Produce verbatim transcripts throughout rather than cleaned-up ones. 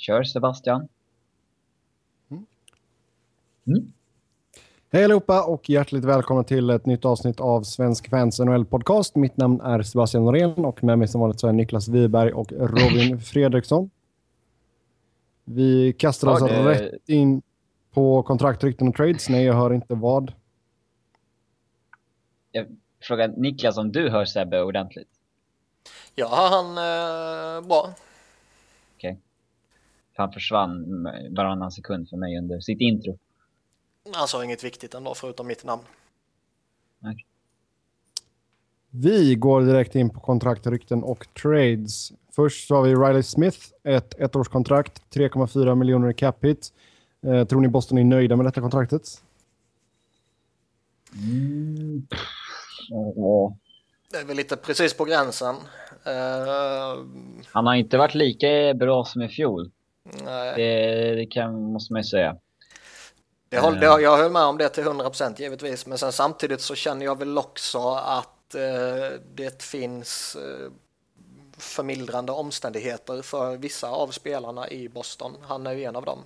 Kör Sebastian. Mm. Mm. Hej allihopa och hjärtligt välkomna till ett nytt avsnitt av Svensk Fans N H L-podcast. Mitt namn är Sebastian Norén och med mig som vanligt så är Niklas Wiberg och Robin Fredriksson. Vi kastar oss Ja, det... rätt in på kontrakt, rykten och trades. Nej, jag hör inte vad. Jag frågar Niklas om du hör Sebbe ordentligt. Ja, han eh, bra. Okej. Okay. Han försvann varannan sekund för mig under sitt intro. Han sa inget viktigt ändå förutom mitt namn. Okay. Vi går direkt in på kontrakt, rykten och trades. Först så har vi Riley Smith, ett ettårskontrakt, tre komma fyra miljoner i cap hit. Eh, tror ni Boston är nöjda med detta kontraktet? Mm. Oh. Det är väl lite precis på gränsen. Uh... Han har inte varit lika bra som i fjol. Nej. Det, det kan, måste man ju säga. Det håll, det, jag höll med om det till hundra procent givetvis. Men sen samtidigt så känner jag väl också att uh, det finns uh, förmildrande omständigheter för vissa av spelarna i Boston. Han är ju en av dem.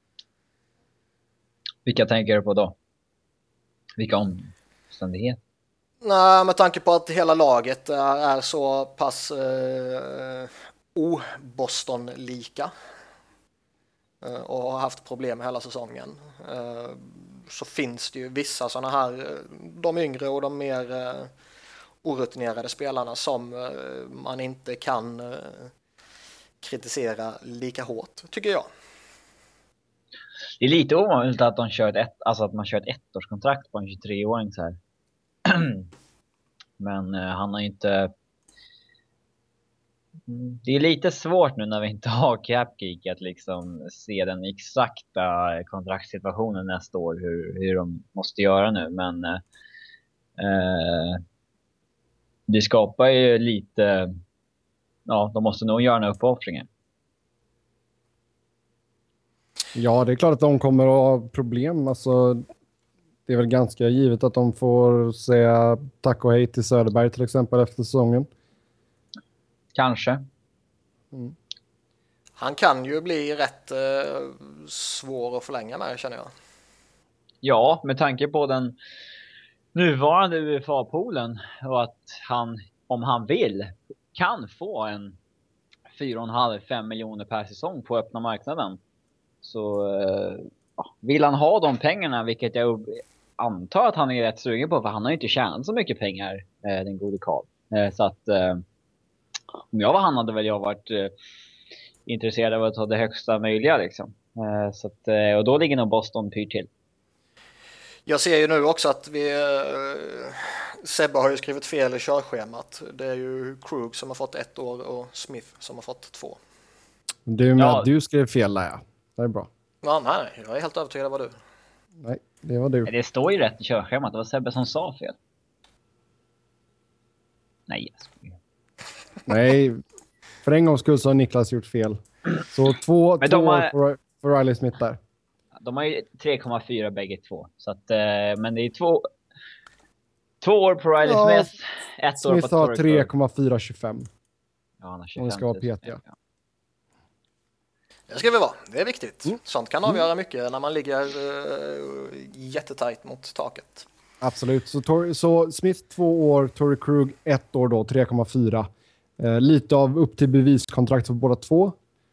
Vilka tänker du på då? Vilka omständigheter? Nej, med tanke på att hela laget är, är så pass eh, o-Boston-lika eh, och har haft problem hela säsongen, eh, så finns det ju vissa sådana här, de yngre och de mer eh, orutinerade spelarna som eh, man inte kan eh, kritisera lika hårt, tycker jag. Det är lite ovanligt att de kör ett, alltså att man kör ett ettårskontrakt på en tjugotre-åring så här. Men eh, han har inte... Det är lite svårt nu när vi inte har CapGeek att liksom se den exakta kontraktssituationen nästa år, hur, hur de måste göra nu. Men eh, det skapar ju lite... Ja, de måste nog göra en uppoffring. Ja, det är klart att de kommer att ha problem. Alltså, det är väl ganska givet att de får säga tack och hej till Söderberg till exempel efter säsongen. Kanske. Mm. Han kan ju bli rätt eh, svår att förlänga med, känner jag. Ja, med tanke på den nuvarande U F A-poolen och att han, om han vill, kan få en fyra komma fem till fem miljoner per säsong på öppna marknaden. Så eh, vill han ha de pengarna, vilket jag antar att han är rätt sugen på, för han har ju inte tjänat så mycket pengar, eh, den gode Karl. Eh, så att eh, om jag var han hade väl jag varit eh, intresserad av att ta det högsta möjliga liksom. Eh, så att, eh, och då ligger nog Boston pyrt till. Jag ser ju nu också att vi eh, Sebbe har ju skrivit fel i körschemat. Det är ju Krug som har fått ett år och Smith som har fått två. Du med Ja. att du skrev fel där, ja. Det är bra. Ja, nej, jag är helt övertygad av du. Nej, det var du. Det står ju rätt i körschemat. Det var Sebbe som sa fel. Nej, jag skojar. Nej, för en gångs skull så har Niklas gjort fel. Så två, Men två de har- år för, för Riley Smith där. De har ju tre komma fyra bägge två. Så att, eh, men det är två, två år på Riley Ja, Smith. Ett år på Smith har Torrey tre Krug. komma fyra tjugofem. Ja, han har Om vi ska vara tjugofem. petiga. Det ska vi vara, det är viktigt. Mm. Sånt kan avgöra mycket när man ligger uh, jättetajt mot taket. Absolut. Så, Tor- så Smith två år, Torrey Krug ett år då, tre komma fyra. Eh, lite av upp till beviskontrakt för båda två.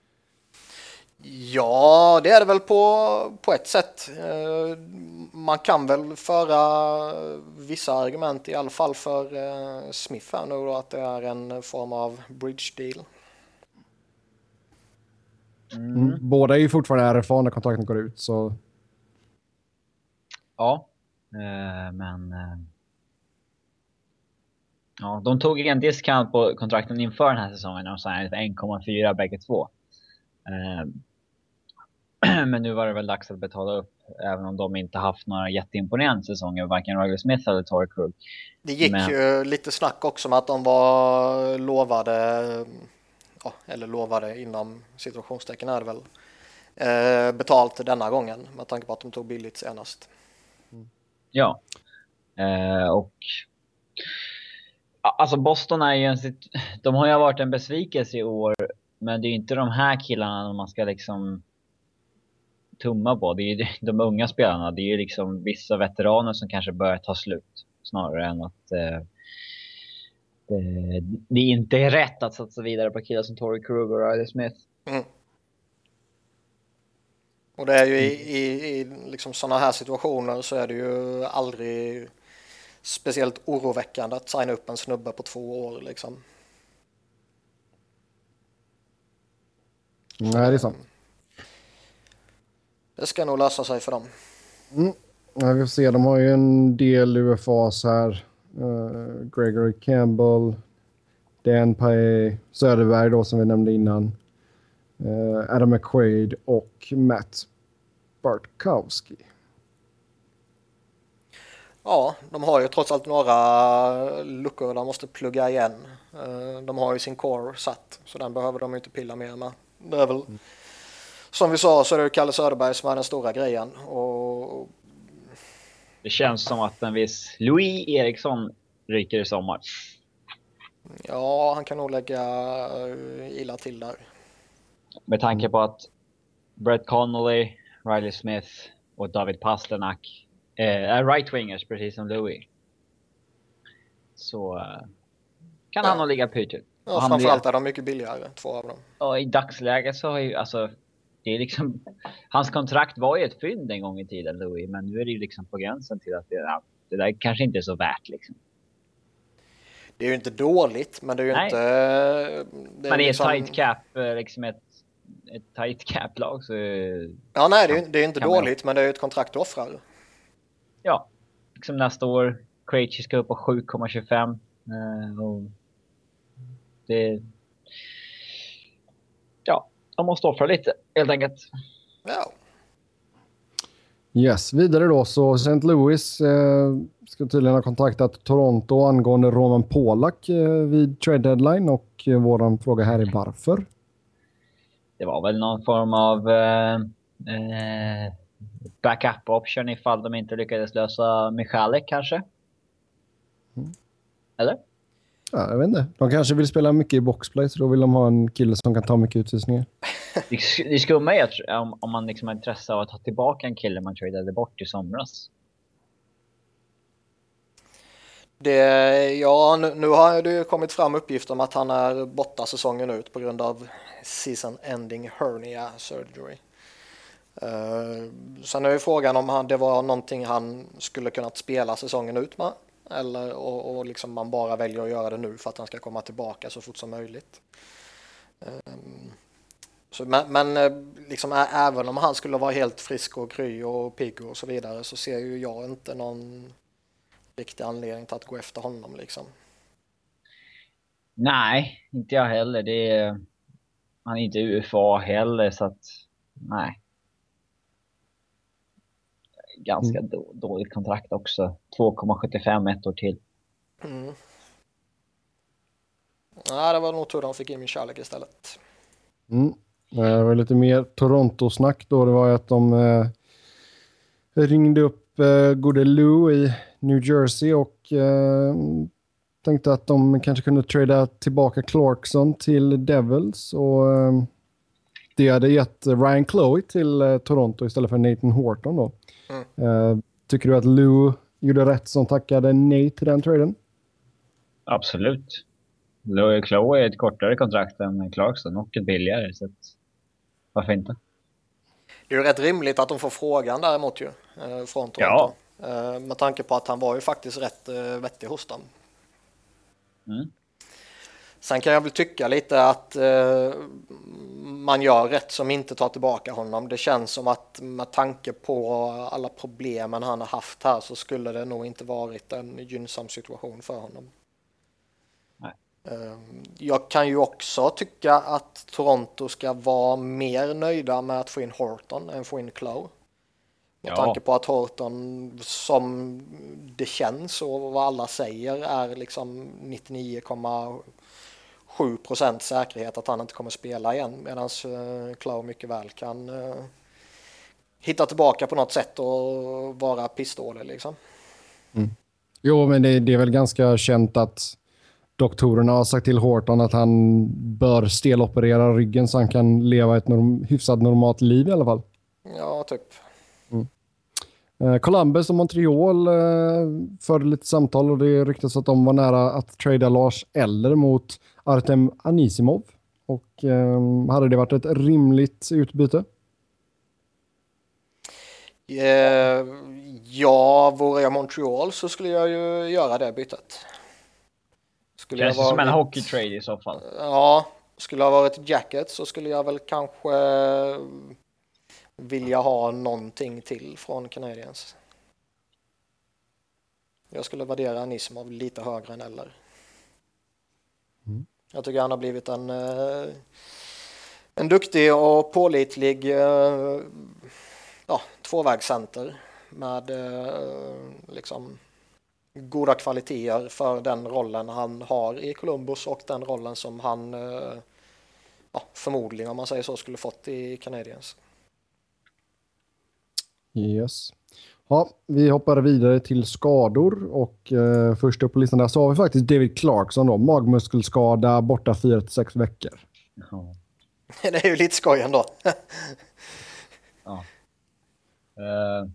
Ja, det är det väl på, på ett sätt. Uh, man kan väl föra vissa argument i alla fall för uh, Smith här nu då, att det är en form av bridge deal. Mm. Mm. Båda är ju fortfarande R F A när kontrakten går ut. Så Ja, eh, men... Eh, ja, de tog en discount på kontrakten inför den här säsongen. Och signade för en komma fyra bägge två. Eh, men nu var det väl dags att betala upp. Även om de inte haft några jätteimponerande säsonger. Varken Riley Smith eller Torrey Krug. Det gick Men- ju lite snack också om att de var lovade, ja, eller lovade inom situationstecken är det väl, eh, betalt denna gången med tanke på att de tog billigt senast. Ja. Eh, och... Alltså Boston är ju en... sit- De har ju varit en besvikelse i år Men det är inte de här killarna man ska liksom tumma på. Det är ju de unga spelarna. Det är ju liksom vissa veteraner som kanske börjar ta slut. Snarare än att eh, det, det inte är rätt att satsa vidare på killar som Torrey Krug och Riley Smith. Mm. Och det är ju i, i, i liksom sådana här situationer så är det ju aldrig speciellt oroväckande att signa upp en snubbe på två år liksom. Nej, det är sant. Det ska nog lösa sig för dem. Mm. Ja, vi får se. De har ju en del U F As här. Uh, Gregory Campbell, Dan Pae, Söderberg då som vi nämnde innan. Uh, Adam McQuaid och Matt Bartkowski. Ja, de har ju trots allt några luckor de måste plugga igen. Uh, de har ju sin core satt, så den behöver de ju inte pilla mer med. Det är väl, mm. som vi sa, så är det Kalle Söderberg som är den stora grejen. Och det känns som att en viss Louis Eriksson ryker i sommar. Ja, han kan nog lägga illa till där. Med tanke på att Brett Connolly, Riley Smith och David Pasternak eh, är right-wingers precis som Louis. Så eh, kan ja. han nog ligga pyrt ut. Ja, framförallt är de mycket billigare, två av dem. Och i dagsläget så har ju, alltså, det är liksom, hans kontrakt var ju ett fynd en gång i tiden, Louis, men nu är det ju liksom på gränsen till att det, ja, det där kanske inte är så värt liksom. Det är ju inte dåligt, men det är ju Nej. inte... Det är men i liksom... ett tight cap, liksom ett, ett tight cap-lag så... Ja, nej, det är, det är inte dåligt, man... men det är ju ett kontrakt offrar. Ja, liksom nästa år, Krejci ska upp på sju komma tjugofem. Eh, och det... Ja, de måste offra lite, helt enkelt. Ja. Yes, vidare då så Saint Louis eh, ska tydligen ha kontaktat Toronto angående Roman Polak eh, vid trade deadline och eh, våran fråga här är varför. Det var väl någon form av eh, eh, backup option ifall de inte lyckades lösa Michalik kanske. Mm. Eller? Ja, jag vet inte. De kanske vill spela mycket i boxplay så då vill de ha en kille som kan ta mycket utvisningar. Det skumma är att om, om man liksom har intresse av att ta tillbaka en kille man tradade bort i somras. Det, ja, nu, nu har det ju kommit fram uppgifter om att han är borta säsongen ut på grund av season ending hernia surgery. Uh, sen är ju frågan om han, det var någonting han skulle kunnat spela säsongen ut med. Eller och, och liksom man bara väljer att göra det nu för att han ska komma tillbaka så fort som möjligt. Um, så, men men liksom, ä, även om han skulle vara helt frisk och kry och pigg och så vidare så ser ju jag inte någon riktig anledning till att gå efter honom liksom. Nej, inte jag heller. Det är, han är inte U F A heller så att nej. Ganska mm. då, dåligt kontrakt också. två komma sjuttiofem ett år till. Mm. Ja, det var nog tur de fick in min kärlek istället. Mm. Det var lite mer Toronto-snack då. Det var ju att de eh, ringde upp eh, gode Lou i New Jersey och eh, tänkte att de kanske kunde trada tillbaka Clarkson till Devils och eh, det hade gett Ryan Chloe till eh, Toronto istället för Nathan Horton då. Mm. Uh, tycker du att Lou gjorde rätt som tackade nej till den traden? Absolut. Lou Chloe är ett kortare kontrakt än Clarkson och ett billigare så att, varför inte? Det är ju rätt rimligt att de får frågan däremot ju uh, från Toronto. Ja. Uh, med tanke på att han var ju faktiskt rätt uh, vettig hos dem. Mm. Sen kan jag väl tycka lite att eh, man gör rätt som inte tar tillbaka honom. Det känns som att med tanke på alla problemen han har haft här så skulle det nog inte varit en gynnsam situation för honom. Nej. Eh, jag kan ju också tycka att Toronto ska vara mer nöjda med att få in Horton än få in Chloe. Med ja. tanke på att Horton, som det känns och vad alla säger, är liksom nittionio komma sju procent säkerhet att han inte kommer spela igen, medan uh, Chloe mycket väl kan uh, hitta tillbaka på något sätt och vara pissdålig liksom. Mm. Jo, men det, det är väl ganska känt att doktorerna har sagt till Horton att han bör steloperera ryggen så han kan leva ett norm- hyfsat normalt liv i alla fall. Ja, typ. Mm. Eh, Columbus och Montreal eh, förde lite samtal och det ryktas att de var nära att trada Lars Eller mot Artem Anisimov. Och eh, hade det varit ett rimligt utbyte? Eh, ja, vore jag Montreal så skulle jag ju göra det bytet. Skulle Känns det varit, som en hockeytrade i så fall? Ja, skulle jag ha varit Jacket så skulle jag väl kanske vilja ha någonting till från Canadiens. Jag skulle värdera Anisimov lite högre än Eller. Mm. Jag tycker han har blivit en, en duktig och pålitlig ja, tvåvägscenter med liksom goda kvaliteter för den rollen han har i Columbus och den rollen som han ja, förmodligen, om man säger så, skulle fått i Canadiens. Yes. Ja, vi hoppar vidare till skador och eh, först upp på listan där så har vi faktiskt David Clarkson då, magmuskelskada borta fyra till sex veckor. Ja. Det är ju lite skoj ändå. Ja. Uh,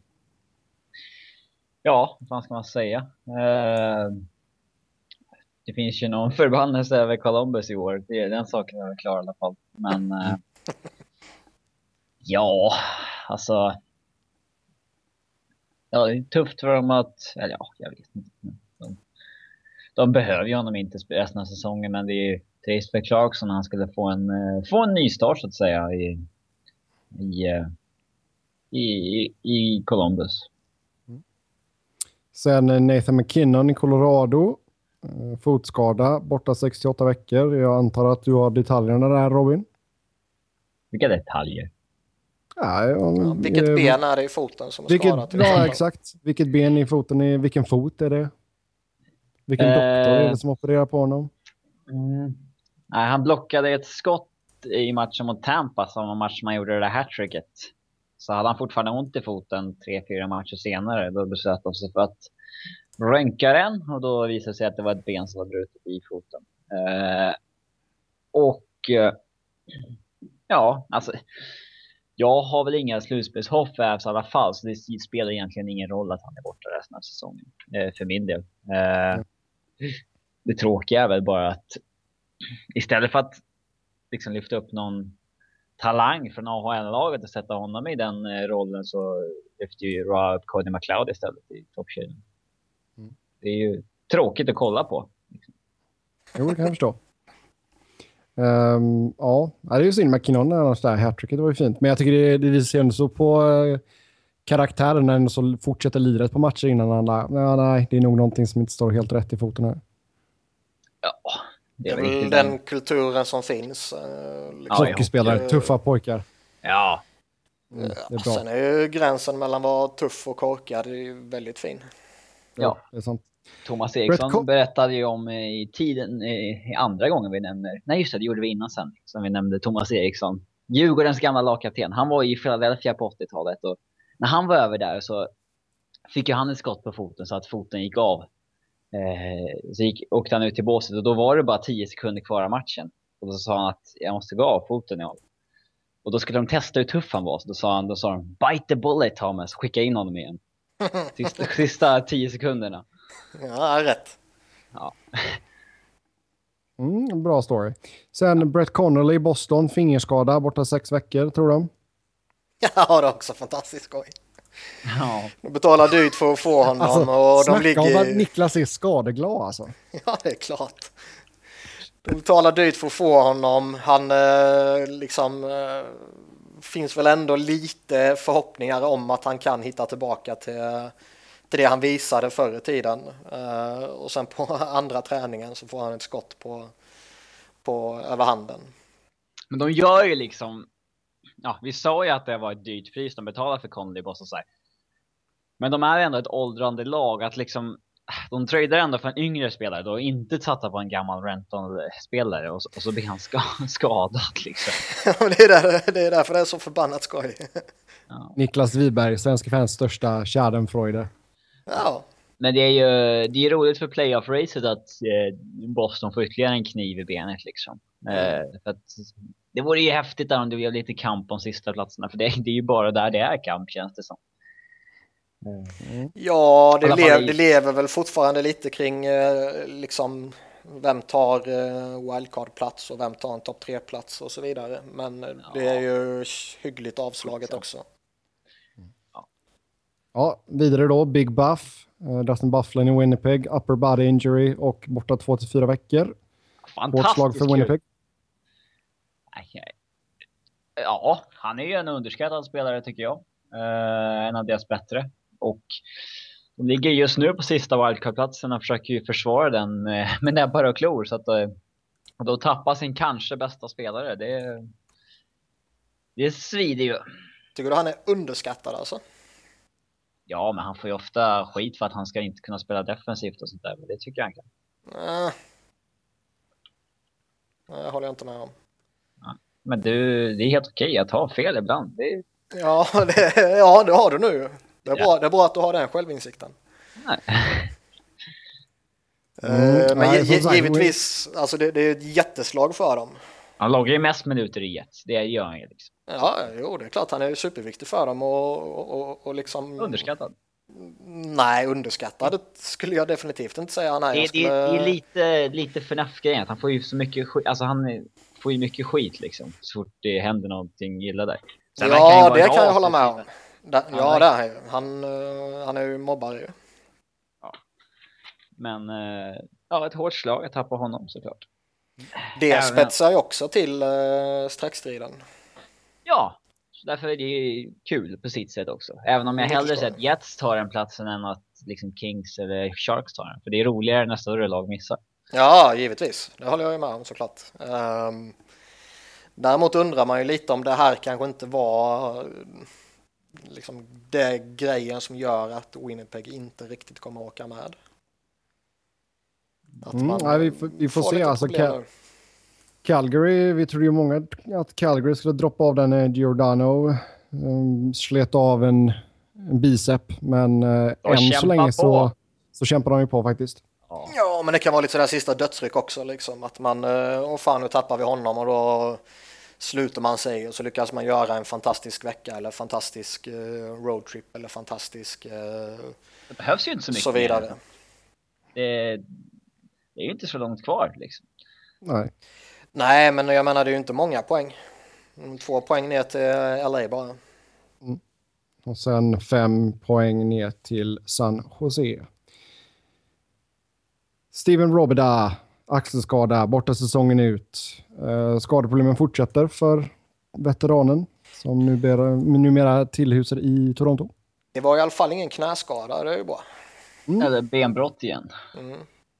ja, vad fan ska man säga? Uh, det finns ju någon förbannelse över Columbus i år. Det är den saken jag är klar i alla fall. Men uh, ja, alltså ja, det är tufft för dem att, eller ja, jag vet inte. De, de behöver ju honom inte resten av säsongen, men det är ju trist för Clarkson. Han skulle få en, få en ny start så att säga i, i, i, i Columbus. Mm. Sen Nathan McKinnon i Colorado. Fotskada, borta sextioåtta veckor. Jag antar att du har detaljerna där, Robin. Vilka detaljer? Ja, ja, ja, vilket eh, ben är det i foten som är vilket, skadat? Ja, exakt. Vilket ben i foten är, vilken fot är det? Vilken eh, doktor är det som opererar på honom? Mm. Nej, han blockade ett skott i matchen mot Tampa som var matchen man gjorde det där hattricket. Så hade han fortfarande ont i foten tre, fyra matcher senare. Då beslöt de sig för att röntga den och då visade det sig att det var ett ben som var brutet i foten. Eh, och eh, ja, alltså jag har väl inga slutspelshopp för Avs i alla fall, så det spelar egentligen ingen roll att han är borta resten av säsongen eh, för min del. Eh, mm. Det tråkiga är väl bara att istället för att liksom lyfta upp någon talang från A H L-laget och sätta honom i den eh, rollen så lyfter ju Rob Cody McLeod istället i toppkedjan. Mm. Det är ju tråkigt att kolla på. Liksom. Jo, det kan jag förstå. Um, ja, det är ju synd med McKinnon där hattricket var ju fint. Men jag tycker det, det visar ändå så på uh, karaktären när han så fortsätter liret på matcher innan han där. Ja, nej, det är nog någonting som inte står helt rätt i foten här. Ja, det är väl den, den kulturen som finns. Uh, liksom. Hockeyspelare, och, tuffa pojkar. Ja. Mm, det är bra. Sen är ju gränsen mellan att vara tuff och korkad är ju väldigt fin. Ja, ja, det är sant. Thomas Eriksson Co- berättade ju om i tiden, i andra gången vi nämner, nej just det, det gjorde vi innan sen, som vi nämnde Thomas Eriksson, Djurgårdens gamla lagkapten. Han var i Philadelphia på åttiotalet och när han var över där så fick ju han ett skott på foten så att foten gick av. Eh, så gick, åkte han ut till båset och då var det bara tio sekunder kvar av matchen. Och då sa han att jag måste gå av foten. Ja. Och då skulle de testa hur tuff han var. Så då sa han, då sa de, bite the bullet Thomas, skicka in honom igen. Sista, sista tio sekunderna. Ja, rätt. Ja. Mm, bra story. Sen ja. Brett Connolly i Boston, fingerskada borta sex veckor, tror de. Ja, det är också fantastiskt skoj. Ja. De betalar dyrt för att få honom. Alltså, och de ligger... om att Niklas är skadeglad alltså. Ja, det är klart. De betalar dyrt för att få honom. Han eh, liksom... Eh, finns väl ändå lite förhoppningar om att han kan hitta tillbaka till... till det han visade förr i tiden. Uh, och sen på andra träningen så får han ett skott på, på över handen. Men de gör ju liksom, ja, vi sa ju att det var ett dyrt pris de betalar för Connolly Boss och så här. Men de är ändå ett åldrande lag, att liksom de tradar ändå för en yngre spelare då, inte satta på en gammal Renton-spelare och så, och så blir han ska, skadad liksom. det, är där, det är därför det är så förbannat skoj. Ja. Niklas Wiberg, svenska fans största Schadenfreude. Ja, Men det är ju det är roligt för playoff-racet att eh, Boston får ytterligare en kniv i benet liksom. Mm. Eh, för att det vore ju häftigt där om det blev lite kamp om sista platserna. För det, det är ju bara där det är kamp, känns det som. Mm. Ja, det, lev, det lever väl fortfarande lite kring eh, liksom vem tar eh, wildcard-plats och vem tar en topp tre-plats och så vidare. Men ja. Det är ju hyggligt avslaget också. Ja. Ja, vidare då. Big Buff. Uh, Dustin Byfuglien i Winnipeg. Upper body injury och borta två till fyra veckor. Hårt slag för Winnipeg. Ja, han är ju en underskattad spelare tycker jag. Uh, en av deras bättre. Och de ligger just nu på sista wildcard-platsen och försöker ju försvara den med, med näbbar och klor. Så att uh, då tappar sin kanske bästa spelare. Det, det svider ju. Tycker du han är underskattad alltså? Ja, men han får ju ofta skit för att han ska inte kunna spela defensivt och sånt där. Men det tycker jag han kan. Nej, Nej jag håller inte med om. Ja. Men du, det är helt okej att ha fel ibland. Det är... ja, det, ja, det har du nu. Det är, ja. bra, det är bra att du har den självinsikten. Nej. Mm, men g- givetvis, alltså det, det är ett jätteslag för dem. Han lagar ju mest minuter i Jets. Det gör han ju liksom. Ja, jo, det är klart. Han är superviktig för dem och, och, och liksom... Underskattad? Nej, underskattad skulle jag definitivt inte säga. Nej, det, jag skulle... det, det är lite, lite för naffgrejen. Han får ju så mycket skit. Alltså han får ju mycket skit liksom. Så fort det händer någonting illa där. Sen ja, det kan jag hålla med om. Da, ja, det är ju. Han, han är ju mobbare ju. Ja. Men ja, ett hårt slag att tappa honom såklart. Det Även... spetsar ju också till uh, sträckstriden. Ja, så därför är det kul på sitt sätt också. Även om jag hellre sett att Jets tar en platsen än att liksom Kings eller Sharks tar den. För det är roligare när större lag missar. Ja, givetvis. Det håller jag ju med om såklart. Um, däremot undrar man ju lite om det här kanske inte var liksom det grejen som gör att Winnipeg inte riktigt kommer åka med. Att mm, nej, vi får, vi får, får se. Alltså, Cal- Calgary, vi trodde ju många att Calgary skulle droppa av den när Giordano um, slet av en, en bicep. Men uh, än så länge så, så kämpar de ju på faktiskt. Ja. ja, men det kan vara lite sådär sista dödsryck också. Liksom, att man, åh fan nu tappar vi honom och då sluter man sig och så lyckas man göra en fantastisk vecka eller fantastisk uh, roadtrip eller fantastisk uh, det behövs ju inte så mycket så vidare. Det, det är ju inte så långt kvar liksom. Nej. Nej, men jag menar det är ju inte många poäng. Två poäng ner till L A bara. Mm. Och sen fem poäng ner till San Jose. Steven Robida, axelskada, borta säsongen ut. Uh, skadeproblemen fortsätter för veteranen som numera, numera tillhusar i Toronto. Det var i alla fall ingen knäskada, det är ju bra. Mm. Eller benbrott igen. Mm.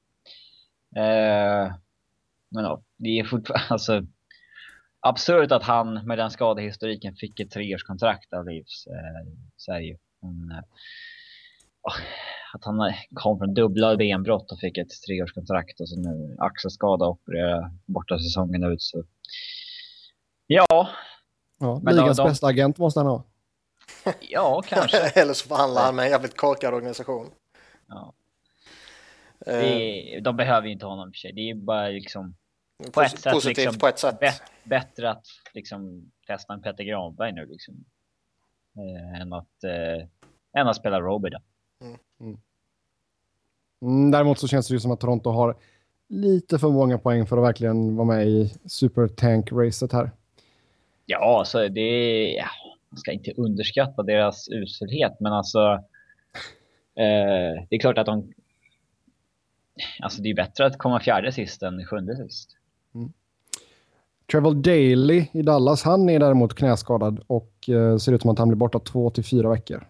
Uh, men ja, det är fortfarande alltså, absurt att han med den skadehistoriken fick ett treårskontrakt av Leafs. Uh, Sverige. Men, uh, att han kom från dubbla benbrott och fick ett treårskontrakt och så nu axelskada och operera borta säsongen ut så ja. Ja, ligans de, de... bästa agent måste han ha. Ja, kanske. Eller så förhandlar han med en jävligt korkad organisation. Ja. Det, de behöver ju inte honom för sig. Det är bara liksom på ett sätt, positivt liksom, på ett sätt. Bet, bättre att liksom testa en Petter Granberg nu liksom. Eh, än att eh, än att spela Robida. Mm. Mm. Mm, däremot så känns det ju som att Toronto har lite för många poäng för att verkligen vara med i supertank-racet här. Ja, så det är, ja, man ska inte underskatta deras uselhet, men alltså eh, det är klart att de alltså det är bättre att komma fjärde sist än sjunde sist. Mm. Trevor Daley i Dallas, han är däremot knäskadad och eh, ser ut som att han blir borta två till fyra veckor.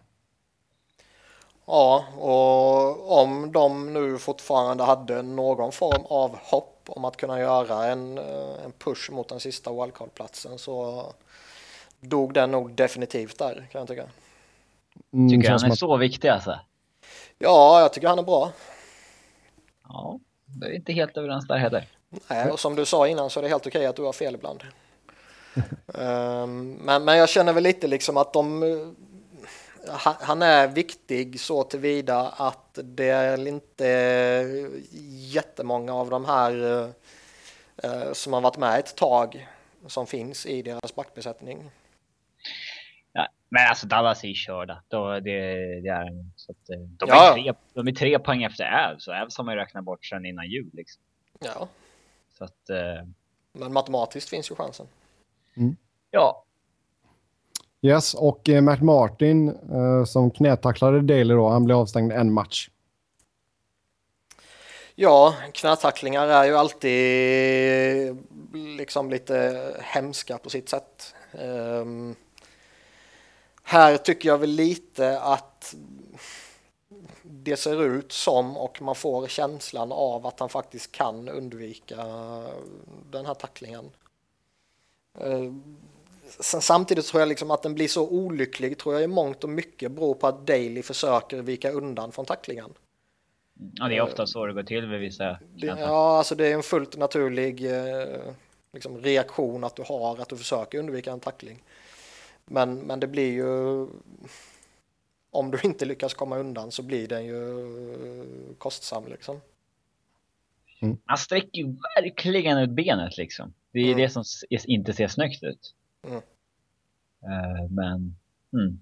Ja, och om de nu fortfarande hade någon form av hopp om att kunna göra en, en push mot den sista wildcard-platsen så dog den nog definitivt där, kan jag tycka. Mm, tycker han är att... så viktig alltså? Ja, jag tycker han är bra. Ja, det är inte helt överens där heller. Nej, och som du sa innan så är det helt okej att du har fel ibland. um, men, men jag känner väl lite liksom att de... han, han är viktig så tillvida att det är inte jättemånga av de här eh, som har varit med ett tag som finns i deras backbesättning. Ja, men alltså Dallas är ju körda. Då, det, det är, så att, de, Ja. är tre, de är tre poäng efter Avs. Så Avs har man ju räknat bort sedan innan jul. Liksom. Ja. Så att, eh, Men matematiskt finns ju chansen. Mm. ja. Yes, och eh, Matt Martin eh, som knätacklade Daley då, han blev avstängd en match. Ja, knätacklingar är ju alltid liksom lite hemska på sitt sätt. Um, här tycker jag väl lite att det ser ut som och man får känslan av att han faktiskt kan undvika den här tacklingen. Uh, sen samtidigt tror jag liksom att den blir så olycklig tror jag i mångt och mycket beror på att Daley försöker vika undan från tacklingen. Ja, det är ofta så det går till vid vissa. Det, ja, alltså det är en fullt naturlig eh, liksom reaktion att du har, att du försöker undvika en tackling. Men, men det blir ju, om du inte lyckas komma undan så blir den ju kostsam liksom. Mm. Han sträcker ju verkligen ut benet liksom. Det är mm. det som inte ser snyggt ut. Mm. Uh, men, mm.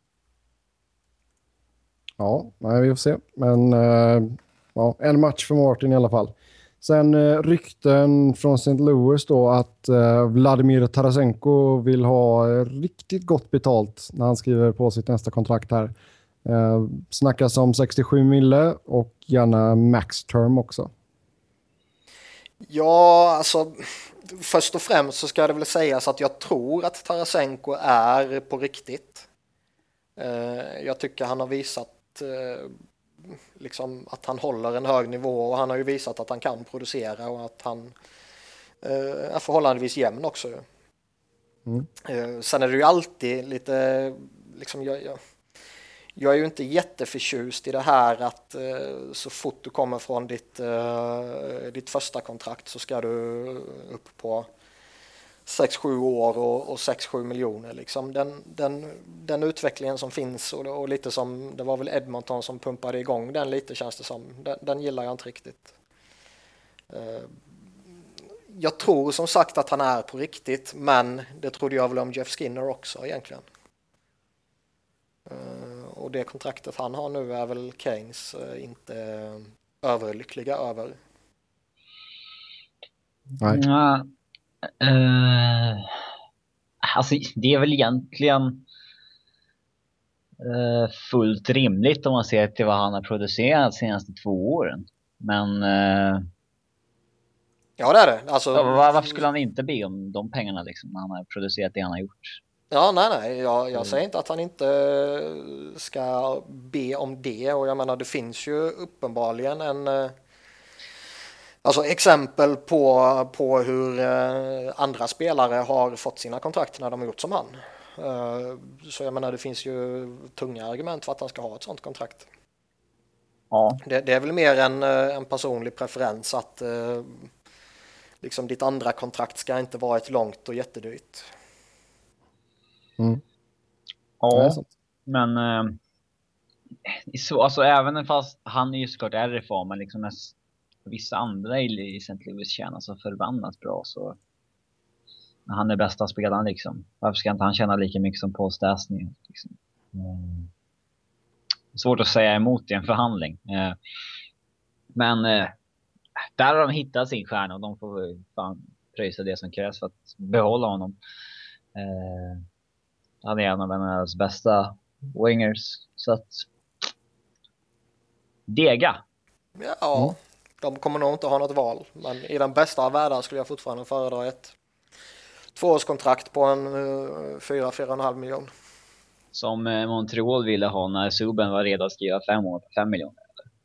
Ja, nej, vi får se. Men uh, ja, en match för Martin i alla fall. Sen uh, rykten från Saint Louis då att uh, Vladimir Tarasenko vill ha uh, riktigt gott betalt när han skriver på sitt nästa kontrakt här. Uh, snackas om sextiosju mille och gärna max term också. Ja, alltså först och främst så ska det väl sägas att jag tror att Tarasenko är på riktigt. Uh, jag tycker han har visat liksom att han håller en hög nivå och han har ju visat att han kan producera och att han eh, är förhållandevis jämn också. Mm. Eh, sen är det ju alltid lite liksom jag, jag, jag är ju inte jätteförtjust i det här att eh, så fort du kommer från ditt, eh, ditt första kontrakt så ska du upp på sex sju år och, och sex sju miljoner liksom. Den, den, den utvecklingen som finns och, och lite som, det var väl Edmonton som pumpade igång den lite känns det som. Den, den gillar jag inte riktigt. Uh, jag tror som sagt att han är på riktigt, men det trodde jag väl om Jeff Skinner också egentligen. Uh, och det kontraktet han har nu är väl Keynes uh, inte uh, överlyckliga över. Nej. Mm. Uh, alltså det är väl egentligen uh, fullt rimligt om man ser till vad han har producerat de senaste två åren. Men uh, ja, det är det. Alltså, var, varför skulle han inte be om de pengarna liksom, när han har producerat det han har gjort? Ja, nej, nej. Jag, jag mm. säger inte att han inte ska be om det. Och jag menar, det finns ju uppenbarligen en alltså exempel på, på hur eh, andra spelare har fått sina kontrakt när de har gjort som han. Uh, så jag menar, det finns ju tunga argument för att han ska ha ett sånt kontrakt. Ja. Det, det är väl mer en, en personlig preferens att uh, liksom ditt andra kontrakt ska inte vara ett långt och jättedyrt. Mm. Ja, men uh, så, alltså även fast han är ju såklart R F A, men liksom mest vissa andra i Saint Louis tjänar så förbannat bra, så han är bästa spelaren liksom. Varför ska inte han tjäna lika mycket som Paul Stastny liksom? Mm. Svårt att säga emot i en förhandling. Eh, men eh, där har de hittat sin stjärna och de får fan pröjsa det som krävs för att behålla honom. Eh, han är en av hennes bästa wingers, så att dega. Ja. Mm. De kommer nog inte ha något val, men i den bästa av världar skulle jag fortfarande föredra ett tvåårskontrakt på en uh, fyra, fyra och en halv miljon. Som uh, Montreal ville ha när Subban var redo att skriva fem år på fem miljoner.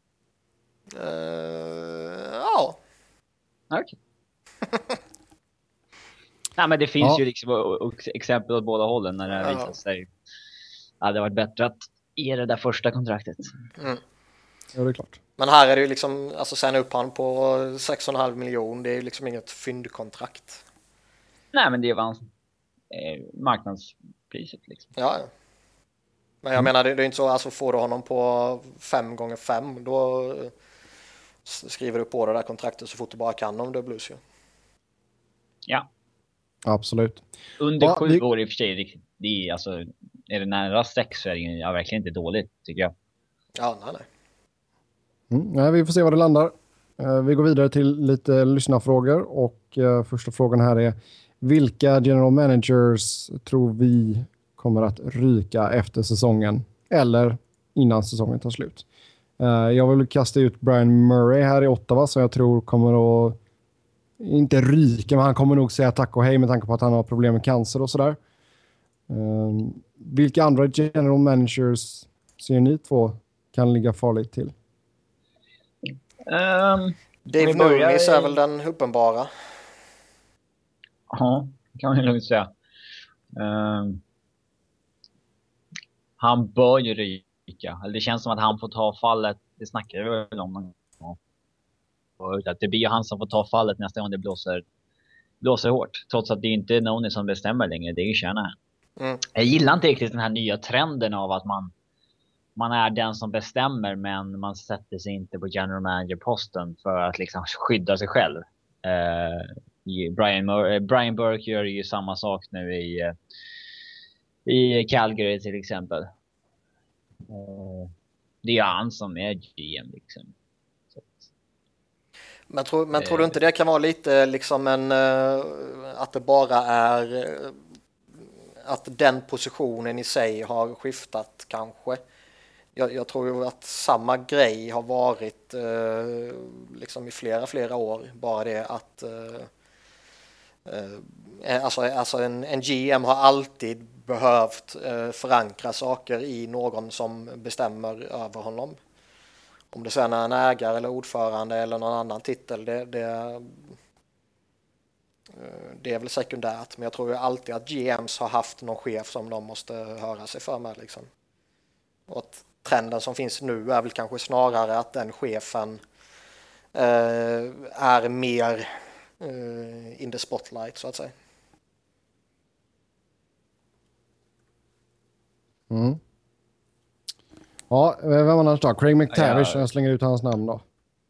Uh, ja. Okej. Okay. Nej, men det finns ja. ju liksom exempel åt båda hållen när det ja. visar sig att det varit bättre att ge det där första kontraktet. Mm. Ja, det är klart. Men här är det ju liksom, alltså sen upp han på sex och en halv miljon, det är ju liksom inget fyndkontrakt. Nej, men det var eh, marknadspriset liksom. Ja, Men jag mm. menar, det, det är inte så, alltså får du honom på fem gånger fem, då skriver du på det där kontraktet så fort du bara kan om det Blues ju. Ja. Absolut. Under ja, sju vi... år i och för sig, det är, alltså, är det nära sex så är det ja, verkligen inte dåligt, tycker jag. Ja, nej, nej. Mm, nej, vi får se var det landar. Uh, vi går vidare till lite lyssnarfrågor och uh, första frågan här är: vilka general managers tror vi kommer att ryka efter säsongen eller innan säsongen tar slut? Uh, jag vill kasta ut Brian Murray här i Ottawa, som jag tror kommer att inte ryka, men han kommer nog säga tack och hej med tanke på att han har problem med cancer och sådär. Uh, vilka andra general managers ser ni två kan ligga farligt till? Um, Dave Nunes är väl den uppenbara. Ja, kan man lugnt säga. Um, han bör ju ryka. Eller det känns som att han får ta fallet. Det snackar vi väl om. Att det blir han som får ta fallet nästa gång det blåser, blåser hårt. Trots att det inte är någon som bestämmer längre. Det är ju Shanahan. Mm. Jag gillar inte riktigt den här nya trenden av att man man är den som bestämmer, men man sätter sig inte på general manager-posten för att liksom skydda sig själv. Uh, Brian, Mur- Brian Burke gör ju samma sak nu i, uh, i Calgary till exempel. Uh, det är han som är G M liksom. Så. Men, tror, men uh, tror du inte det kan vara lite liksom en uh, att det bara är uh, att den positionen i sig har skiftat kanske? Jag, jag tror ju att samma grej har varit eh, liksom i flera, flera år. Bara det att eh, eh, alltså, alltså en, en G M har alltid behövt eh, förankra saker i någon som bestämmer över honom. Om det sen är en ägare eller ordförande eller någon annan titel, det, det, det är väl sekundärt. Men jag tror ju alltid att G Ms har haft någon chef som de måste höra sig för med. Liksom. Och att trenden som finns nu är väl kanske snarare att den chefen eh, är mer eh, in the spotlight så att säga. Mm. Ja, vem annars då? Craig McTavish, ja, jag slänger ut hans namn då.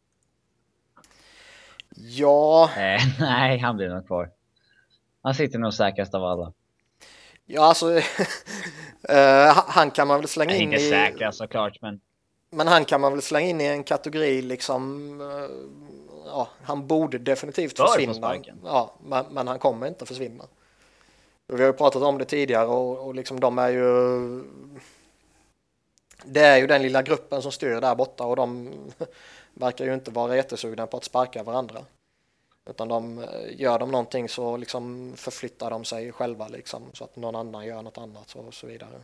Ja. Eh, nej, han blir nog kvar. Han sitter nog säkrast av alla. Ja, alltså uh, han kan man väl slänga nej, in inte i... säkra såklart, men... Men han kan man väl slänga in i en kategori liksom... Uh, ja, han borde definitivt För försvinna. Ja, men, men han kommer inte att försvinna. Vi har ju pratat om det tidigare och, och liksom de är ju... Det är ju den lilla gruppen som styr där borta och de verkar ju inte vara jättesugna på att sparka varandra. Utan de gör de någonting så liksom förflyttar de sig själva liksom, så att någon annan gör något annat och så vidare.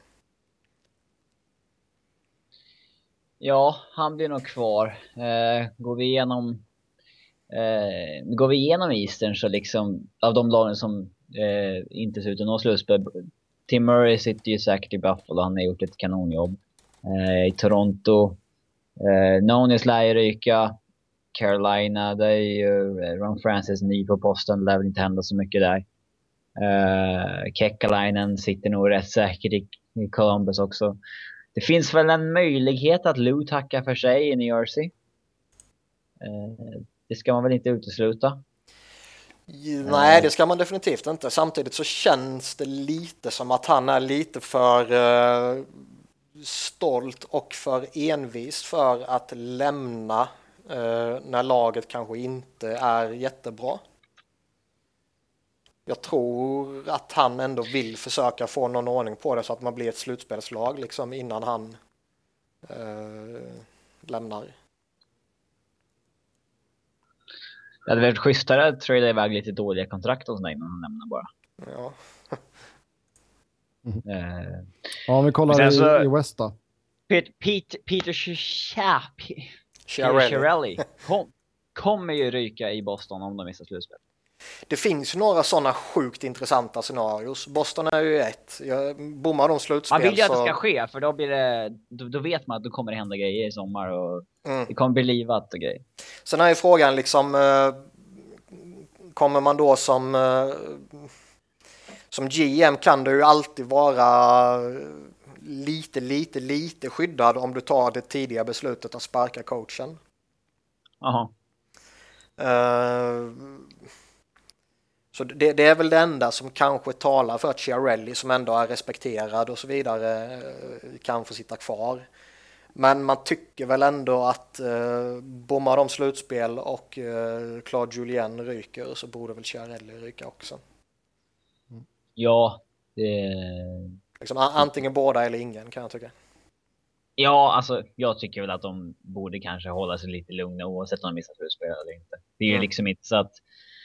Ja, han blir nog kvar. Eh, går vi igenom eh, går vi igenom Eastern så liksom av de lagen som eh, inte ser ut att nå slutspel. Tim Murray sitter ju säkert i Buffalo, han har gjort ett kanonjobb. Eh, I Toronto eh, Nonis lär ju ryka. Carolina, det är ju Ron Francis ny på posten, det lär väl inte hända så mycket där. Uh, Kekkalainen sitter nog rätt säkert i, i Columbus också. Det finns väl en möjlighet att Lou tackar för sig i New Jersey. Uh, det ska man väl inte utesluta. Nej, det ska man definitivt inte. Samtidigt så känns det lite som att han är lite för uh, stolt och för envis för att lämna Uh, när laget kanske inte är jättebra. Jag tror att han ändå vill försöka få någon ordning på det så att man blir ett slutspelslag liksom innan han uh, lämnar. Det hade varit schysstare att trada iväg lite dåliga kontrakt hos dig innan han lämnar bara. Ja. mm. uh, ja, om vi kollar i, så, i West då. Pete, Pete, Peter Chiarelli Chiarelli kom, kommer ju ryka i Boston om de missar slutspel. Det finns några sådana sjukt intressanta scenarios. Boston är ju ett. Jag bommar de slutspel. Man vill ju så... att det ska ske, för då blir det då, då vet man att då kommer det hända grejer i sommar och mm. det kommer bli livat och grejer. Sen är ju frågan liksom kommer man då som som G M kan du ju alltid vara lite, lite, lite skyddad om du tar det tidiga beslutet att sparka coachen. Aha. Uh, så det, det är väl det enda som kanske talar för att Chiarelli, som ändå är respekterad och så vidare, kan få sitta kvar. Men man tycker väl ändå att uh, bommar de slutspel och uh, Claude Julien ryker, så borde väl Chiarelli ryka också. Ja, det... Liksom, antingen båda eller ingen, kan jag tycka. Ja, alltså jag tycker väl att de borde kanske hålla sig lite lugna oavsett om de missar slutspel eller inte. Det är ju mm. liksom inte så att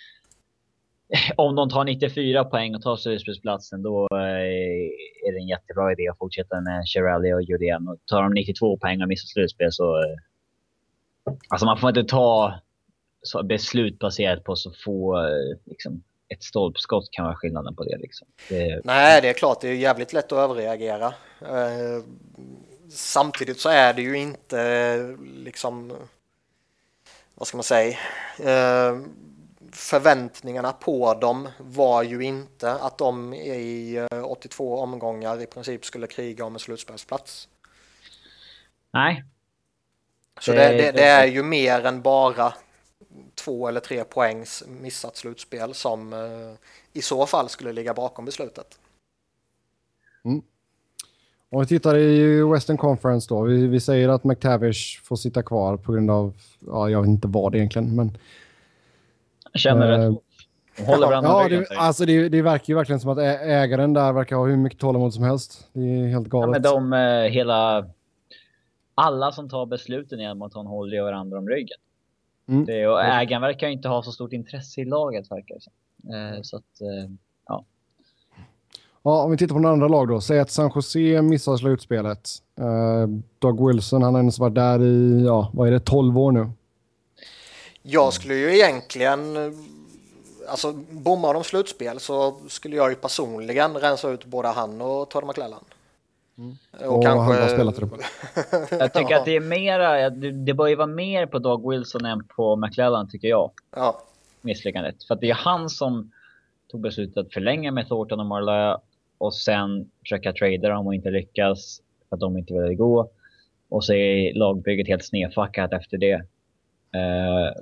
om de tar nittiofyra poäng och tar slutspelsplatsen, då är det en jättebra idé att fortsätta med Chiarelli och Julien. Och tar de nittiotvå poäng och missar slutspel, så alltså man får inte ta så beslut baserat på så få liksom, ett stolpskott kan vara skillnaden på det liksom. Det... Nej, det är klart, det är jävligt lätt att överreagera. Uh... Samtidigt så är det ju inte liksom, vad ska man säga, eh, förväntningarna på dem var ju inte att de i åttiotvå omgångar i princip skulle kriga om en slutspelsplats. Nej. Så det, det, det är ju mer än bara två eller tre poängs missat slutspel som eh, i så fall skulle ligga bakom beslutet. Mm. Om vi tittar i Western Conference då, vi, vi säger att McTavish får sitta kvar på grund av, ja, jag vet inte vad det egentligen, men... Jag känner äh, det. Håller varandra ja, det, alltså det, det verkar ju verkligen som att ägaren där verkar ha hur mycket tålamod som helst. Det är helt galet. Ja, men de, eh, hela... Alla som tar besluten i Edmonton håller ju varandra om ryggen. Mm. Det, och ägaren verkar inte ha så stort intresse i laget, verkar det. Eh, så att, eh, ja. Ja, om vi tittar på den andra lag då. Säg att San Jose missar slutspelet. Uh, Doug Wilson, han har ens varit där i, ja, vad är det, tolv år nu? Jag skulle ju egentligen, alltså bommar de slutspel så skulle jag ju personligen rensa ut både han och Todd McClellan. Mm. Och, och kanske... han har spelat det. Jag tycker ja. att det är mera, det bör ju vara mer på Doug Wilson än på McClellan, tycker jag. Ja. Misslyckandet. För att det är han som tog beslutet att förlänga med Thornton och Marla och sen försöka trada dem och inte lyckas för att de inte ville gå. Och så är lagbygget helt snedfackat efter det. Uh,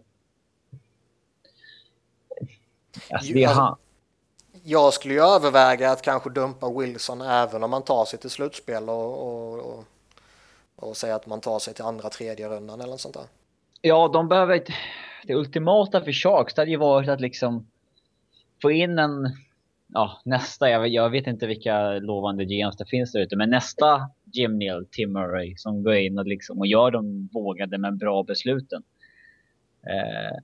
alltså det är han. Jag skulle ju överväga att kanske dumpa Wilson även om man tar sig till slutspel och, och, och, och säga att man tar sig till andra tredje rundan eller något sånt där. Ja, de behöver ett, det ultimata för Sharks. Det hade ju varit att liksom få in en, ja, nästa, jag, jag vet inte vilka lovande G Ms det finns där ute, men nästa Jim Neal, Tim Murray, som går in och, liksom, och gör de vågade men bra besluten. Eh,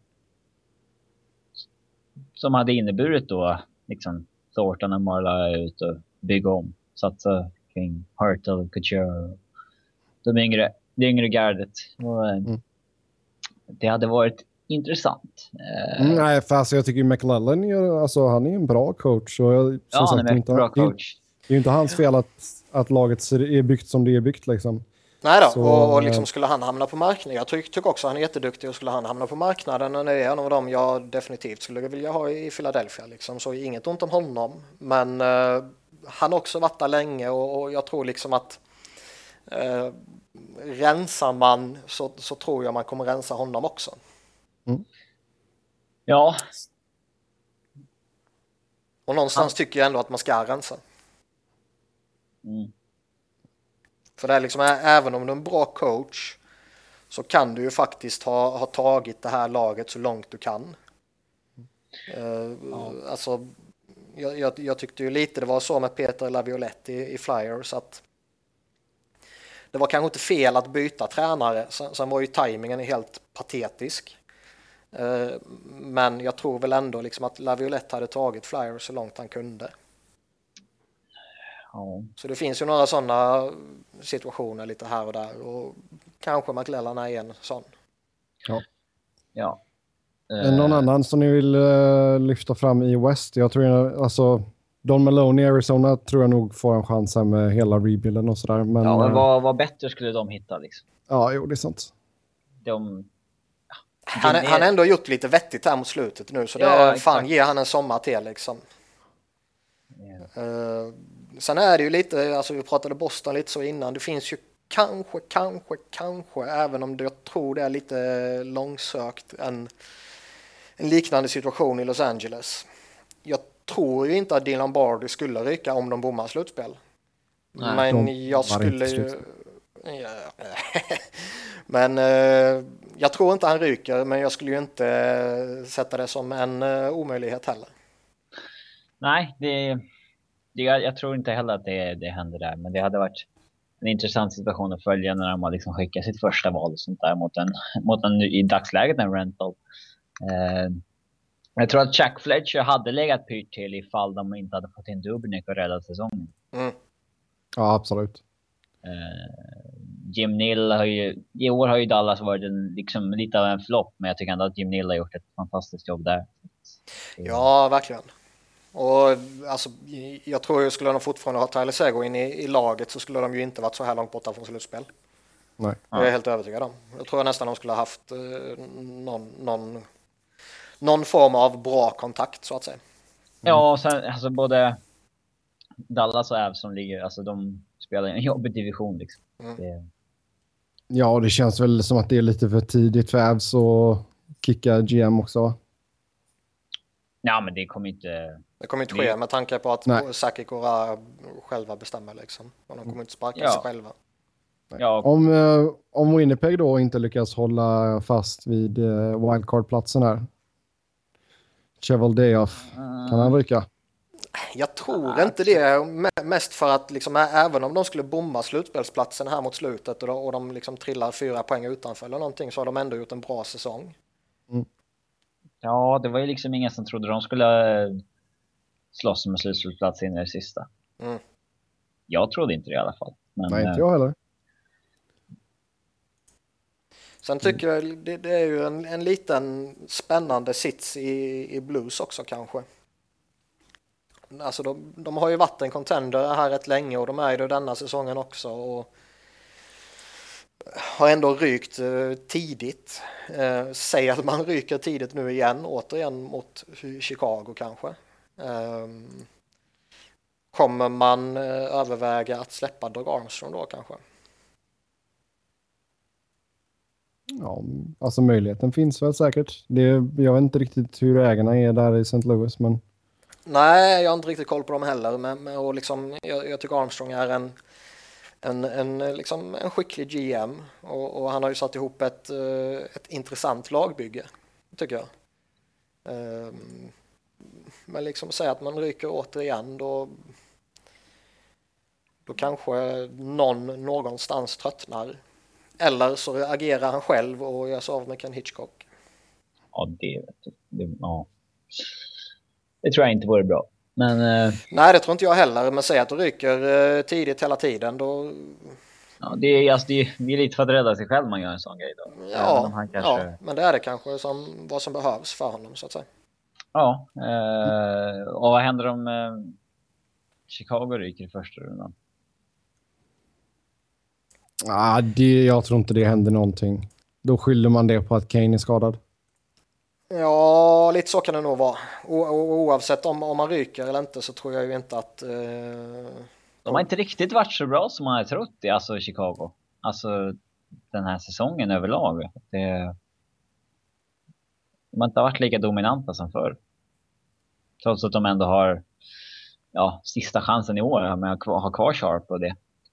som hade inneburit då liksom Thornton och Marla ut och bygga om, satsa kring Hurtle, Couture, de yngre, det yngre gardet. Och, mm. Det hade varit intressant. Mm, nej, för alltså, jag tycker McLellan gör, alltså, han är en bra coach. Och jag, som ja, sagt, han är en inte, bra coach. Det är ju inte hans fel att, att laget är byggt som det är byggt. Liksom. Nej då, så, och, och liksom skulle han hamna på marknaden. Jag tycker tyck också att han är jätteduktig och skulle han hamna på marknaden. Och det är en av dem jag definitivt skulle vilja ha i Philadelphia. Liksom. Så inget ont om honom. Men uh, han har också varit där länge och, och jag tror liksom att uh, rensar man så, så tror jag man kommer rensa honom också. Mm. Ja. Och någonstans ja. tycker jag ändå att man ska rensa. Mm. För det är liksom, även om du är en bra coach så kan du ju faktiskt ha, ha tagit det här laget så långt du kan. Uh, ja. Alltså, jag, jag, jag tyckte ju lite det var så med Peter Laviolette i, i Flyers att det var kanske inte fel att byta tränare. Sen, sen var ju tajmingen helt patetisk. Uh, men jag tror väl ändå liksom att Laviolette hade tagit Flyers så långt han kunde. Ja. Så det finns ju några sådana situationer lite här och där och kanske McLellan är en sån. Ja. Ja. Uh, Någon annan som ni vill uh, lyfta fram i West? Jag tror jag, alltså Don Malone i Arizona tror jag nog får en chans här med hela rebuilden och sådär. Men, ja, men vad, vad bättre skulle de hitta liksom? Ja, jo, det är sant. De... Ja. Han har han ändå gjort lite vettigt här mot slutet nu så det ja, fan ger han en sommar till liksom. Yeah. Uh, sen är det ju lite, alltså vi pratade Boston lite så innan, det finns ju kanske, kanske, kanske, även om jag tror det är lite långsökt, en, en liknande situation i Los Angeles. Jag tror ju inte att Dylan Bardy skulle ryka om de bommar slutspel. Nej, men jag skulle ju... men uh, jag tror inte han ryker, men jag skulle ju inte sätta det som en uh, omöjlighet heller. Nej, det, det, jag tror inte heller att det, det händer där, men det hade varit en intressant situation att följa när de har liksom skickat sitt första val och sånt där mot en, mot en i dagsläget en rental. Uh, jag tror att Chuck Fletcher hade legat pyrt till ifall de inte hade fått in Dubnyk och räddat säsongen. Mm. Ja, absolut. Uh, Jim Nill har ju, i år har ju Dallas varit en, liksom, lite av en flopp, men jag tycker ändå att Jim Nill har gjort ett fantastiskt jobb där. Ja, verkligen. Och alltså, jag tror ju skulle de fortfarande ha Tyler Seguin i, i laget så skulle de ju inte varit så här långt borta från slutspel. Nej. Jag är helt övertygad om. Jag tror nästan de skulle ha haft eh, någon, någon, någon form av bra kontakt så att säga. Mm. Ja, och sen alltså både Dallas och Avs som ligger, alltså de spelar i en jobbig division liksom. Mm. Det... Ja, det känns väl som att det är lite för tidigt för Avs att kicka G M också. Ja, men det kommer inte... Det kommer inte ske med tanke på att Saki Kora själva bestämmer liksom. Och de kommer inte sparka ja. sig själva. Ja. Om, eh, om Winnipeg då inte lyckas hålla fast vid eh, wildcard-platsen här. Cheveldayoff, mm. kan han ryka? Jag tror inte det. Mest för att liksom, även om de skulle bomba slutspelsplatsen här mot slutet och de, och de liksom trillar fyra poäng utanför eller någonting så har de ändå gjort en bra säsong. Mm. Ja, det var ju liksom ingen som trodde de skulle slåss med slutspelsplats in i det sista. Mm. Jag trodde inte det i alla fall. Men, nej, inte jag heller. Sen tycker jag det, det är ju en, en liten spännande sits i, i Blues också kanske. Alltså de, de har ju varit en contender här rätt länge och de är ju denna säsongen också och har ändå rykt eh, tidigt. Eh, säg att man ryker tidigt nu igen, återigen mot Chicago kanske. Eh, kommer man eh, överväga att släppa Doug Armstrong då kanske? Ja, alltså möjligheten finns väl säkert. Det, jag vet inte riktigt hur ägarna är där i Saint Louis, men... Nej, jag har inte riktigt koll på dem heller, men, men och liksom, jag, jag tycker Armstrong är en En, en, liksom en skicklig G M och, och han har ju satt ihop ett, ett intressant lagbygge tycker jag. Um, men liksom säga att man ryker återigen då, då kanske någon någonstans tröttnar. Eller så agerar han själv och gör sig av med Ken Hitchcock. Ja, det, det, ja. det tror jag inte vore bra. Men, eh, nej, det tror inte jag heller. Men säg att du ryker eh, tidigt hela tiden. Då... Ja, det, är, alltså, det, är, det är lite för att rädda sig själv man gör en sån grej då. Ja, han kanske... ja, men det är det kanske som, vad som behövs för honom så att säga. Ja, eh, och vad händer om eh, Chicago ryker i första rundan? Ah, det, jag tror inte det händer någonting. Då skyller man det på att Kane är skadad. Ja, lite så kan det nog vara. O- o- oavsett om, om man ryker eller inte så tror jag ju inte att... Eh... De har inte riktigt varit så bra som man hade trott i alltså Chicago. Alltså den här säsongen överlag. Det... De har inte varit lika dominanta som förr. Trots att de ändå har ja, sista chansen i år med att ha kvar Sharp och det.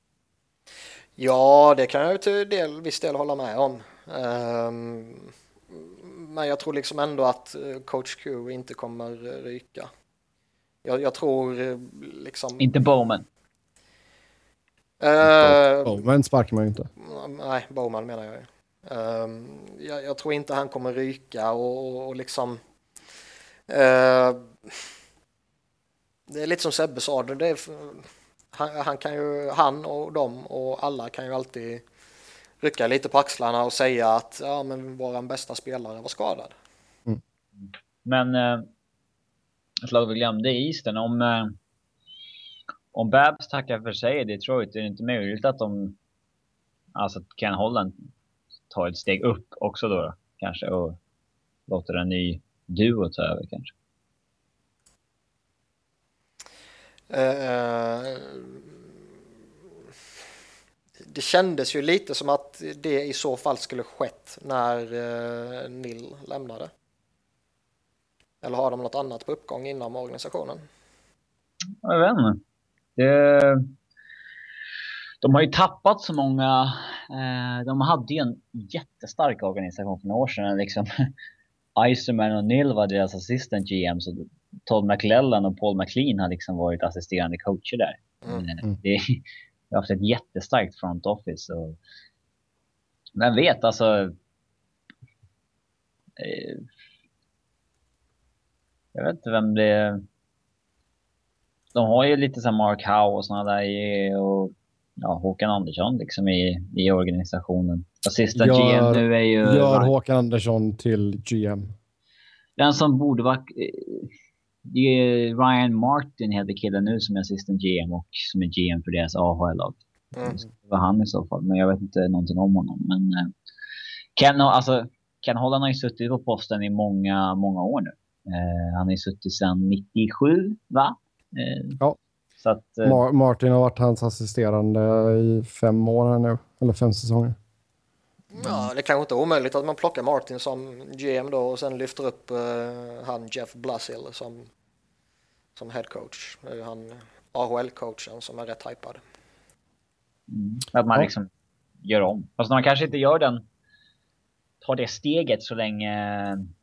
Ja, det kan jag ju till del, viss del hålla med om. Um... Men jag tror liksom ändå att Coach Q inte kommer ryka. Jag, jag tror liksom... Inte Bowman. Uh, Bowman sparkar man ju inte. Nej, Bowman menar jag ju. Uh, jag, jag tror inte han kommer ryka och, och liksom... Uh, det är lite som Sebbe sa. Det är, han, han kan ju, han och dem och alla kan ju alltid... rycka lite på axlarna och säga att ja, men vår bästa spelare var skadad. Mm. Men eh, ett lag vi glömde i Eastern om eh, om Babs tackar för sig i Detroit är det inte möjligt att de alltså kan Holland ta ett steg upp också då, då kanske och låter en ny duo ta över kanske. Uh, det kändes ju lite som att det i så fall skulle skett när uh, Neil lämnade. Eller har de något annat på uppgång inom organisationen? Jag vet inte. Det... De har ju tappat så många. Eh, de hade ju en jättestark organisation för några år sedan. Liksom. Iserman och Neil var deras assistant G M. Så Todd McClellan och Paul McLean har liksom varit assisterande coacher där. Mm. Eh, det har haft ett jättestarkt front office. Och... Men vet alltså. Eh, jag vet inte vem det är. De har ju lite så här Mark Howe och såna där. Och ja, Håkan Andersson liksom i, i organisationen. Assistant gör, G M nu är ju... Gör Håkan Andersson till G M. Den som borde vara... Det är Ryan Martin heter killen nu som är assistant G M och som är G M för deras A H L-lag. Mm. Det var han i så fall, men jag vet inte någonting om honom. Men Ken, alltså, Ken Holland har ju suttit på posten i många, många år nu. Eh, han har ju suttit sedan nittiosju, va? Eh, ja. Så att, eh, Ma- Martin har varit hans assisterande i fem år här nu. Eller fem säsonger. Ja, det kanske inte är omöjligt att man plockar Martin som G M då och sen lyfter upp uh, han Jeff Blashill som, som head coach. Det är ju han A H L-coachen som är rätt hypad. Mm. Att man ja. liksom gör om. Fast man kanske inte gör den, tar det steget så länge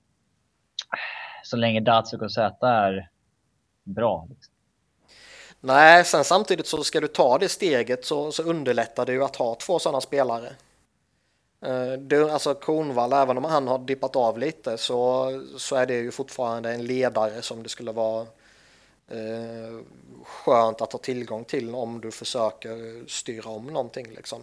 så länge Datsuk och Z är bra. Liksom. Nej, sen samtidigt så ska du ta det steget så, så underlättar det ju att ha två sådana spelare. Det, alltså Kronwall, även om han har dippat av lite så, så är det ju fortfarande en ledare som det skulle vara eh, skönt att ha tillgång till om du försöker styra om någonting liksom.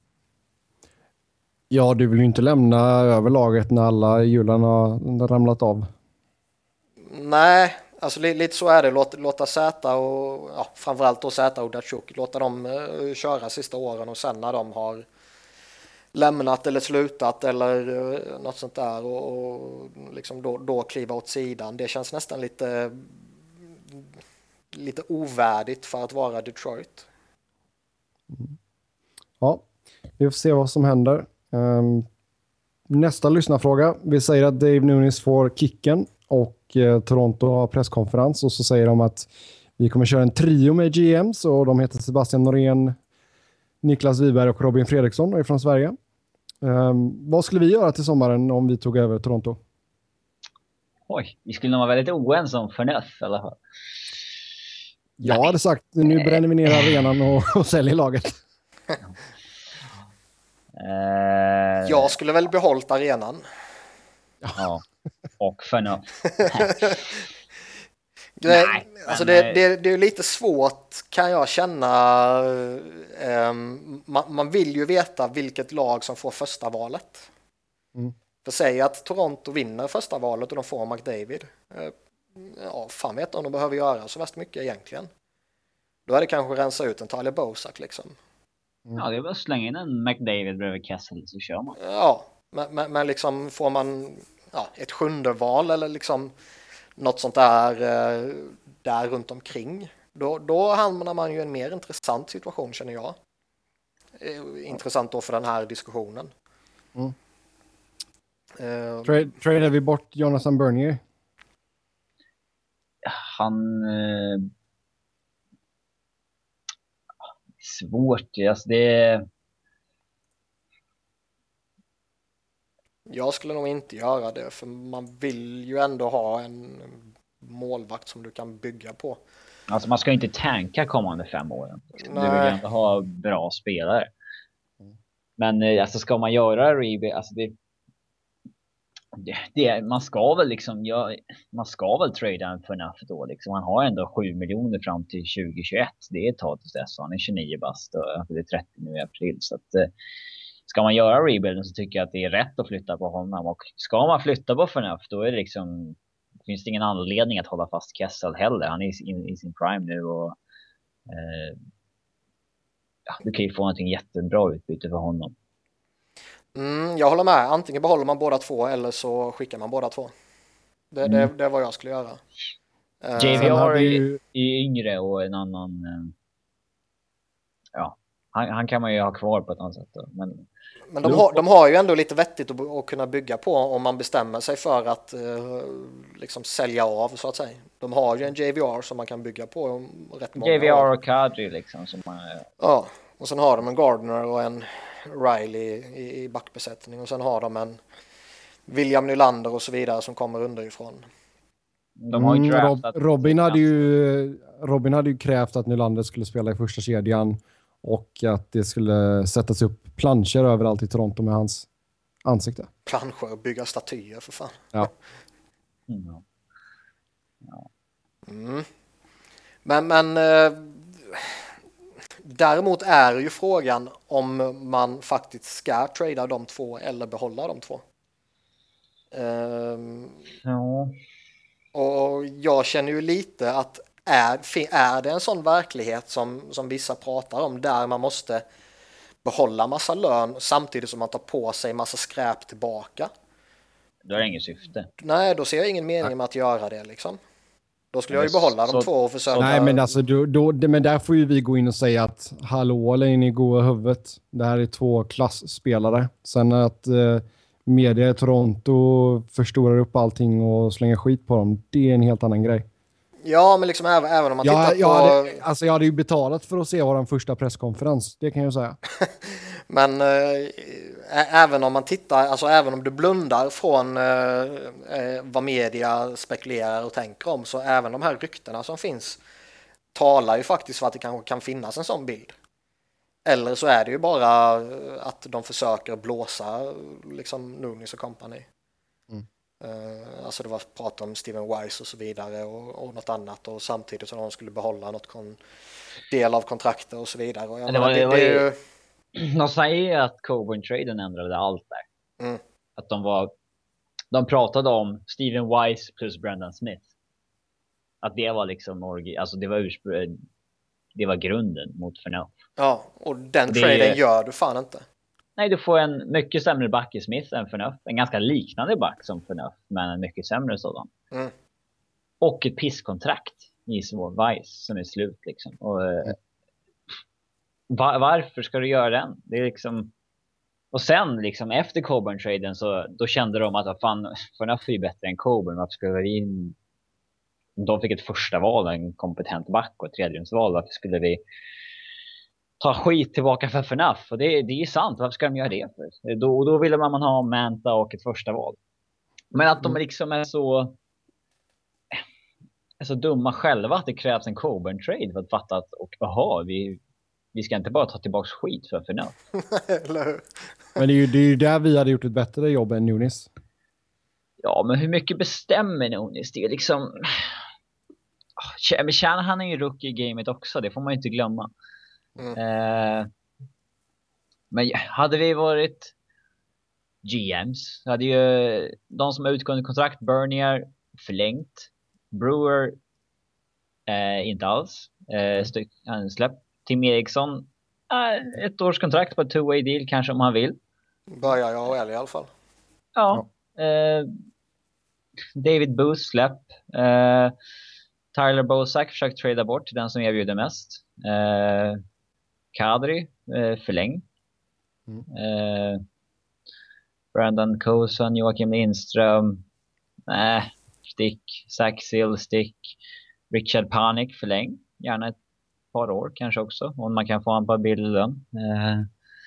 Ja, du vill ju inte lämna över laget när alla hjulen har ramlat av. Nej, alltså lite så är det. Låt, låta Zäta och ja, framförallt då Zäta och Datsuk, låta dem uh, köra sista åren och sen när de har lämnat eller slutat eller uh, något sånt där och, och liksom då, då kliva åt sidan. Det känns nästan lite lite ovärdigt för att vara Detroit. Mm. Ja, vi får se vad som händer. Um, nästa lyssnarfråga. Vi säger att Dave Nunes får kicken och eh, Toronto har presskonferens och så säger de att vi kommer köra en trio med G Ms och de heter Sebastian Norén, Niklas Wiberg och Robin Fredriksson och är från Sverige. Um, vad skulle vi göra till sommaren om vi tog över Toronto? Oj, vi skulle nog vara väldigt oense om Förnöf i alla fall. Jag hade sagt, nu bränner vi ner arenan och, och säljer laget. Uh, jag skulle väl behållit arenan. Ja, och Förnöf. Det, alltså det, det, det är lite svårt kan jag känna. Um, man, man vill ju veta vilket lag som får första valet. Mm. För säg att Toronto vinner första valet och de får McDavid. Uh, ja, fan vet om de behöver göra så värst mycket egentligen. Då är det kanske rensa ut en Tyler Bozak liksom. Mm. Ja, det är bara att slänga in en McDavid bredvid Kessel så kör man. Ja, men, men, men liksom får man ja, ett sjunde val eller liksom något sånt där där runt omkring. Då, då hamnar man ju i en mer intressant situation känner jag. Intressant då för den här diskussionen. Mm. Uh, Trade, tradar vi bort Jonathan Bernier? Han... Eh, svårt. Alltså det... Jag skulle nog inte göra det för man vill ju ändå ha en målvakt som du kan bygga på. Alltså man ska inte tanka kommande fem åren. Du vill ju ändå ha bra spelare. Mm. Men alltså ska man göra rebuild, alltså det, det, det man ska väl liksom ja, man ska väl trada en Förnöf då liksom. Man har ändå sju miljoner fram till tjugo tjugoett. Det är ett tag tills dess. Han är tjugonio bast och det är trettio nu i april så att ska man göra rebuilden så tycker jag att det är rätt att flytta på honom. Och ska man flytta på Förnöf då är det liksom finns det ingen anledning att hålla fast Kessel heller. Han är i, in, i sin prime nu och eh, ja, du kan ju få någonting jättebra utbyte för honom. Mm, jag håller med. Antingen behåller man båda två eller så skickar man båda två. Det, mm. det, det är vad jag skulle göra. J V R är ju... ju yngre och en annan... Ja, han, han kan man ju ha kvar på ett annat sätt då. Men, men de, har, de har ju ändå lite vettigt att, att kunna bygga på om man bestämmer sig för att uh, liksom sälja av så att säga. De har ju en J V R som man kan bygga på rätt många J V R år. och Kadri liksom. Som man, ja, och sen har de en Gardner och en Riley i, i backbesättning och sen har de en William Nylander och så vidare som kommer underifrån. De har ju mm, Rob, draftat Robin, hade ju, Robin hade ju krävt att Nylander skulle spela i första kedjan och att det skulle sättas upp planscher överallt i Toronto med hans ansikte. Planscher och bygga statyer för fan. Ja. Mm. Ja. Mm. Men, men eh, däremot är ju frågan om man faktiskt ska trada de två eller behålla de två. Um, ja. Och jag känner ju lite att är, är det en sån verklighet som, som vissa pratar om där man måste behålla massa lön samtidigt som man tar på sig massa skräp tillbaka. Det har inget syfte. Nej, då ser jag ingen mening med att göra det liksom. Då skulle jag ju behålla så, de två och försöka... Nej, men alltså då, då, men där får ju vi gå in och säga att hallå, eller in i goa huvudet. Det här är två klassspelare. Sen att eh, media i Toronto förstorar upp allting och slänger skit på dem, det är en helt annan grej. Ja, men liksom även, även om man ja, tittar jag på... Hade, alltså jag hade ju betalat för att se vår första presskonferens, det kan jag säga. Men äh, även om man tittar, alltså även om du blundar från äh, vad media spekulerar och tänker om, så även de här ryktena som finns talar ju faktiskt för att det kanske kan finnas en sån bild. Eller så är det ju bara att de försöker blåsa liksom Nunes och company. Mm. Uh, alltså det var prat om Steven Weiss och så vidare och, och något annat, och samtidigt som de skulle behålla något kon- del av kontrakter och så vidare. Och jag det var, menar, det, det var det ju, är ju... De säger att Coburn-traden ändrade allt där. Mm. Att de var... De pratade om Steven Weiss plus Brendan Smith. Att det var liksom... Alltså det var ursprung... Det var grunden mot Phaneuf. Ja, och den det... traden gör du fan inte. Nej, du får en mycket sämre back i Smith än Phaneuf. En ganska liknande back som Phaneuf, men en mycket sämre sådan. Mm. Och ett pisskontrakt i så Weiss som är slut liksom. Och, mm. var, varför ska du göra den? Det är liksom... Och sen liksom efter Coburn-traden så då kände de att fan, Phaneuf är ju bättre än Coburn. Varför skulle vi in... De fick ett första val, en kompetent back och ett tredjumsval. Varför skulle vi ta skit tillbaka för Phaneuf? Och det, det är sant, varför ska de göra det för? Då, då ville man ha Manta och ett första val. Men att de liksom är så är så dumma själva att det krävs en Coburn-trade för att fatta att och aha, vi, vi ska inte bara ta tillbaka skit för Phaneuf. Men det är, ju, det är ju där vi hade gjort ett bättre jobb än Nunes. Ja, men hur mycket bestämmer Nunes? Det är liksom... Men Shanahan är ju rookie i gamet också, det får man ju inte glömma. Mm. Eh, men hade vi varit G Ms hade ju de som har utgående kontrakt, Bernier förlängt, Brewer eh, inte alls eh, styck, han släpp. Tim Eriksson eh, ett års kontrakt på ett two-way deal kanske om han vill. Börjar jag väl i alla fall. Ja, ja. Eh, David Booth släpp. eh, Tyler Bozak försökt trada bort den som erbjuder mest. Eh, Kadri eh, förläng. Mm. Eh, Brandon Coulson, Joakim Lindström. Nej, eh, stick. Zach Sill, stick. Richard Panik förläng. Gärna ett par år kanske också. Om man kan få en par bilden. Eh,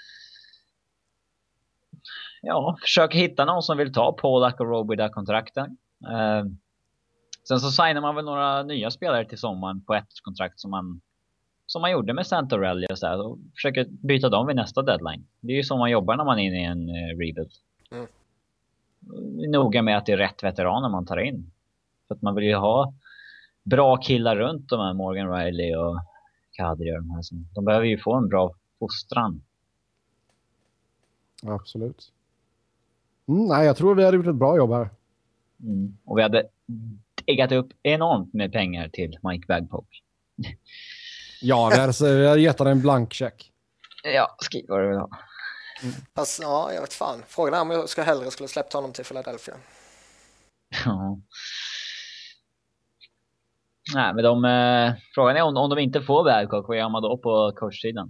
ja, försök hitta någon som vill ta Polak och Roby där kontrakten. Eh, sen så signar man väl några nya spelare till sommaren på ett kontrakt som man som man gjorde med Santorelli och så här, och försöker byta dem vid nästa deadline. Det är ju så man jobbar när man är inne i en uh, rebuild. Mm. Noga med att det är rätt veteraner man tar in. För att man vill ju ha bra killar runt de här Morgan Riley och Kadri och de här. Som, de behöver ju få en bra fostran. Absolut. Mm, nej, jag tror vi hade gjort ett bra jobb här. Mm. Och vi hade äggat upp enormt med pengar till Mike Bagpoke. Ja, vi hade, vi hade gett en blank check. Ja, skriv vad du vill ha. Mm. Fast, ja, jag vet fan. Frågan är om jag ska hellre skulle släppt honom till Philadelphia. Ja. Nej, men de, eh, frågan är om, om de inte får Babcock, vad gör man då på coachsidan?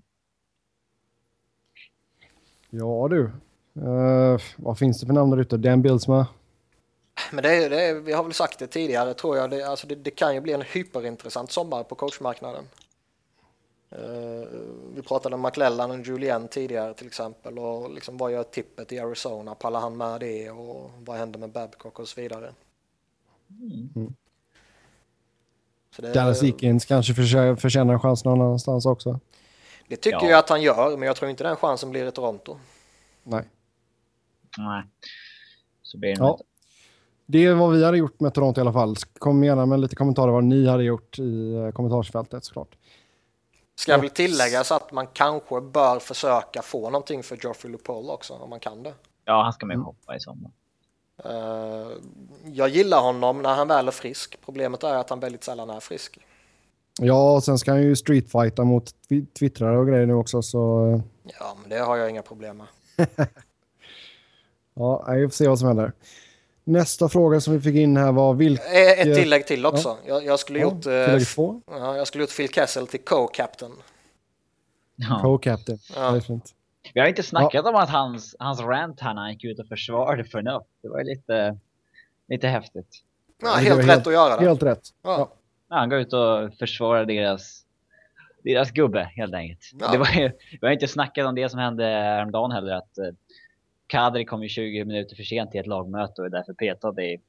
Ja du, uh, vad finns det för namn där ute? Dan Bilsma? Men det är, det är, vi har väl sagt det tidigare, tror jag. Det, alltså det, det kan ju bli en hyperintressant sommar på coachmarknaden. Uh, vi pratade om McLellan och Julien tidigare till exempel. Och liksom, vad gör tippet i Arizona? Pallar han med det? Och vad händer med Babcock och så vidare? Mm. Så det, Dallas Eakins kanske för, förtjänar en chans någon annanstans också. Det tycker Ja. jag att han gör, men jag tror inte den chansen blir i Toronto. Nej. Nej. Så blir det Ja. inte. Det är vad vi hade gjort med Toronto i alla fall. Kom gärna med lite kommentarer vad ni hade gjort i eh, kommentarsfältet såklart. Ska jag väl tillägga så att man kanske bör försöka få någonting för Joffrey Lupul också, om man kan det. Ja, han ska med Mm. shoppa i sommar. Uh, jag gillar honom när han väl är frisk. Problemet är att han väldigt sällan är frisk. Ja, och sen ska han ju streetfighta mot tw- twittrare och grejer nu också. Så eh, Ja, men det har jag inga problem med. ja, vi får se vad som händer. Nästa fråga som vi fick in här var vilka... Eh, Ett tillägg till också. Jag, jag, skulle Ja, gjort, eh, tillägg två. ja, jag skulle gjort Phil Kessel till co-captain. Ja. Co-captain. Ja. Det är fint. Vi har inte snackat om att hans, hans rant här när han gick ut och försvarade förnuft. Det var ju lite, lite häftigt. Ja, Det helt var rätt helt- att göra det. Helt rätt. Ja. Ja. Ja, han går ut och försvarar deras, deras gubbe helt enkelt. Ja. Det var ju, vi har inte snackat om det som hände häromdagen heller. Att eh, Kadri kom ju tjugo minuter för sent till ett lagmöte och är därför petad i,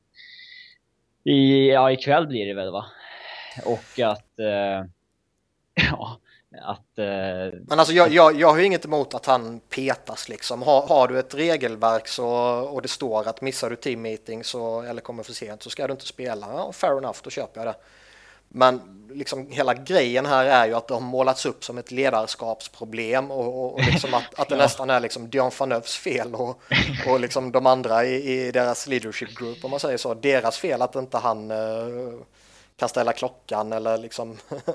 i ja, ikväll blir det väl va? Och att eh, ja, att eh, Men alltså jag, jag, jag har ju inget emot att han petas liksom. Har, har du ett regelverk så, och det står att missar du team meeting så, eller kommer för sent så ska du inte spela. Ja, fair enough, då köper jag det. Men liksom hela grejen här är ju att de målats upp som ett ledarskapsproblem och, och, och liksom att, att det Ja. nästan är liksom Dion Phaneufs fel och, och liksom de andra i, i deras leadership group, om man säger så, deras fel att inte han uh, kan ställa klockan eller liksom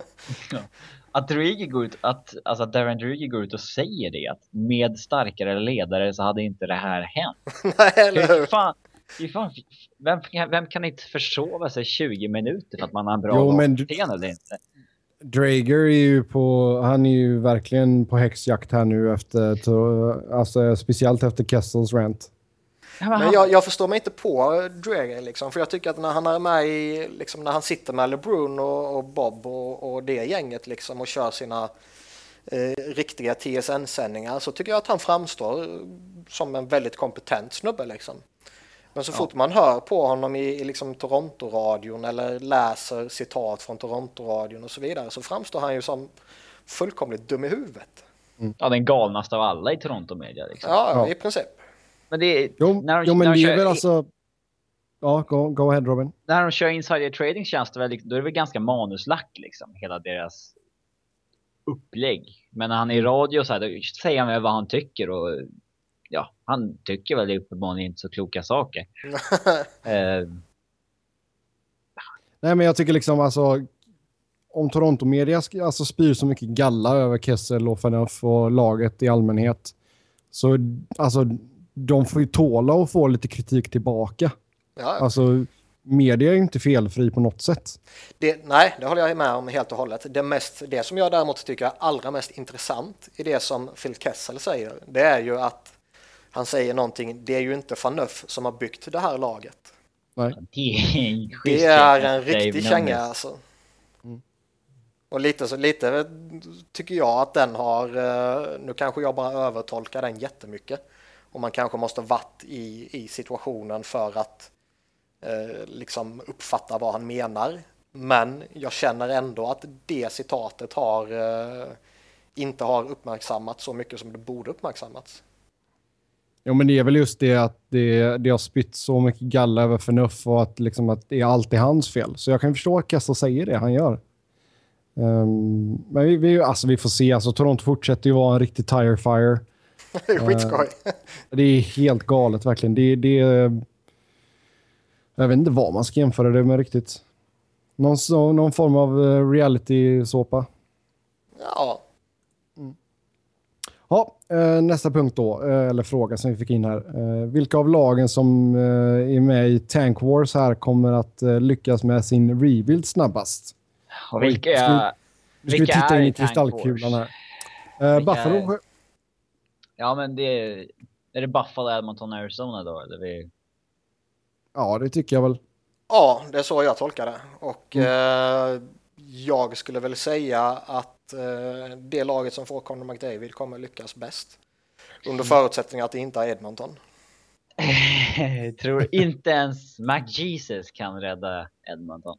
att Druigi går ut, att, alltså att Darren Druigi går ut och säger det, att med starkare ledare så hade inte det här hänt. nej, eller Fy hur? fan, fy fan, vem, vem kan inte försova sig tjugo minuter för att man har en bra Jo, men- kapten eller inte? Drager är ju på, han är ju verkligen på häxjakt här nu efter, to- alltså speciellt efter Kessels rant. Ja, men Men han, jag, jag förstår mig inte på Drager liksom, för jag tycker att när han är med i, liksom när han sitter med LeBron och, och Bob och, och det gänget liksom och kör sina eh, riktiga T S N-sändningar så tycker jag att han framstår som en väldigt kompetent snubbe liksom. Men så Ja. fort man hör på honom i, i liksom Toronto-radion eller läser citat från Toronto-radion och så vidare så framstår han ju som fullkomligt dum i huvudet. ja, den galnaste av alla i Toronto-media liksom. Ja, Ja. i princip. Men det är, Jo, när de, jo men när de det är kör, väl alltså... Ja, go, go ahead Robin. när de kör insider trading känns det väl, liksom- då är det väl ganska manuslack liksom, hela deras upplägg. Men när han är i radio så här, då säger han väl vad han tycker och ja, han tycker väl uppenbarligen inte så kloka saker. Eh, Nej, men jag tycker liksom alltså om Toronto-media sk- alltså spyr så mycket galla över Kessel och Phaneuf och laget i allmänhet så alltså de får ju tåla att få lite kritik tillbaka. Ja, Alltså media är ju inte felfri på något sätt. det, nej, det håller jag med om helt och hållet. Det, mest, det som jag däremot tycker är allra mest intressant i det som Phil Kessel säger, det är ju att han säger någonting, det är ju inte Phaneuf som har byggt det här laget. Nej. det är en Det schysst är jävla en Dave riktig Nunes. känga alltså. Mm. Och lite så lite tycker jag att den har, eh, nu kanske jag bara övertolkar den jättemycket. Och man kanske måste varit i, i situationen för att eh, liksom uppfatta vad han menar. Men jag känner ändå att det citatet har eh, inte har uppmärksammats så mycket som det borde uppmärksammats. Jo, men det är väl just det att det, det har spytt så mycket galla över Phaneuf och att, liksom, att det är alltid hans fel. Så jag kan förstå att Kessel säger det han gör. Um, men vi, vi, alltså, vi får se. Alltså, Toronto fortsätter ju vara en riktig tire fire. Det är skitskoj. Det är helt galet verkligen. Det, det, jag vet inte vad man ska jämföra det med riktigt. Någon, så, någon form av reality-såpa. Ja, Ja, eh, nästa punkt då, eh, eller fråga som vi fick in här. Eh, vilka av lagen som eh, är med i Tank Wars här kommer att eh, lyckas med sin rebuild snabbast? Och vilka Oj, är, nu ska vi vilka titta är in i i kristallkulan här. Uh, Vilka Buffalo. är- Ja, men det är, är det Buffalo, Edmonton, Arizona då? Eller vi... Ja, det tycker jag väl. Ja, det är så jag tolkar det. Och Mm. eh, jag skulle väl säga att eh, det laget som får Connor McDavid kommer lyckas bäst. Under förutsättning att det inte är Edmonton. Jag tror inte ens McJesus kan rädda Edmonton.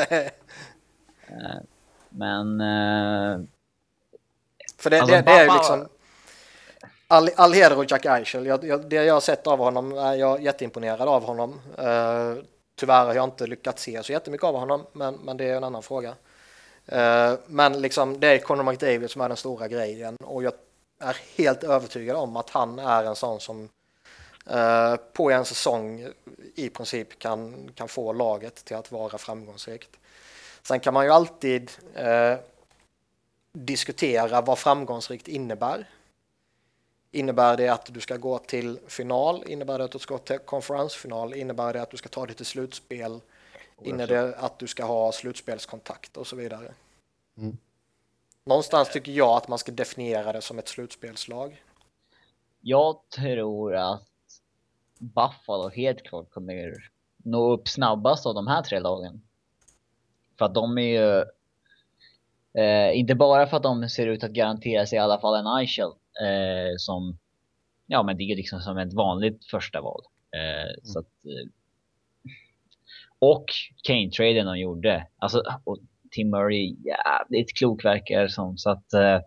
Eh, Men... eh, För det, Alltså, det, det är ju Baba- liksom all, all heder och Jack Eichel. Jag, jag, det jag har sett av honom är jag jätteimponerad av honom. Uh, tyvärr har jag inte lyckats se så jättemycket av honom, men, men det är en annan fråga. Uh, men liksom, det är Connor McDavid som är den stora grejen, och jag är helt övertygad om att han är en sån som uh, på en säsong i princip kan, kan få laget till att vara framgångsrikt. Sen kan man ju alltid uh, diskutera vad framgångsrikt innebär. Innebär det att du ska gå till final? Innebär det att du ska gå till konferensfinal? Innebär det att du ska ta dig till slutspel? Innebär det att du ska ha slutspelskontakt och så vidare? Mm. Någonstans tycker jag att man ska definiera det som ett slutspelslag. Jag tror att Buffalo helt klart kommer nå upp snabbast av de här tre lagen. För att de är ju... Eh, inte bara för att de ser ut att garantera sig i alla fall en Eichel. Eh, som... Ja, men det är liksom som ett vanligt första val. Eh, mm. Så att... Eh, och Kane-traden de gjorde. Alltså... Och Tim Murray, ja, det är ett klokverkare som... Så att... Eh,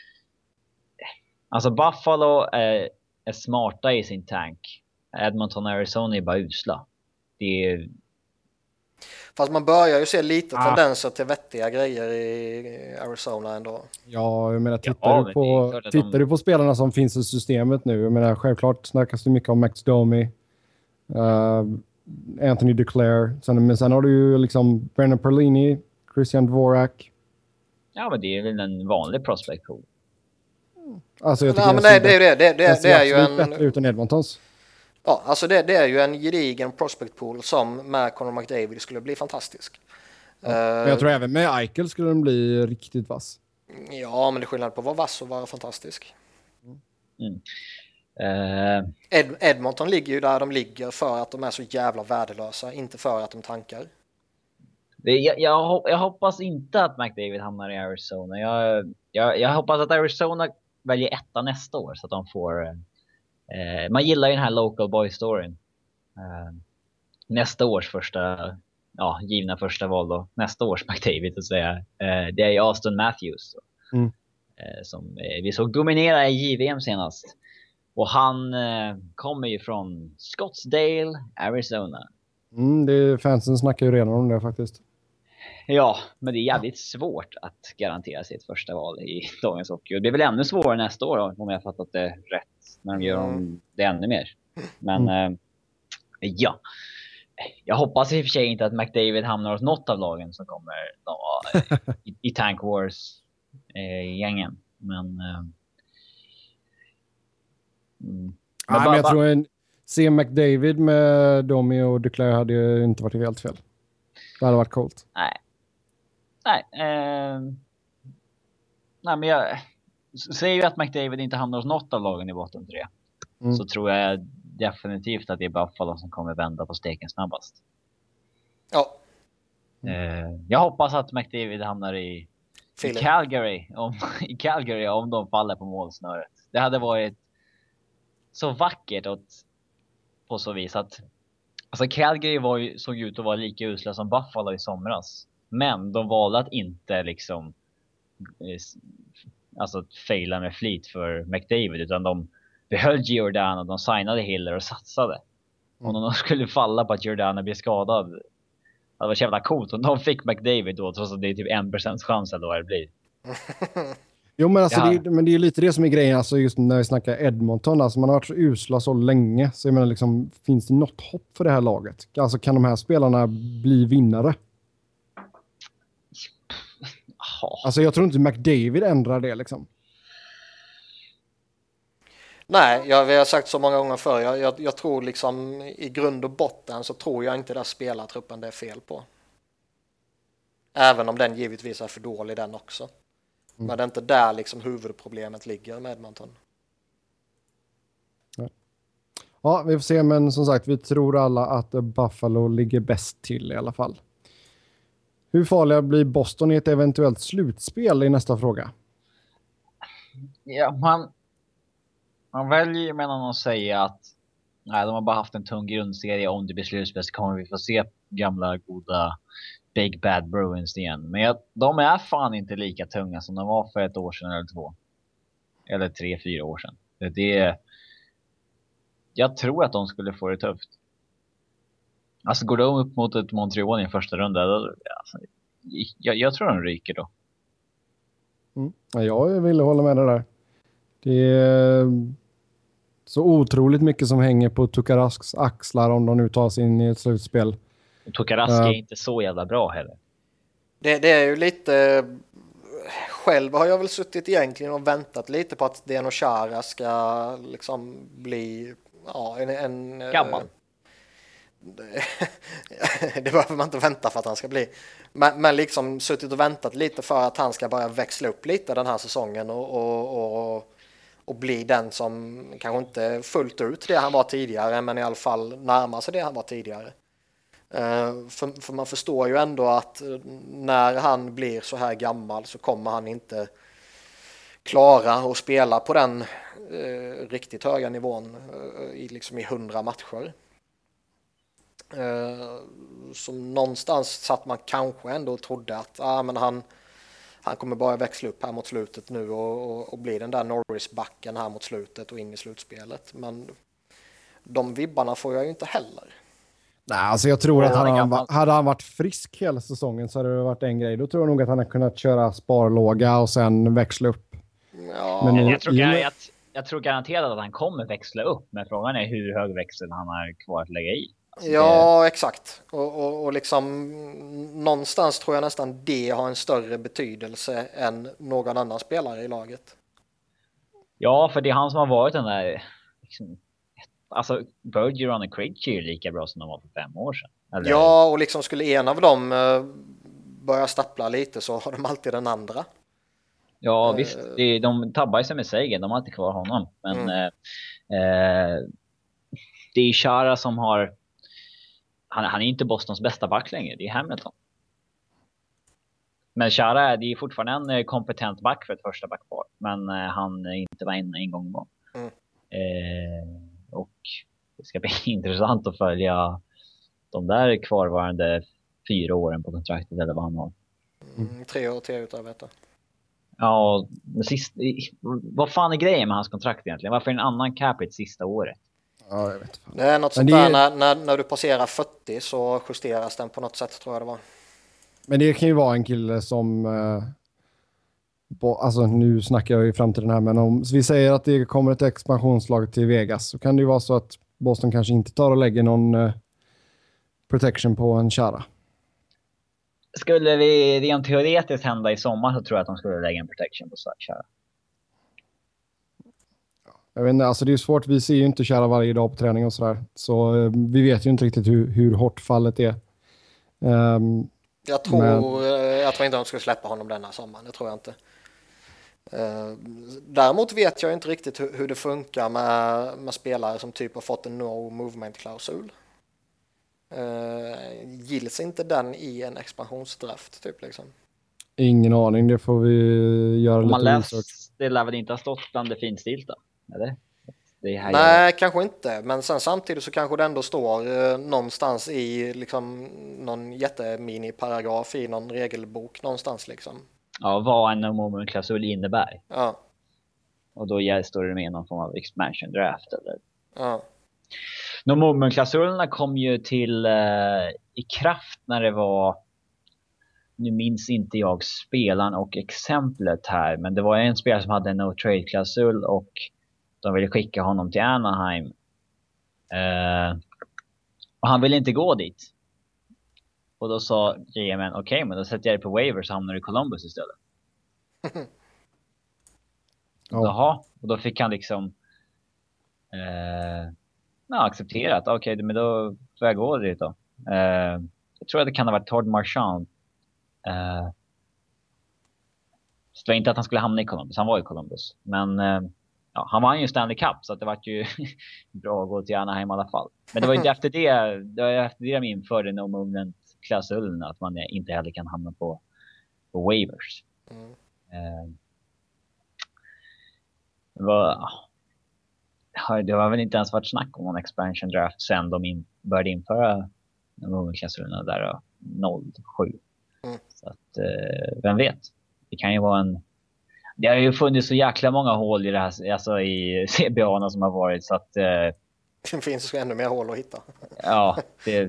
alltså Buffalo är, är smarta i sin tank. Edmonton och Arizona är bara usla. Det är... Fast man börjar ju se lite Ah. tendenser till vettiga grejer i Arizona ändå. Ja, jag menar, tittar, Ja, du, men på, det är klart att tittar de- du på spelarna som finns i systemet nu, jag menar, självklart snackas det mycket om Max Domi, uh, Anthony Duclair, sen, men sen har du ju liksom Brennan Perlini, Christian Dvorak. Ja, men det är väl en vanlig prospect pool. Alltså, jag Nej, tycker men den nej, ser det är ju det. Det, den det, ser det är ju absolut en... bättre ut än Edmontons. Ja, alltså det, det är ju en gedigen prospect pool som med Connor McDavid skulle bli fantastisk. Ja. Men jag tror även med Eichel skulle den bli riktigt vass. Ja, men det är skillnad på att vara vass och vara fantastisk. Mm. Uh, Ed, Edmonton ligger ju där de ligger för att de är så jävla värdelösa, inte för att de tankar. det, jag, jag, jag hoppas inte att McDavid hamnar i Arizona. Jag, jag, jag hoppas att Arizona väljer etta nästa år så att de får... Uh, man gillar ju den här local boy storyn. Uh, nästa års första... Ja, givna första val då. Nästa års McDavid, att säga. Uh, det är ju Austin Matthews. Mm. Uh, som uh, vi såg dominera i J V M senast. Och han uh, kommer ju från Scottsdale, Arizona. Mm, det, fansen snackar ju redan om det faktiskt. Ja, men det är jävligt svårt att garantera sitt första val i dagens hockey. Och det är väl ännu svårare nästa år då, om jag har fattat det rätt. När de gör om det ännu mer. Men mm. uh, ja. Jag hoppas i och för sig inte att McDavid hamnar hos något av lagen som kommer då, uh, i, i Tank Wars-gängen. Uh, men... Uh, mm. Men, ah, bara, men jag bara... tror en se McDavid med Domi och Duclair hade ju inte varit helt fel. Det hade varit coolt. Nej. Nej. Eh... Nej, men jag säger ju att McDavid inte hamnar hos något av lagen i botten tre. Mm. Så tror jag definitivt att det är Buffalo som kommer vända på steken snabbast. Ja. Eh... Jag hoppas att McDavid hamnar i, i Calgary. Om, I Calgary om de faller på målsnöret. Det hade varit så vackert åt, på så vis att alltså Calgary var ju, såg ut att vara lika usla som Buffalo i somras. Men de valde att inte liksom alltså faila med flit för McDavid, utan de behöll Giordano, de signade Hiller och satsade. Mm. Och om de skulle falla på att Giordano blir skadad, det var så jävla coolt om de fick McDavid då, trots att det är typ en procent chans eller vad det blir. Jo, men, alltså ja. det, men det är lite det som är grejen, alltså just när vi snackar Edmonton, alltså man har varit så usla så länge, så jag menar liksom, finns det något hopp för det här laget? Alltså kan de här spelarna bli vinnare? Oh. Alltså jag tror inte McDavid ändrar det liksom. Nej, jag, vi har sagt så många gånger förr, jag, jag, jag tror liksom i grund och botten så tror jag inte det spelartruppen det är fel på. Även om den givetvis är för dålig den också. Mm. Men det är inte där liksom huvudproblemet ligger med Edmonton. Ja. ja, vi får se, men som sagt, vi tror alla att Buffalo ligger bäst till i alla fall. Hur farliga blir Boston i ett eventuellt slutspel i nästa fråga? Ja, man, man väljer mellan att säga att nej, de har bara haft en tung grundserie. Om det blir slutspel så kommer vi få se gamla goda Big Bad Bruins igen. Men jag, de är fan inte lika tunga som de var för ett år sedan eller två. Eller tre, fyra år sedan. Det, jag tror att de skulle få det tufft. Alltså går de upp mot ett Montreal i en första runda, då, alltså, jag, jag tror de ryker då. Mm. Ja, jag vill hålla med det där. Det är så otroligt mycket som hänger på Tukarasks axlar om de nu tar sig in i ett slutspel. Tukarask uh, är inte så jävla bra heller. Det, det är ju lite... Själv har jag väl suttit egentligen och väntat lite på att Deno Chara ska liksom bli ja, en... en gammal. Det, det behöver man inte vänta för att han ska bli. Men, men liksom suttit och väntat lite för att han ska börja växla upp lite den här säsongen och, och, och, och bli den som kanske inte fullt ut det han var tidigare, men i alla fall närmar sig det han var tidigare. Uh, för, för man förstår ju ändå att när han blir så här gammal så kommer han inte klara att spela på den uh, riktigt höga nivån uh, i, liksom i hundra matcher. Uh, som någonstans satt man kanske ändå trodde att ah, men han, han kommer bara växla upp här mot slutet nu och, och, och bli den där Norris-backen här mot slutet och in i slutspelet. Men de vibbarna får jag ju inte heller. Nej, alltså jag tror Ja, att hade han, gammal. hade han varit frisk hela säsongen så hade det varit en grej. Då tror jag nog att han hade kunnat köra sparlåga och sen växla upp. Ja. Men jag, nu- jag, tror, i- jag, jag, jag tror garanterat att han kommer växla upp, men frågan är hur hög växel han har kvar att lägga i. Alltså Ja, exakt. Och, och, och liksom någonstans tror jag nästan det har en större betydelse än någon annan spelare i laget. Ja, för det är han som har varit den där liksom, alltså Bergeron och Krejci är ju lika bra som de var för fem år sedan. Eller? Ja, och liksom skulle en av dem eh, börja stappla lite så har de alltid den andra. Ja, Eh. visst. Det, de tabbar sig med Sagan. De har inte kvar honom. Men Mm. eh, eh, det är Chara som har... Han, han är inte Bostons bästa back längre. Det är Hamilton. Men Chara är, det är fortfarande en kompetent back för ett första backpar. Men eh, han är inte var en, en gång var. Mm. Eh, och det ska bli intressant att följa de där kvarvarande fyra åren på kontraktet eller vad han har. Mm, tre år till utav detta. Ja, men sist, vad fan är grejen med hans kontrakt egentligen? Varför är det en annan capita sista året? Ja, jag vet. Det är något Men sånt det är- där när, när, när du passerar fyrtio så justeras den på något sätt tror jag det var. Men det kan ju vara en kille som... Eh, bo, alltså nu snackar jag ju fram till den här, men om vi säger att det kommer ett expansionslag till Vegas så kan det ju vara så att Boston kanske inte tar och lägger någon eh, protection på en Chara. Skulle vi rent teoretiskt hända i sommar så tror jag att de skulle lägga en protection på Chara. Jag vet inte, alltså det är svårt. Vi ser ju inte Chara varje dag på träning och sådär. Så eh, vi vet ju inte riktigt hur, hur hårt fallet är. Um, Jag tror, Men- eh, jag tror inte de skulle släppa honom denna sommaren, det tror jag inte. Eh, Däremot vet jag inte riktigt hur, hur det funkar med, med spelare som typ har fått en no movement-klausul. Uh, gills inte den i en expansionsdraft typ liksom? ingen aning, det får vi göra Om man lite läst, research. det lär väl inte ha stått bland det finstilta, eller? Det här Nej, kanske inte. Men sen samtidigt så kanske det ändå står eh, någonstans i liksom någon jättemini-paragraf i någon regelbok någonstans liksom. Ja, vad en no movement klausul innebär. Ja, Och då ja, står det med någon form av expansion draft eller... ja. No movement klausulerna kom ju till eh, i kraft när det var, nu minns inte jag spelaren och exemplet här, men det var en spelare som hade en no trade klausul och de ville skicka honom till Anaheim. Eh, och han ville inte gå dit. Och då sa G M, okej, okay, men då sätter jag det på waivers och hamnar i Columbus istället. Ja. Jaha, och då fick han liksom eh, ja, acceptera att okej, okay, men då får jag gå dit då. Eh, jag tror att det kan ha varit Todd Marchand Uh, så det var inte att han skulle hamna i Columbus. Han var i Columbus. Men uh, ja, han vann ju Stanley Cup, så att det var ju bra att gå till Anaheim i alla fall. Men det var inte efter det, det var efter det de införde no movement-klausulen, att man inte heller kan hamna på, på waivers. Mm. Uh, det, var, det var väl inte ens varit snack om en expansion draft sen de in, började införa no movement-klausulerna där då, noll sju. Mm. Så att, uh, vem vet? Det kan ju vara en... Det har ju funnits så jäkla många hål i det här, alltså i C B A som har varit, så att... Uh, det finns ju ännu mer hål att hitta. Ja, det...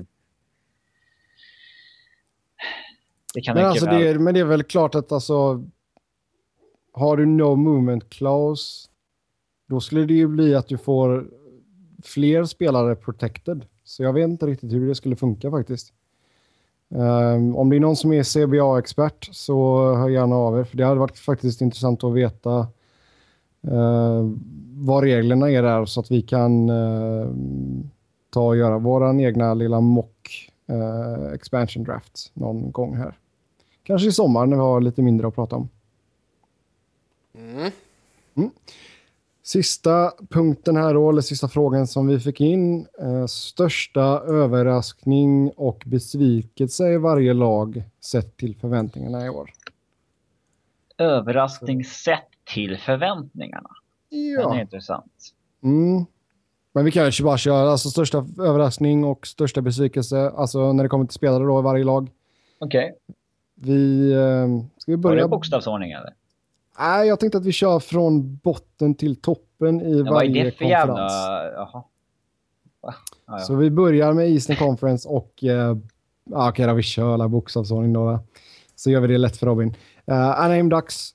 Det kan men, alltså väl... det är, men det är väl klart att alltså... Har du no movement clause, då skulle det ju bli att du får fler spelare protected. Så jag vet inte riktigt hur det skulle funka faktiskt. Um, om det är någon som är C B A-expert så hör gärna av er. För det hade varit faktiskt intressant att veta uh, vad reglerna är där, så att vi kan uh, ta och göra våran egna lilla mock uh, expansion draft någon gång här. Kanske i sommar när vi har lite mindre att prata om. Mm. Mm. Sista punkten här då, eller sista frågan som vi fick in. Eh, största överraskning och besvikelse i varje lag sett till förväntningarna i år. Överraskning sett till förväntningarna? Ja. Det är intressant. Mm. Men vi kanske bara köra alltså största överraskning och största besvikelse. Alltså när det kommer till spelare då i varje lag. Okej. Okay. Vi, eh, ska vi börja... Var det bokstavsordning eller? Nej, jag tänkte att vi kör från botten till toppen i ja, varje det konferens. Jävla... Jaha. Ja, ja. Så vi börjar med Eastern Conference och eh, okej okay, då vi kör alla bokstavsordning då. Så gör vi det lätt för Robin. Uh, Anaheim Ducks.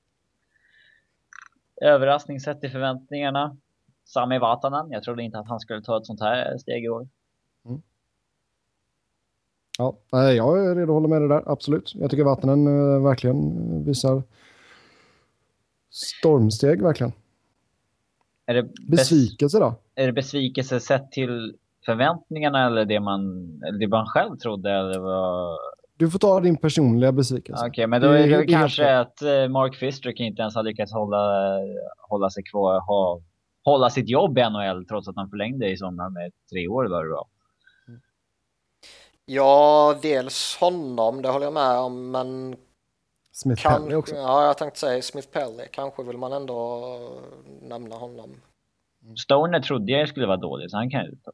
Överraskning sett i förväntningarna. Sami Vatanen. Jag trodde inte att han skulle ta ett sånt här steg i år. Mm. Ja, jag är redo att hålla med det där. Absolut. Jag tycker Vatanen uh, verkligen visar stormsteg verkligen. Är det besvikelse då? Är det besvikelse sett till förväntningarna eller det man, eller det man själv trodde? Eller vad? Du får ta din personliga besvikelse. Okej, okay, men då är det, det, det kanske det. Att Mark Fistrick inte ens har lyckats hålla, hålla sig kvar, ha, hålla sitt jobb i N H L trots att han förlängde i sommar med tre år var det bra. Ja, dels honom, det håller jag med om, men Smith kan, Pelly också. Ja, jag tänkte säga Smith Pelly. Kanske vill man ändå nämna honom. Stoner trodde jag skulle vara dålig, så han kan ju ta.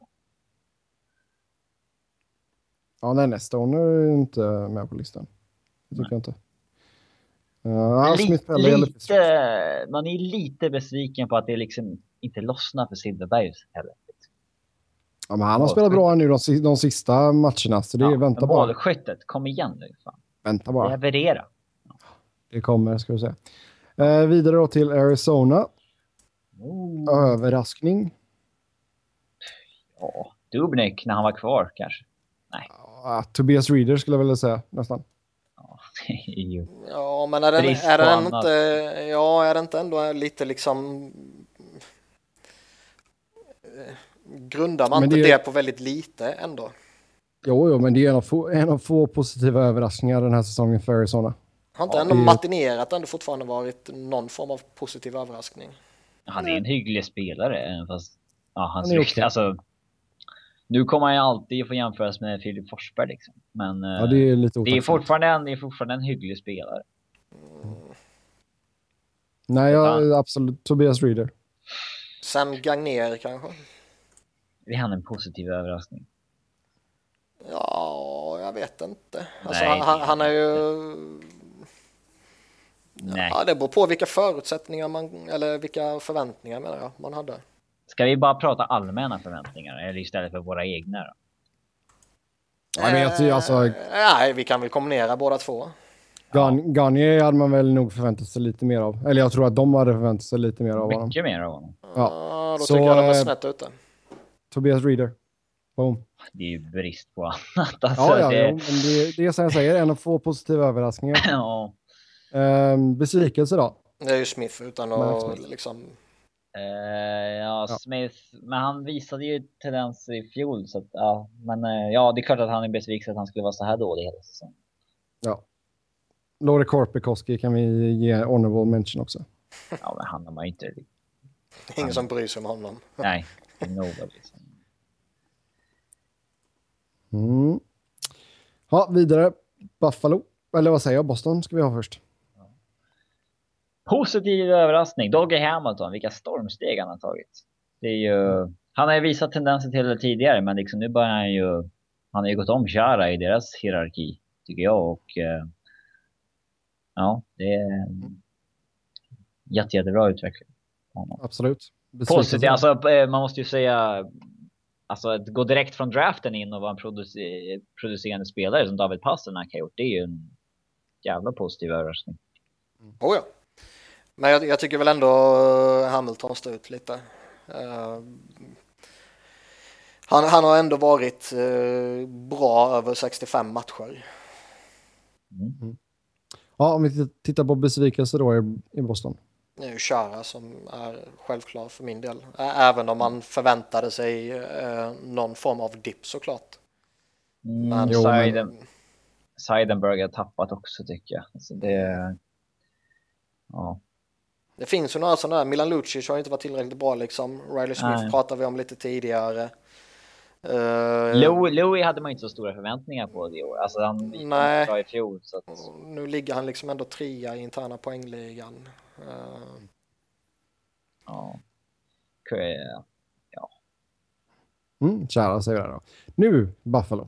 Ja, nej, nej. Stoner är inte med på listan. Det tycker nej. jag inte. Uh, lite, Smith Pelly lite, man är lite besviken på att det liksom inte lossnar för Silverberg heller. Ja, men han har spelat bra nu de, de sista matcherna, så det är ja, vänta bara. Målskyttet, kom igen nu. Fan. Vänta bara. Leverera. Det kommer, ska vi säga. Eh, vidare då till Arizona. Oh. Överraskning. Ja, Dubnik när han var kvar kanske. Nej. Ja, Tobias Reeder skulle jag vilja säga nästan. Ja, ja men är den, är den inte ja, är det inte ändå lite liksom grundar man men inte det, det på väldigt lite ändå? Jo, jo men det är en av, få, en av få positiva överraskningar den här säsongen för Arizona. Har inte ja, ändå det... matinerat ändå fortfarande varit någon form av positiv överraskning? Han är en hygglig spelare. Fast, ja, han han är alltså, nu kommer han ju alltid få jämföras med Filip Forsberg. Liksom. Men ja, det är, lite det är, fortfarande en, det är fortfarande en hygglig spelare. Mm. Nej, jag, absolut. Tobias Reeder. Sam Gagner kanske? Det är han en positiv överraskning. Ja, jag vet inte. Alltså, Nej, han, han är ju... Nej. Ja, det beror på vilka förutsättningar man, eller vilka förväntningar menar jag, man hade. Ska vi bara prata allmänna förväntningar eller istället för våra egna då? Ja, men jag tycker alltså... Nej, vi kan väl kombinera båda två. Gan- Garnier hade man väl nog förväntat sig lite mer av. Eller jag tror att de hade förväntat sig lite mer av Mycket honom. Mycket mer av honom. Ja, ja då så, tycker jag de är snett ute. Tobias Reeder. Boom. Det är ju brist på annat. Alltså, ja, ja, det... ja, men det, det är som jag säger, en av få positiva överraskningar. Ja. Um, besvikelse då? Det är ju Smith utan att liksom... Uh, ja, ja, Smith. Men han visade ju tendenser i fjol. Så att, ja, men uh, ja, det är klart att han är besviken att han skulle vara så här dålig hela säsongen. Ja. Lore Korpikoski kan vi ge honorable mention också. Ja, men han har man inte... Ingen som bryr sig om honom. Nej, nobody. Liksom. Mm. Ja, vidare. Buffalo. Eller vad säger jag? Boston ska vi ha först. Positiv överraskning. Dougie Hamilton. Vilka stormsteg han har tagit. Det är ju... Han har ju visat tendenser till det tidigare. Men liksom nu börjar han ju... Han har ju gått om Chara i deras hierarki. Tycker jag. Och... Eh, ja, det är... Jätte, jättebra utveckling. Absolut. Positiv. Alltså, man måste ju säga... Alltså att gå direkt från draften in och vara en producer- producerande spelare som David Pasternak har gjort, det är ju en jävla positiv överraskning. Oh ja. Men jag, jag tycker väl ändå Hamilton står ut lite. Uh, han, han har ändå varit uh, bra över sextiofem matcher. Mm. Mm. Ja, om vi tittar på besvikelse då i, i Boston. Det är ju Chara som är självklar för min del. Även om man förväntade sig uh, någon form av dipp såklart. Mm, Men, jo, Seiden, Seidenberg har tappat också tycker jag. Alltså det, ja. Det finns ju några sådana där. Milan Lucic har inte varit tillräckligt bra liksom. Riley Smith Nej. pratade vi om lite tidigare. Uh, Louis, Louis hade man inte så stora förväntningar på det år. Alltså han gick nej. bra i fjol. Så att... Nu ligger han liksom ändå trea i interna poängligan. Uh, ja. Okay. Ja. Mm, kära säger det då. Nu Buffalo.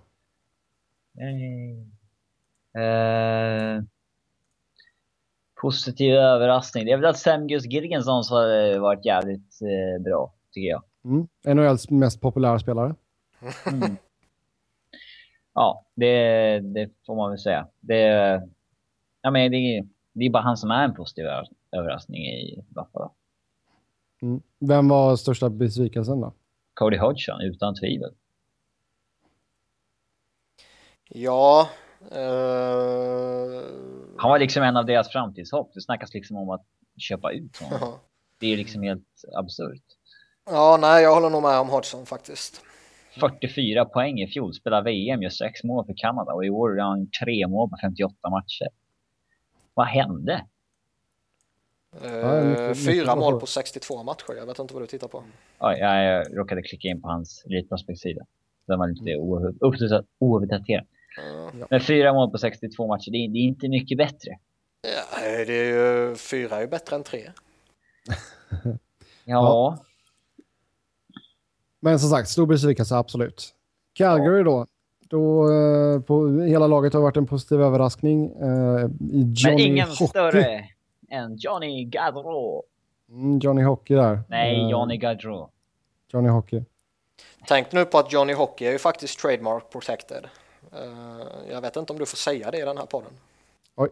Eh, positiv överraskning. Det är väl att Semgus Girgensson har varit jävligt eh, bra, tycker jag. Mm. En av H L:s mest populära spelare. Mm. Ja, det, det får man väl säga. Det, ja, men det, det är bara han som är en positiv överraskning i Buffalo. Mm. Vem var största besvikelsen då? Cody Hodgson, utan tvivel. ja. Uh, Han var liksom en av deras framtidshopp. Det snackas liksom om att köpa ut honom. Det är liksom helt absurt. Ja, nej, jag håller nog med om Hodgson faktiskt. fyrtiofyra poäng i fjol, spelar V M, gör sex mål för Kanada och i år har han tre mål på femtioåtta matcher. Vad hände? Uh, ja, mycket, fyra mycket mål på sextiotvå matcher, jag vet inte vad du tittar på. Ja, jag råkade klicka in på hans elitprospektsida. Den var lite mm. ouppdaterad. Uh. Men fyra mål på sextiotvå matcher, det är, det är inte mycket bättre. Ja, det är ju, fyra är ju bättre än tre. ja. ja. Men som sagt, stor besvikelse, absolut. Calgary ja. då. Då eh, på hela laget har varit en positiv överraskning. Eh, i Johnny Men ingen Hockey. större än Johnny Gaudreau. Mm, Johnny Hockey där. Nej, eh, Johnny Gaudreau. Johnny Hockey. Tänk nu på att Johnny Hockey är ju faktiskt trademark protected. Uh, jag vet inte om du får säga det i den här podden. Oj.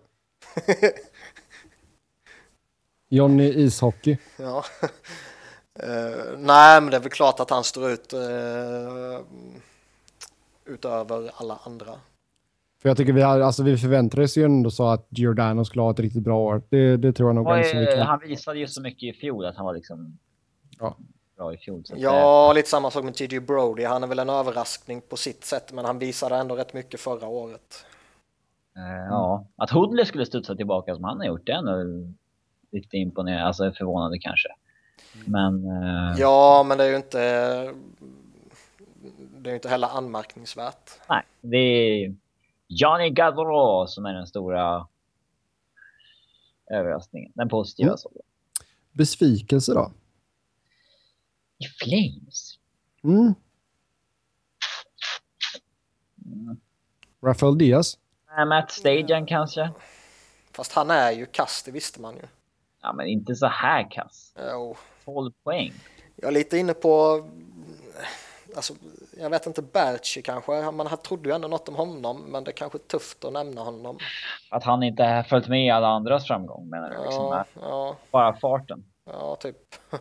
Johnny Ishockey. Ja. Uh, nej, men det är väl klart att han står ut uh, utöver alla andra. För jag tycker vi, har, alltså vi förväntade oss ju ändå så att Giordano skulle ha ett riktigt bra år. Det, det tror jag nog. Och, vi kan... Han visade ju så mycket i fjol att han var liksom ja. bra i fjol. Så ja, att, lite samma sak med T J Brody. Han är väl en överraskning på sitt sätt, men han visade ändå rätt mycket förra året. Uh, ja, att Hoodley skulle studsa tillbaka som han har gjort, det är nog lite imponerande, alltså förvånande kanske. Men uh... ja, men det är ju inte det är ju inte heller anmärkningsvärt. Nej, det är Johnny Gaudreau som är den stora överraskningen, den positiva mm. så. Besvikelse då? I Flames. Mm. Mm. Rafael Diaz. Nej, Matt Stajan kanske. Fast han är ju kass, det visste man ju. Ja, men inte så här kass. Jo. tolv poäng. Jag är lite inne på, alltså, jag vet inte, Berchi kanske. Man trodde ju ändå något om honom, men det är kanske tufft att nämna honom. Att han inte har följt med i alla andras framgång, menar du? Ja, liksom ja. Bara farten. Ja, typ.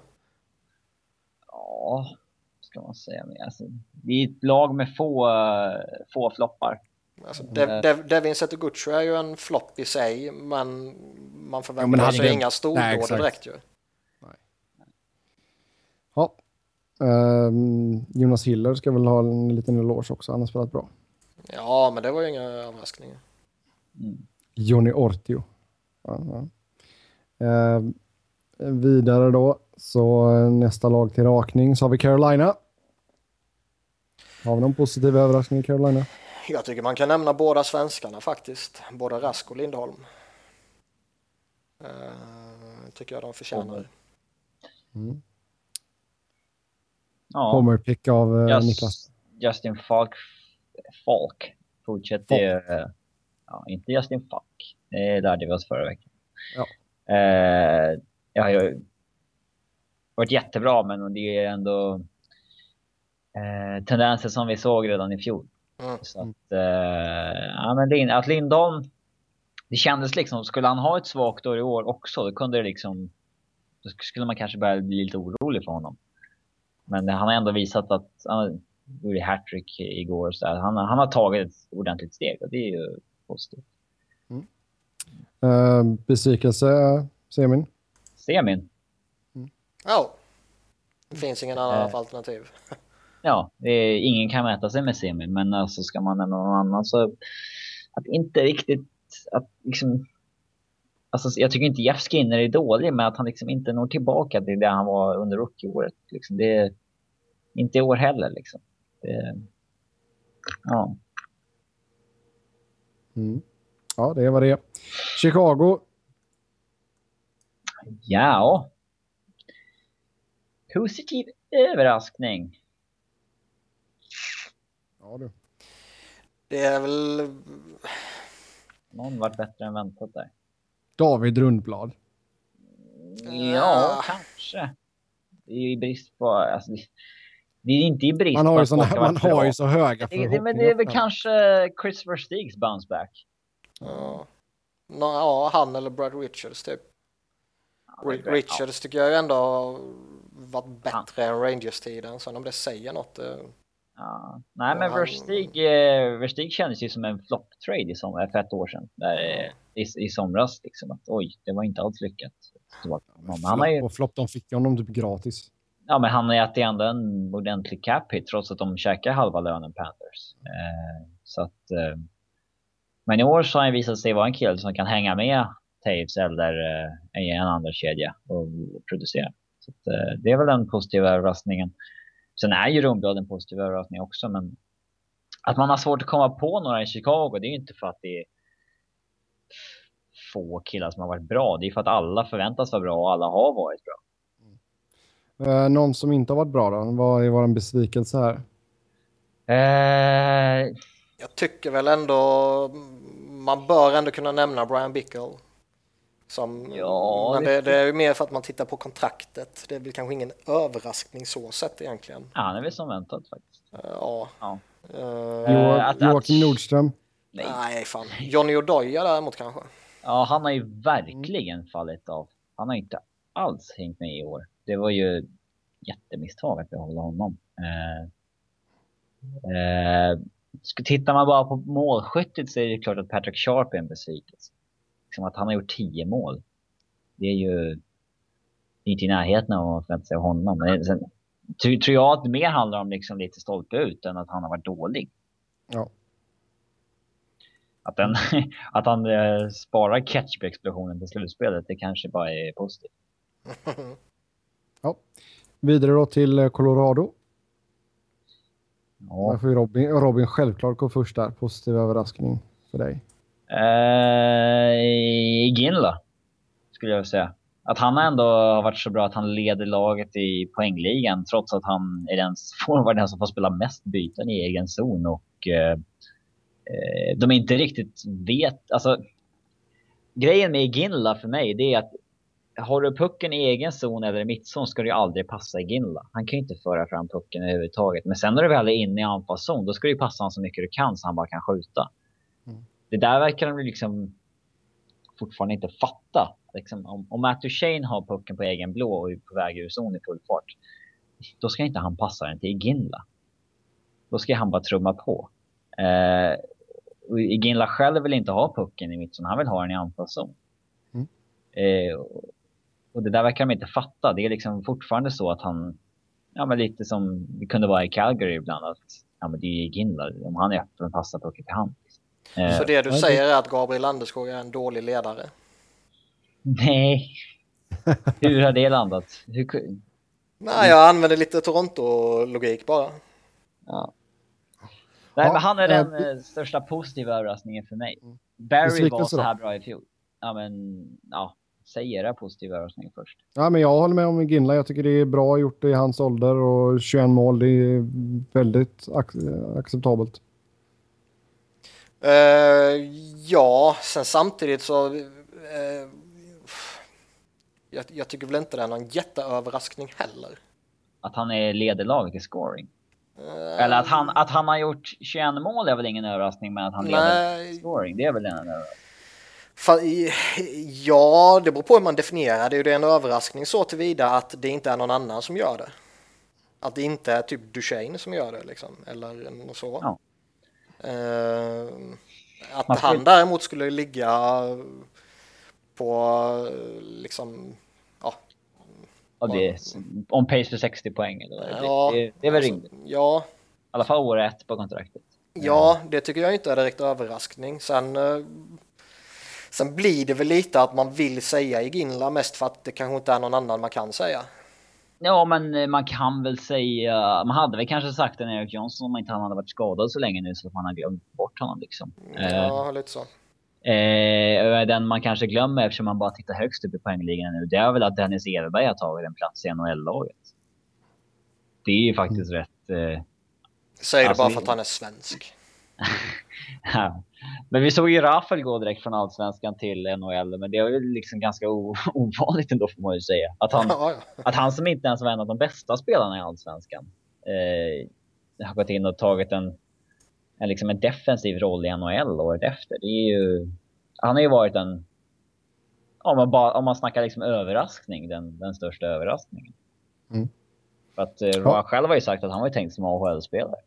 Ja, ska man säga. Alltså, det är ett lag med få, få floppar. Alltså, Dev, Dev, Devin Setoguchi är ju en flopp i sig, men man förväntar ja, sig det... inga stordåd direkt ju. Nej. Ja. Um, Jonas Hiller ska väl ha en liten eloge också, han har spelat bra. Ja, men det var ju inga överraskningar. Mm. Johnny Ortio. Ja, ja. Eh, vidare då, så nästa lag till rakning så har vi Carolina. Har vi någon positiv överraskning i Carolina? Jag tycker man kan nämna båda svenskarna faktiskt. Både Rask och Lindholm. Uh, tycker jag de förtjänar. Mm. Ja. Homer pick av uh, Just, Niklas. Justin Falk. Falk fortsätter. Falk. Ja, inte Justin Falk. Det lärde vi oss förra veckan. Ja. Uh, jag har ju varit jättebra, men det är ändå uh, tendenser som vi såg redan i fjol. Mm. Så att, uh, ja, men Lind, att Lindholm, det kändes liksom, skulle han ha ett svagt år i år också, då kunde det liksom, då skulle man kanske börja bli lite orolig för honom. Men han har ändå visat att han gjorde hattrick igår, så han, han har tagit ett ordentligt steg och det är ju positivt. Mm. Uh, besvikelse, semin? Semin? Mm. Ja, det finns ingen annan uh, alternativ. Ja, det är, ingen kan mäta sig med semin, men alltså ska man nämna någon annan så att inte riktigt att liksom, alltså jag tycker inte Jeff Skinner är dålig, men att han liksom inte når tillbaka till det han var under rookie-året liksom. Det är inte i år heller liksom. Det, ja. Mm. Ja, det var det. Chicago. Ja. Positiv överraskning. Ja, du. Det är väl... Någon varit bättre än väntat där. David Rundblad. Ja, uh. kanske. Det är ju brist på... Alltså, det, det är inte i brist man har på ju, såna, man har bra. ju så höga förhoppningar. Det, men det är väl kanske Chris Versteeg's bounce back. Ja. No, ja, han eller Brad Richards typ. Ja, Richards ja. tycker jag ändå har varit bättre han. än Rangers-tiden. Så om det säger något... Ja. Nej, men han... Versteeg, eh, Versteeg kändes ju som en flop-trade i som, för ett år sedan. Där, mm. i, I somras liksom. Att, oj, det var inte alls lyckat. Var, men han flop, ju... Och flop, de fick honom typ gratis. Ja, men han är att det ändå en ordentlig cap hit trots att de käkar halva lönen Panthers. Eh, så att... Eh, men i år så har han visat sig vara en kille som kan hänga med Taves eller eh, en andra kedja och producera. Så att, eh, det är väl den positiva överraskningen. Sen är ju Rundblad en positiv överraskning också, men att man har svårt att komma på några i Chicago, det är ju inte för att det är få killar som har varit bra. Det är för att alla förväntas vara bra och alla har varit bra. Mm. Eh, någon som inte har varit bra då? Vad är en besvikelse här? Eh... Jag tycker väl ändå man bör ändå kunna nämna Brian Bickle. Som, ja, men det, det är ju mer för att man tittar på kontraktet. Det är väl kanske ingen överraskning så sett egentligen. Ja, han är väl som väntat faktiskt. Uh, ja. ja. Uh, jo, att, Joakim Nordström. Nej. nej, fan. Johnny Odoja däremot kanske. Ja, han har ju verkligen fallit av. Han har inte alls hängt med i år. Det var ju jättemisstag att behålla honom. Uh, uh, tittar man bara på målskyttet så är det klart att Patrick Sharp är en besvikelse. Liksom att han har gjort tio mål. Det är ju inte i närheten av att förvänta sig av honom. Men sen, tror, tror jag att det mer handlar om liksom lite stolpe ut än att han har varit dålig. Ja. Att, den, att han eh, sparar catch-explosionen till slutspelet, det kanske bara är positivt. Ja. Vidare då till Colorado. Ja. Där får Robin, Robin självklart gå först där. Positiv överraskning för dig. Uh, Ginla skulle jag säga. Att han ändå har varit så bra att han leder laget i poängligan trots att han är den, får, den som får spela mest byten i egen zon och uh, uh, de inte riktigt vet, alltså grejen med Ginla för mig det är att har du pucken i egen zon eller i mittzon ska du ju aldrig passa Ginla. Han kan ju inte föra fram pucken överhuvudtaget. Men sen när du väl är inne i anfallszon då ska du ju passa honom så mycket du kan så han bara kan skjuta. Mm. Det där verkar de liksom fortfarande inte fatta. Liksom, om, om Matt Duchene har pucken på egen blå och är på väg ur zon i full fart, då ska inte han passa den till Ginla. Då ska han bara trumma på. Eh, och Ginla själv vill inte ha pucken i mittzon. Han vill ha den i anfallszon. Mm. Eh, och, och det där verkar de inte fatta. Det är liksom fortfarande så att han, ja men lite som det kunde vara i Calgary ibland, att ja men det är Ginla. Om han är öppen och passar pucken till hand. Så det du säger är att Gabriel Landeskog är en dålig ledare? Nej. Hur har det landat? Hur... Nej, jag använder lite Toronto-logik bara. Ja. Nej, Ja, men han är äh, den äh, största positiva överraskningen för mig. Barry var så här bra i fjol. Ja, men ja, säg era positiva överraskningar först. Ja, men jag håller med om Ginla. Jag tycker det är bra gjort i hans ålder och tjugoett mål, det är väldigt ac- acceptabelt. Uh, ja, sen samtidigt så uh, jag, jag tycker väl inte det är någon jätteöverraskning heller. Att han är ledarlaget i scoring. Uh, Eller att han, att han har gjort tjugoett mål är väl ingen överraskning, men att han leder i scoring, det är väl en överraskning. För, ja, det beror på hur man definierar det. Det är en överraskning så tillvida att det inte är någon annan som gör det. Att det inte är typ Duchene som gör det liksom, eller något så. Ja. Uh, att han däremot skulle ligga på liksom ja, ja det är, om pace för sextio poäng eller ja, det, det är väl alltså, rimligt. Ja. I alla fall år ett på kontraktet. Ja, det tycker jag inte är direkt överraskning. Sen uh, sen blir det väl lite att man vill säga i Ginla mest för att det kanske inte är någon annan man kan säga. Ja, men man kan väl säga... Man hade väl kanske sagt en Erik Johnson om inte han hade varit skadad så länge nu så att man har glömt bort honom liksom. Ja, eh, lite så. Eh, den man kanske glömmer eftersom man bara tittar högst upp i poängligan nu, det är väl att Dennis Everberg har tagit en plats i N H L-laget. Det är ju faktiskt mm. rätt... Eh, Säger alltså, det bara för att han är svensk. Ja. Men vi såg ju Rafael gå direkt från Allsvenskan till N H L, men det är ju liksom ganska o- ovanligt ändå får man ju säga. Att han, ja, ja. att han som inte ens var en av de bästa spelarna i Allsvenskan eh, har gått in och tagit en, en, liksom en defensiv roll i N H L året efter. Det är ju, han har ju varit en, om man, bara, om man snackar liksom överraskning, den, den största överraskningen. Mm. För att eh, Roa själv har ju sagt att han var ju tänkt som A H L-spelare.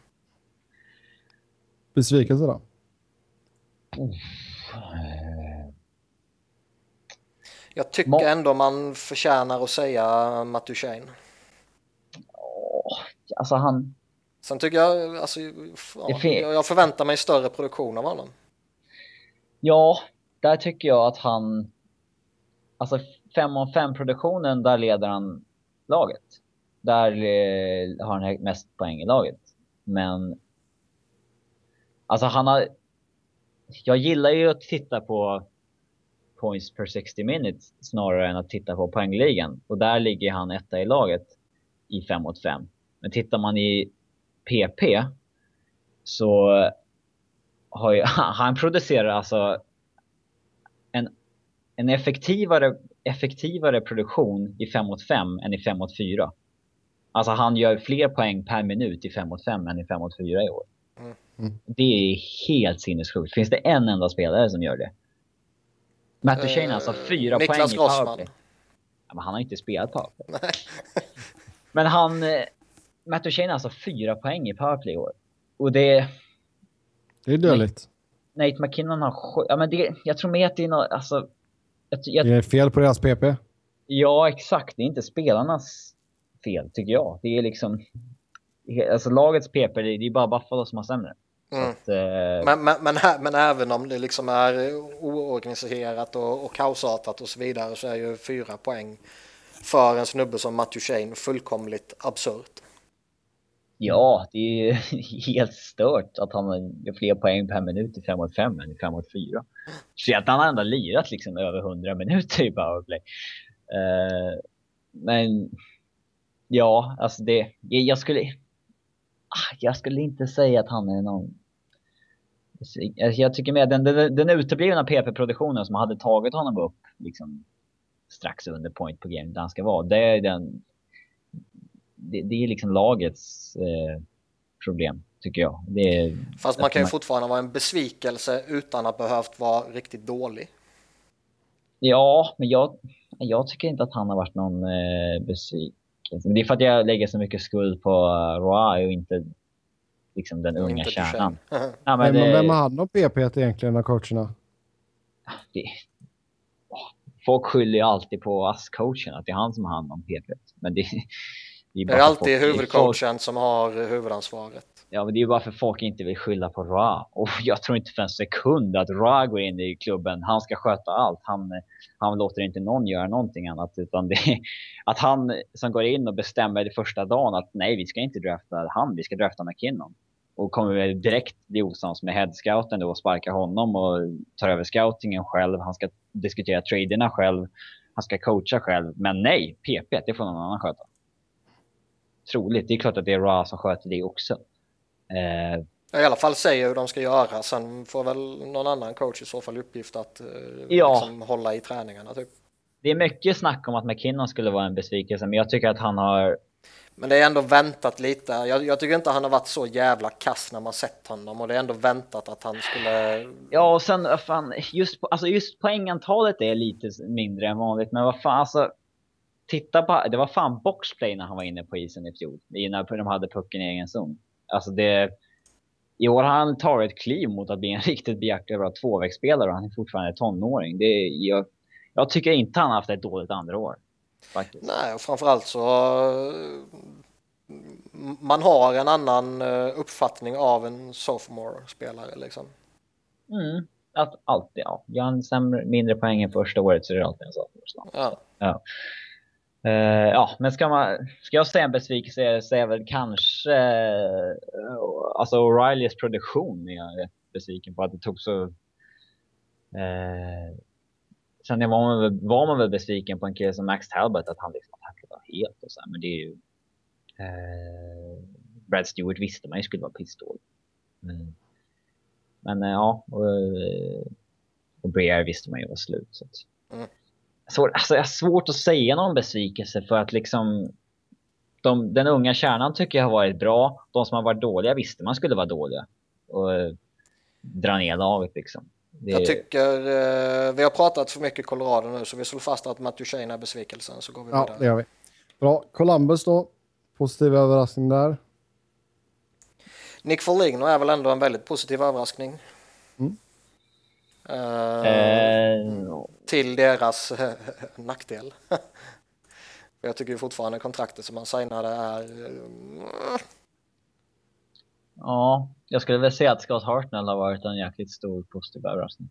Besvikelse då? Jag tycker Må- ändå man förtjänar att säga Matt Duchene. Oh, alltså han... Sen tycker jag, alltså, ja, jag förväntar mig större produktion av honom. Ja, där tycker jag att han... Alltså fem av fem produktionen, där leder han laget. Där eh, har han mest poäng i laget. Men... Alltså han har... Jag gillar ju att titta på points per sextio minutes snarare än att titta på poängligan. Och där ligger han etta i laget i fem mot fem. Men tittar man i P P så har ju, han producerar alltså en, en effektivare, effektivare produktion i fem mot fem än i fem mot fyra. Alltså han gör fler poäng per minut i fem mot fem än i fem mot fyra i år. Mm. Det är helt sinnessjukt. Finns det en enda spelare som gör det? Matt Duchene uh, alltså fyra Niklas poäng Grossman. i powerplay. Ja, men han har inte spelat powerplay. Men han... Matt Duchene alltså fyra poäng i powerplay i år. Och det... Det är dåligt. Nate, Nate McKinnon har... Ja, men det, jag tror mer att det är något... Alltså, jag, jag, det är fel på deras P P. Ja, exakt. Det är inte spelarnas fel, tycker jag. Det är liksom... Alltså lagets P P, det är bara Buffalo som har sämre. Mm. Att, eh... men, men, men, men även om det liksom är oorganiserat och, och kaosartat och så vidare så är ju fyra poäng för en snubbe som Matt Duchene fullkomligt absurt. Ja, det är helt stört att han har fler poäng per minut i fem mot fem än i fem mot fyra. Så att han har ändå lirat liksom över hundra minuter i powerplay. Uh, men ja, alltså det jag skulle jag skulle inte säga att han är någon... Jag tycker med den, den, den uteblivna P P-produktionen som hade tagit honom upp liksom strax under point på game där han ska vara. Det är, den, det, det är liksom lagets eh, problem, tycker jag. Det är, Fast man kan ju fortfarande vara en besvikelse utan att behövt vara riktigt dålig. Ja, men jag, jag tycker inte att han har varit någon eh, besvikelse. Det är för att jag lägger så mycket skuld på uh, Roy och inte liksom den unga inte kärnan. ja, men vem, det, vem har hand om P P egentligen av coacherna? Det, folk skyller ju alltid på oss coachen att det är han som har hand om P P. Men det, Det är, det är alltid huvudcoachen folk... som har huvudansvaret. Ja, men det är ju bara för folk inte vill skylla på Ra. Och jag tror inte för en sekund att Ra går in i klubben. Han ska sköta allt. Han, han låter inte någon göra någonting annat. Utan det är att han som går in och bestämmer det första dagen att nej, vi ska inte drafta han. Vi ska drafta McKinnon. Och kommer direkt bli osams med headscouten då och sparka honom och tar över scoutingen själv. Han ska diskutera traderna själv. Han ska coacha själv. Men nej, P P, det får någon annan sköta. Troligt. Det är klart att det är Ra som sköter det också. I alla fall säger hur de ska göra. Sen får väl någon annan coach i så fall uppgift att ja. liksom hålla i träningarna typ. Det är mycket snack om att McKinnon skulle vara en besvikelse, men jag tycker att han har... Men det är ändå väntat lite. Jag, jag tycker inte han har varit så jävla kass när man sett honom, och det är ändå väntat att han skulle... Ja, och sen fan, just, på, alltså just poängantalet är lite mindre än vanligt, men vad fan, alltså... Titta på, det var fan boxplay när han var inne på isen i fjol, när de hade pucken i egen zon. Alltså det... I år har han tagit ett kliv mot att bli en riktigt beaktad tvåvägsspelare, och han är fortfarande tonåring. Det är, jag, jag tycker inte han har haft ett dåligt andra år. Faktiskt. Nej, och framförallt så man har en annan uppfattning av en sophomore-spelare liksom. Mm, att alltid, ja. Gör han sämre, mindre poäng än första året så är det alltid en sophomore. Ja. Ja. Uh, ja, men ska, man, ska jag säga en besvikelse så är jag väl kanske uh, alltså O'Reillys produktion är jag rätt besviken på att det tog så uh, sen var man, väl, var man väl besviken på en kille som Max Talbot att han liksom tacklade helt och så här, men det är ju uh, Brad Stewart visste man ju skulle vara pistol. Mm. Men uh, ja och, och Briere visste man ju var slut så att mm. Så, alltså, jag har svårt att säga någon besvikelse för att liksom de, den unga kärnan tycker jag har varit bra. De som har varit dåliga visste man skulle vara dåliga. Och eh, dra ner laget liksom. Det... Jag tycker eh, vi har pratat för mycket Colorado nu, så vi slår fast att Matt Duchene är besvikelsen, så går vi vidare. Ja, det gör vi. Bra. Columbus då. Positiv överraskning där. Nick Foligno är väl ändå en väldigt positiv överraskning. Mm. Uh, uh, till deras uh, nackdel. Jag tycker ju fortfarande kontraktet som man signade är uh, ja, jag skulle väl säga att Scott Hartnell har varit en jäkligt stor positiv överraskning.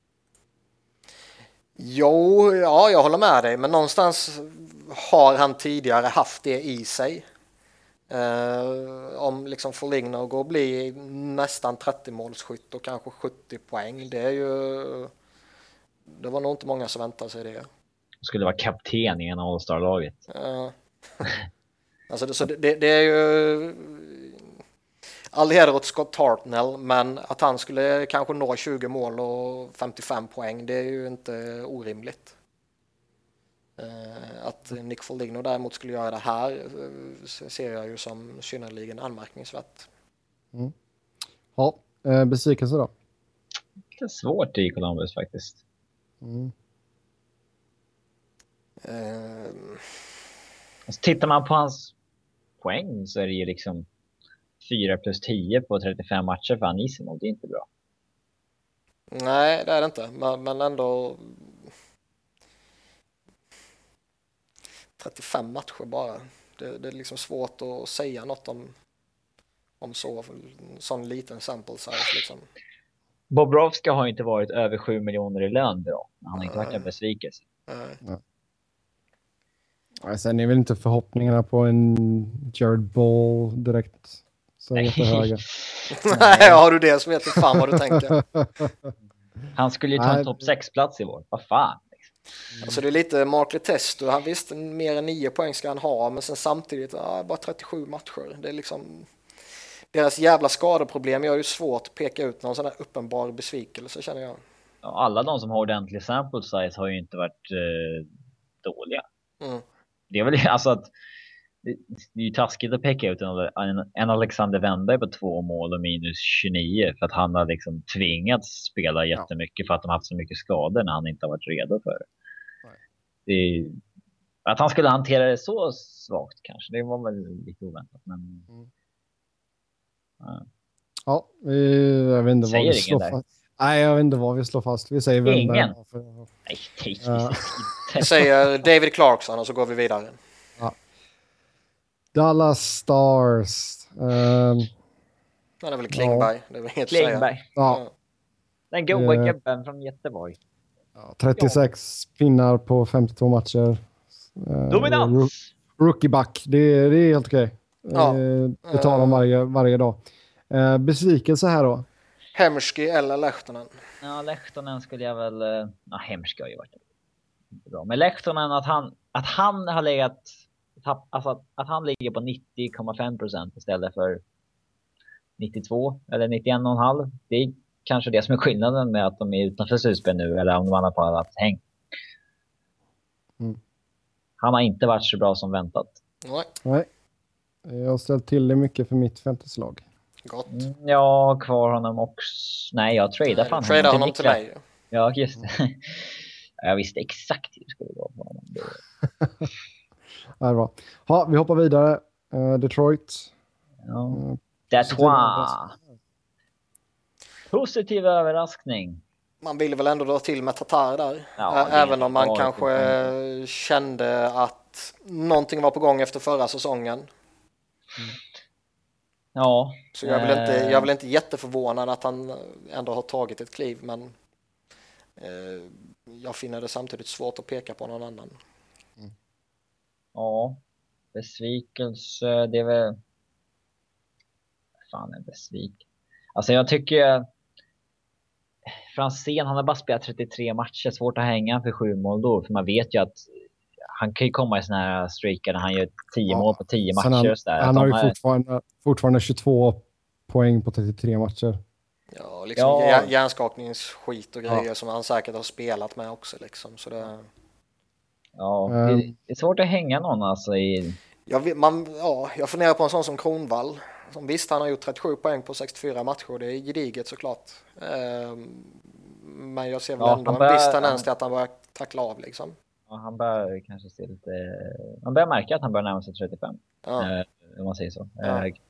Jo, ja, jag håller med dig, men någonstans har han tidigare haft det i sig. Uh, om liksom Foligno går och blir nästan trettio målsskytt och kanske sjuttio poäng, det är ju det var nog inte många som väntade sig det. Skulle vara kapten i en All-Star-laget. Uh, alltså det, så det, det är ju all heder åt Scott Hartnell, men att han skulle kanske nå tjugo mål och femtiofem poäng, det är ju inte orimligt. Att Nick Foligno däremot skulle göra det här ser jag ju som synnerligen anmärkningsvärt. Mm. Ja, eh, besvikelse då? Det är svårt i Columbus faktiskt. Mm. Uh... Alltså, tittar man på hans poäng så är det ju liksom fyra plus tio på trettiofem matcher för Anisimov. Det är inte bra. Nej, det är det inte. Men, men ändå trettiofem matcher bara. Det, det är liksom svårt att säga något om, om så, sån liten sample size liksom. Bobrovska har inte varit över sju miljoner i lön då. Han har inte varit en besvikelse. Nej. Nej. Sen är väl inte förhoppningarna på en Jared Ball direkt så jättehöga. Nej, har du det så vet du fan vad du tänker. Han skulle ju ta en topp sex-plats i vår. Vad fan? Mm. Alltså det är lite Mark Test och han visste mer än nio poäng ska han ha, men sen samtidigt ja, bara trettiosju matcher. Det är liksom deras jävla skadeproblem gör ju svårt att peka ut någon sån här uppenbar besvikelse, känner jag. Ja, alla de som har ordentlig sample size har ju inte varit eh, dåliga. Mm. Det är väl alltså att det, det är ju taskigt att peka ut en, en, en Alexander Wennberg på två mål och minus tjugonio för att han har liksom tvingats spela jättemycket för att de har haft så mycket skador när han inte har varit redo för det. Det är, att han skulle hantera det så svagt kanske, det var väl lite oväntat. Men, mm. ja. Ja, jag vet inte vad vi slår fast. Nej, jag vet inte vad vi slår fast. Vi säger Ingen. Wennberg. För... Nej, nej, ja. Vi säger David Clarkson och så går vi vidare. Ja. Dallas Stars. Um, det är väl Klingberg. Ja. Det är väl inget Klingberg. att säga. Ja. Ja. Den goa Eh, gubben från Göteborg. Ja, trettiosex ja. pinnar på femtiotvå matcher. Uh, Dominans! Rookieback. Det, det är helt okej. Ja. Uh, det tar de varje, varje dag. Uh, besvikelse här då? Hemski eller Lehtonen? Ja, Lehtonen skulle jag väl... Uh, ja, Hemski har ju varit bra. Men Lehtonen, att han, att han har legat... Alltså att, att han ligger på nittio komma fem procent istället för nittiotvå eller nittioen komma fem. Det är kanske det som är skillnaden med att de är utanför slutspel nu, eller om de andra har haft häng. Mm. Han har inte varit så bra som väntat. Nej. Nej. Jag har ställt till det mycket för mitt femteslag. Gott. Mm, jag har kvar honom också. Nej, jag tradar fan honom, honom, honom till mig. Ja, just det. Jag visste exakt hur det skulle gå på honom. Det är bra. Ha, vi hoppar vidare. Uh, Detroit. Ja. Uh, Detroit. Positiv överraskning. Man ville väl ändå dra till med Tatar där. Ja, även om man kanske det. kände att någonting var på gång efter förra säsongen. Mm. Ja. Så jag är väl inte, jag är väl inte jätteförvånad att han ändå har tagit ett kliv, men eh, jag finner det samtidigt svårt att peka på någon annan. Mm. Ja, besvikelse, det är väl... Fan, en besvik. Alltså jag tycker... Franzén, han har bara spelat trettiotre matcher. Svårt att hänga för sju mål då. För man vet ju att han kan ju komma i såna här streakar när han gör tio ja, mål på tio matcher. Han, så där. han har ju är... fortfarande, fortfarande tjugotvå poäng på trettiotre matcher. Ja, liksom ja. hjärnskakningsskit och grejer ja. som han säkert har spelat med också. Liksom. Så det... Ja, um, det är svårt att hänga någon alltså i... Jag, vet, man, ja, jag funderar på en sån som Kronwall. Som visst, han har gjort trettiosju poäng på sextiofyra matcher. Det är gediget såklart. Um, men jag ser väl ja, ändå en bör, viss tendens till att han börjar tackla av liksom. Ja, han börjar kanske se lite... Man börjar märka att han börjar närma sig trettiofem. Ja. Eh, om man säger så. Ja. Eh,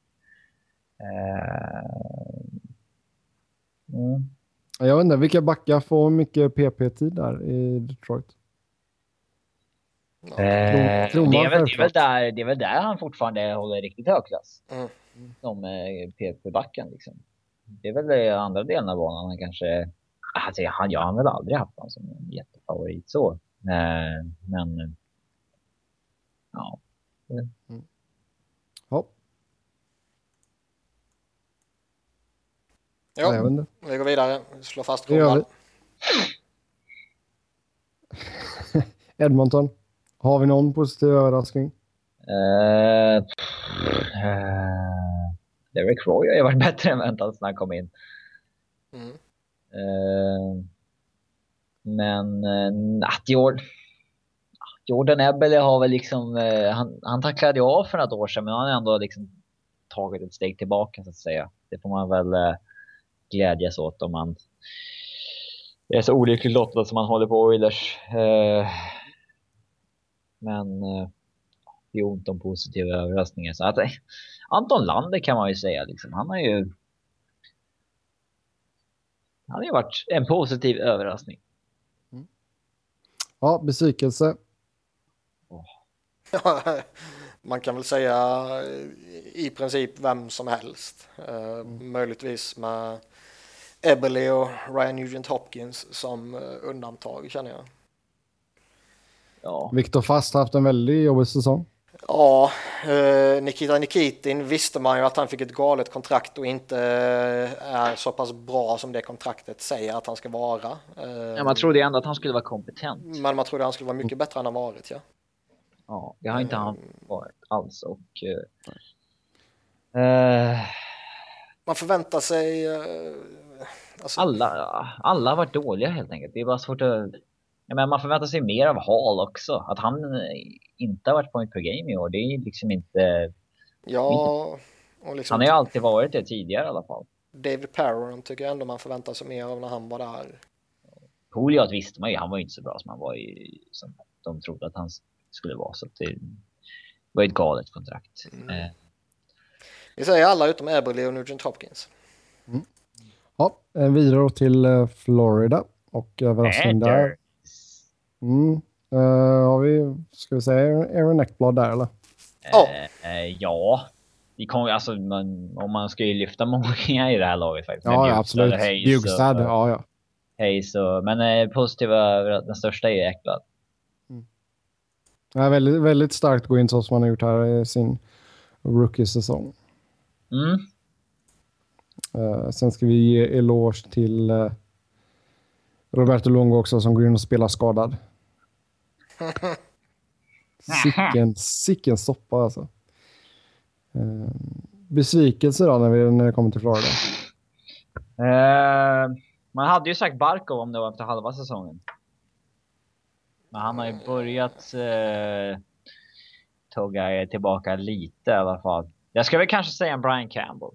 mm. Jag vet inte, vilka backar får mycket P P-tid där i Detroit? Ja. Eh, Krom, det, är väl, det, är väl där, det är väl där han fortfarande håller riktigt högklass. Mm. Som eh, P P-backen liksom. Det är väl det andra delen av banan han kanske... Alltså, han, jag har väl aldrig haft honom som en jättefavorit så. Eh, men... Ja. Mm. Ja. Ja, jag vet inte. Vi går vidare. Slå fast Kronwall. Edmonton. Har vi någon positiv överraskning? Uh, uh, Derek Roy har ju varit bättre än väntat när han kom in. Mm. Uh, men uh, att Jordan, Jordan Eberle har väl liksom... Uh, han, han tacklade ju av för ett år sedan, men han har ändå liksom tagit ett steg tillbaka så att säga. Det får man väl uh, glädjas åt om man är så olyckligt lottad som man håller på Oilers. Uh, men... Uh, det är ont om positiva överraskningar. Så att, eh, Anton Lander kan man ju säga. Liksom. Han har ju han har ju varit en positiv överraskning. Mm. Ja, besvikelse. Oh. Man kan väl säga i princip vem som helst. Uh, mm. Möjligtvis med Eberle och Ryan Nugent Hopkins som uh, undantag känner jag. Ja. Viktor Fast har haft en väldigt jobbig säsong. Ja, eh, Nikita Nikitin visste man ju att han fick ett galet kontrakt och inte eh, är så pass bra som det kontraktet säger att han ska vara. Eh, ja, man trodde ändå att han skulle vara kompetent. Men man trodde att han skulle vara mycket bättre än han varit, ja. Ja, det har inte eh, han varit alls. Och, eh, man förväntar sig... Eh, alltså... alla, alla har varit dåliga helt enkelt. Det är bara svårt att... Ja, men man förväntar sig mer av Hall också. Att han inte har varit point per game i år, det är liksom inte... Ja, och liksom... Han har ju alltid varit det tidigare i alla fall. David Perron tycker jag ändå man förväntar sig mer av när han var där. Pouliot visste man ju, han var ju inte så bra som han var i, som de trodde att han skulle vara. Så det var ett galet kontrakt. Mm. Eh. Vi säger alla utom Eberle och Nugent Hopkins. Mm. Ja, vidare till Florida och överraskning där. Mm. Uh, har vi, ska vi säga Aaron Ekblad där eller? Ja. Eh, eh, ja. Vi kom, alltså, man, om man ska ju lyfta många i det här laget faktiskt. Ja, ja absolut. Bjugstad, ja, ja. Hayes och, men eh, positiva, den största är ju Ekblad. Mm. Ja, väldigt, väldigt starkt gå in så som man har gjort här i sin rookie-säsong. Mm. Uh, sen ska vi ge eloge till uh, Roberto Longo också som går in och spelar skadad. sicken, sicken soppa alltså. Uh, besvikelse då när, vi, när det kommer till Florida? Uh, man hade ju sagt Barkov om det var efter halva säsongen. Men han har ju börjat uh, tugga tillbaka lite i alla fall. Jag ska väl kanske säga en Brian Campbell.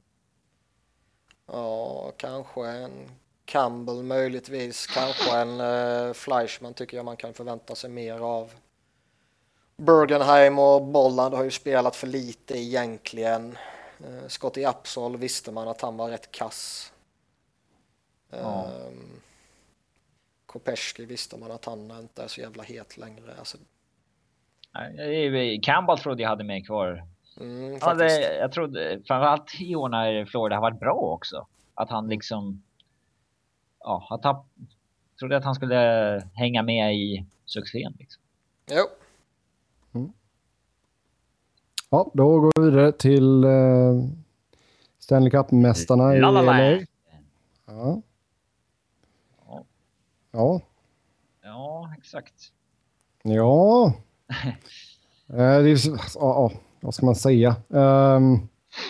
Ja, kanske en Campbell möjligtvis. Kanske en uh, Fleischmann tycker jag man kan förvänta sig mer av. Bergenheim och Bolland har ju spelat för lite egentligen. Uh, Scottie Upsall visste man att han var rätt kass. Ja. Um, Kopeschki visste man att han inte är så jävla het längre. Alltså... Campbell trodde jag hade med kvar. Mm, ja, det, jag trodde framförallt i år när Florida har varit bra också. Att han liksom ja, att han trodde att han skulle hänga med i succén liksom. Jo. Mm. Ja, då går vi vidare till uh, Stanley Cup-mästarna i L A. Ja. Ja. Ja. Ja, exakt. Ja. uh, det är, uh, uh, vad ska man säga? Um...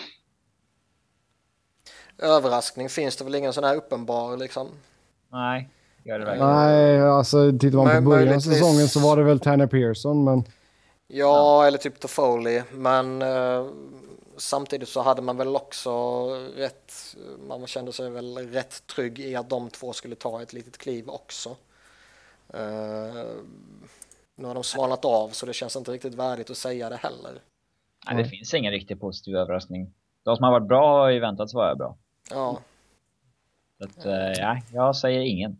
Överraskning finns det väl ingen sån här uppenbar liksom? Nej, gör det verkligen. Nej, alltså tittar man på Men, början av säsongen så var det väl Tanner Pearson, men... Ja, ja. Eller typ Toffoli, men uh, samtidigt så hade man väl också rätt, man kände sig väl rätt trygg i att de två skulle ta ett litet kliv också. Uh, nu har de svalnat av så det känns inte riktigt värdigt att säga det heller. Nej, det mm. finns ingen riktigt positiv överraskning. De som har varit bra har ju väntat så vara bra. Ja. Så att, uh, ja, jag säger ingen.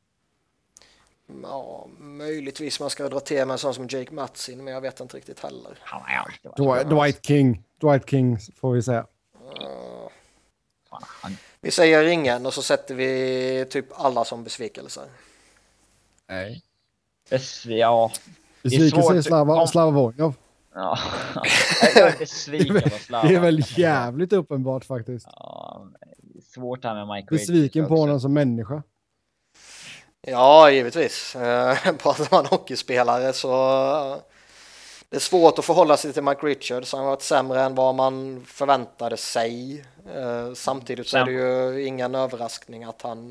Ja, möjligtvis man ska dra till med en sån som Jake Matsin, men jag vet inte riktigt heller. Ja, Dwight, Dwight King. Dwight King får vi säga. Uh, vi säger ingen och så sätter vi typ alla som besvikelser. Nej. Bes, ja. Besvikelse är Slava, om... Slava Vojnov. Ja. Jag är besviken på Slava. Det är väl jävligt uppenbart faktiskt. Ja, det är svårt här med Mike besviken på honom som människa. Ja, givetvis. Pratar man hockeyspelare så det är svårt att förhålla sig till Mike Richards. Han har varit sämre än vad man förväntade sig. Samtidigt så är det ju ingen överraskning att han